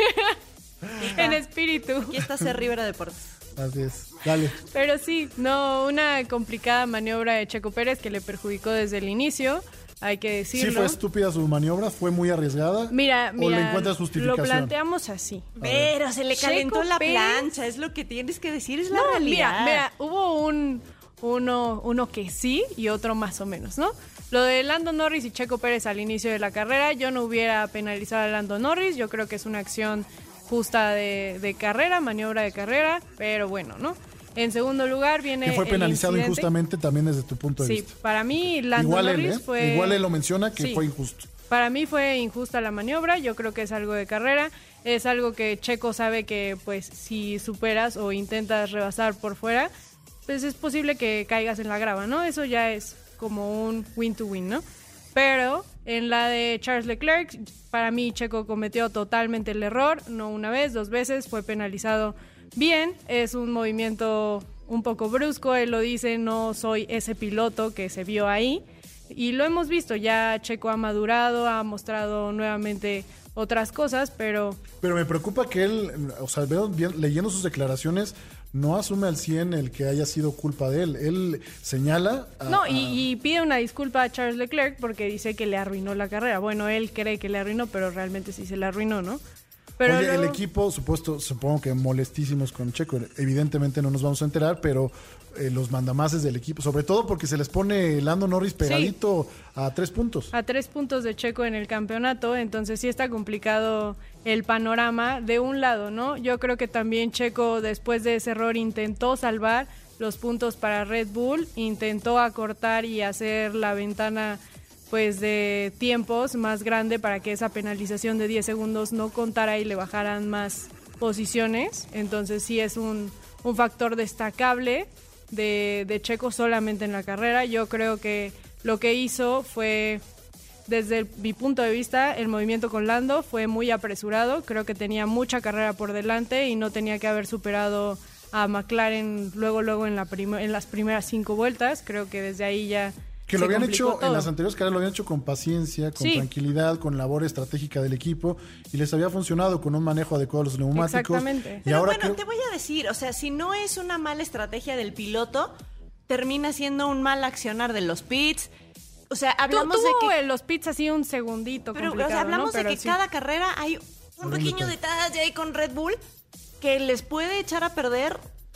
En espíritu. Aquí está Ser Rivera Deportes. Así es, dale. Pero sí, no, una complicada maniobra de Checo Pérez que le perjudicó desde el inicio, hay que decirlo. ¿Sí fue estúpida su maniobra? ¿Fue muy arriesgada? Mira, mira, ¿o le encuentras justificación? lo planteamos así. Pero se le calentó Checo la Pérez- plancha, es lo que tienes que decir, es la No, realidad. mira, mira, hubo un uno, uno que sí y otro más o menos, ¿no? Lo de Lando Norris y Checo Pérez al inicio de la carrera, yo no hubiera penalizado a Lando Norris, yo creo que es una acción justa de, de carrera, maniobra de carrera, pero bueno, ¿no? En segundo lugar viene Que fue el penalizado incidente. injustamente también desde tu punto de Sí, vista. para mí Lando Igual él, Norris ¿eh? fue... Igual él lo menciona que Sí. fue injusto. Para mí fue injusta la maniobra, yo creo que es algo de carrera, es algo que Checo sabe que pues si superas o intentas rebasar por fuera, pues es posible que caigas en la grava, ¿no? Eso ya es como un win to win, ¿no? Pero en la de Charles Leclerc, para mí Checo cometió totalmente el error, no una vez, dos veces, fue penalizado bien, es un movimiento un poco brusco, él lo dice, no soy ese piloto que se vio ahí, y lo hemos visto, ya Checo ha madurado, ha mostrado nuevamente otras cosas, pero... Pero me preocupa que él, o sea, veo bien, leyendo sus declaraciones, no asume al cien el que haya sido culpa de él. Él señala... A, No, y, a- y pide una disculpa a Charles Leclerc porque dice que le arruinó la carrera. Bueno, él cree que le arruinó, pero realmente sí se le arruinó, ¿no? Pero Oye, luego- el equipo, supuesto, supongo que molestísimos con Checo. Evidentemente no nos vamos a enterar, pero eh, los mandamases del equipo, sobre todo porque se les pone Lando Norris pegadito a tres puntos. a tres puntos de Checo en el campeonato, entonces sí está complicado el panorama de un lado, ¿no? Yo creo que también Checo después de ese error intentó salvar los puntos para Red Bull, intentó acortar y hacer la ventana pues de tiempos más grande para que esa penalización de diez segundos no contara y le bajaran más posiciones, entonces sí es un, un factor destacable de, de Checo solamente en la carrera. Yo creo que lo que hizo fue, desde el- mi punto de vista, el movimiento con Lando fue muy apresurado, creo que tenía mucha carrera por delante y no tenía que haber superado a McLaren luego luego en, la prim- en las primeras cinco vueltas, creo que desde ahí ya Que se lo habían complicó hecho todo. en las anteriores carreras, lo habían hecho con paciencia, con Sí. tranquilidad, con labor estratégica del equipo y les había funcionado con un manejo adecuado de los neumáticos. Exactamente. Y Pero ahora bueno, creo- te voy a decir, o sea, si no es una mala estrategia del piloto, termina siendo un mal accionar de los pits. O sea, hablamos Tu- de tuvo que... en los pits así un segundito Pero o complicado, sea, hablamos ¿no? de Pero que sí. cada carrera hay un Algún pequeño detalle. detalle ahí con Red Bull que les puede echar a perder,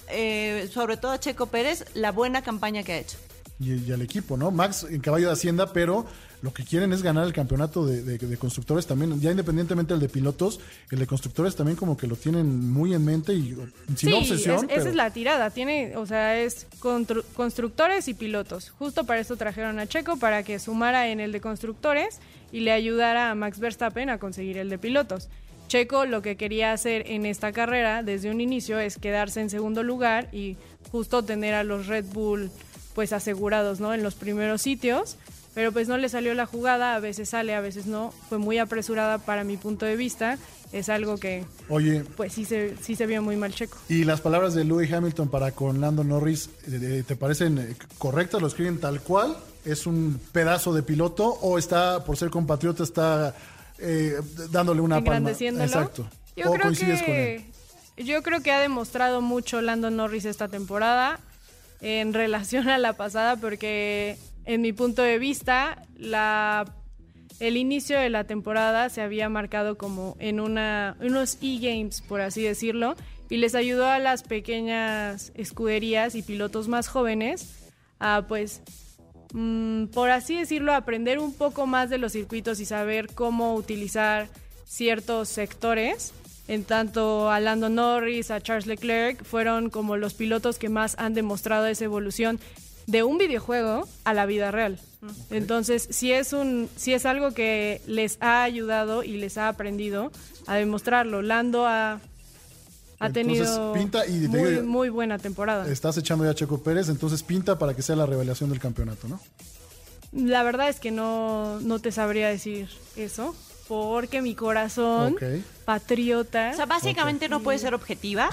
eh, sobre todo a Checo Pérez, la buena campaña que ha hecho. y, y al equipo, ¿no? Max en caballo de Hacienda, pero lo que quieren es ganar el campeonato de, de- de constructores también, ya independientemente del de pilotos, el de constructores también como que lo tienen muy en mente y sin Sí, obsesión. es- esa pero- es la tirada, tiene, o sea, es contru- constructores y pilotos. Justo para eso trajeron a Checo, para que sumara en el de constructores y le ayudara a Max Verstappen a conseguir el de pilotos. Checo lo que quería hacer en esta carrera desde un inicio es quedarse en segundo lugar y justo tener a los Red Bull pues asegurados, ¿no? En los primeros sitios, pero pues no le salió la jugada, a veces sale, a veces no, fue muy apresurada para mi punto de vista, es algo que Oye, pues sí se, sí se vio muy mal Checo. y las palabras de Lewis Hamilton para con Lando Norris, eh, ¿te parecen eh, correctas? ¿Lo escriben tal cual? es un pedazo de piloto o está, por ser compatriota, está eh, dándole una palma? Engrandeciéndolo. Exacto. Yo ¿O creo coincides que, con él? Yo creo que ha demostrado mucho Lando Norris esta temporada en relación a la pasada, porque en mi punto de vista, la, el inicio de la temporada se había marcado como en una, unos e-games, por así decirlo, y les ayudó a las pequeñas escuderías y pilotos más jóvenes a, pues, mmm, por así decirlo, aprender un poco más de los circuitos y saber cómo utilizar ciertos sectores. En tanto a Lando Norris, a Charles Leclerc, fueron como los pilotos que más han demostrado esa evolución de un videojuego a la vida real. Okay. Entonces, sí es un, sí es algo que les ha ayudado y les ha aprendido a demostrarlo. Lando ha, ha tenido pinta y muy, digo, muy buena temporada. Estás echando ya a Checo Pérez, entonces pinta para que sea la revelación del campeonato, ¿no? La verdad es que no, no te sabría decir eso. Porque mi corazón okay. patriota... O sea, básicamente okay. no puede ser objetiva.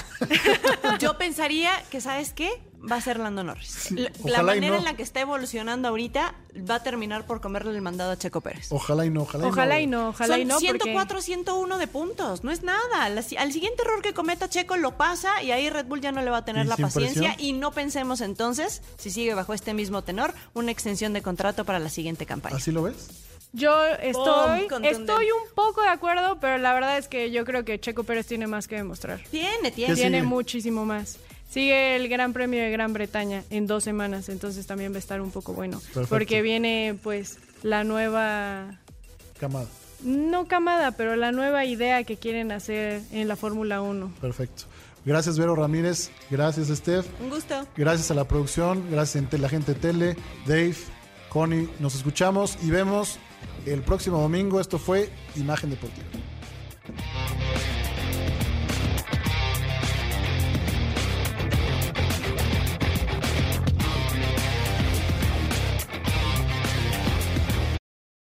Yo pensaría que, ¿sabes qué? Va a ser Lando Norris. Sí, la, la manera no. en la que está evolucionando ahorita va a terminar por comerle el mandado a Checo Pérez. Ojalá y no, ojalá, ojalá y no. no ojalá Son y no, ciento cuatro, porque... ciento uno de puntos, no es nada. La, al siguiente error que cometa Checo lo pasa y ahí Red Bull ya no le va a tener la paciencia. Presión? Y no pensemos entonces, si sigue bajo este mismo tenor, una extensión de contrato para la siguiente campaña. ¿Así lo ves? Yo estoy, estoy un poco de acuerdo, pero la verdad es que yo creo que Checo Pérez tiene más que demostrar. Tiene, tiene. Tiene sigue? muchísimo más. Sigue el Gran Premio de Gran Bretaña en dos semanas, entonces también va a estar un poco bueno. Perfecto. Porque viene pues la nueva... Camada. No camada, pero la nueva idea que quieren hacer en la Fórmula uno. Perfecto. Gracias, Vero Ramírez. Gracias, Steph. Un gusto. Gracias a la producción. Gracias a la gente de Tele, Dave, Connie. Nos escuchamos y vemos el próximo domingo. Esto fue Imagen Deportiva.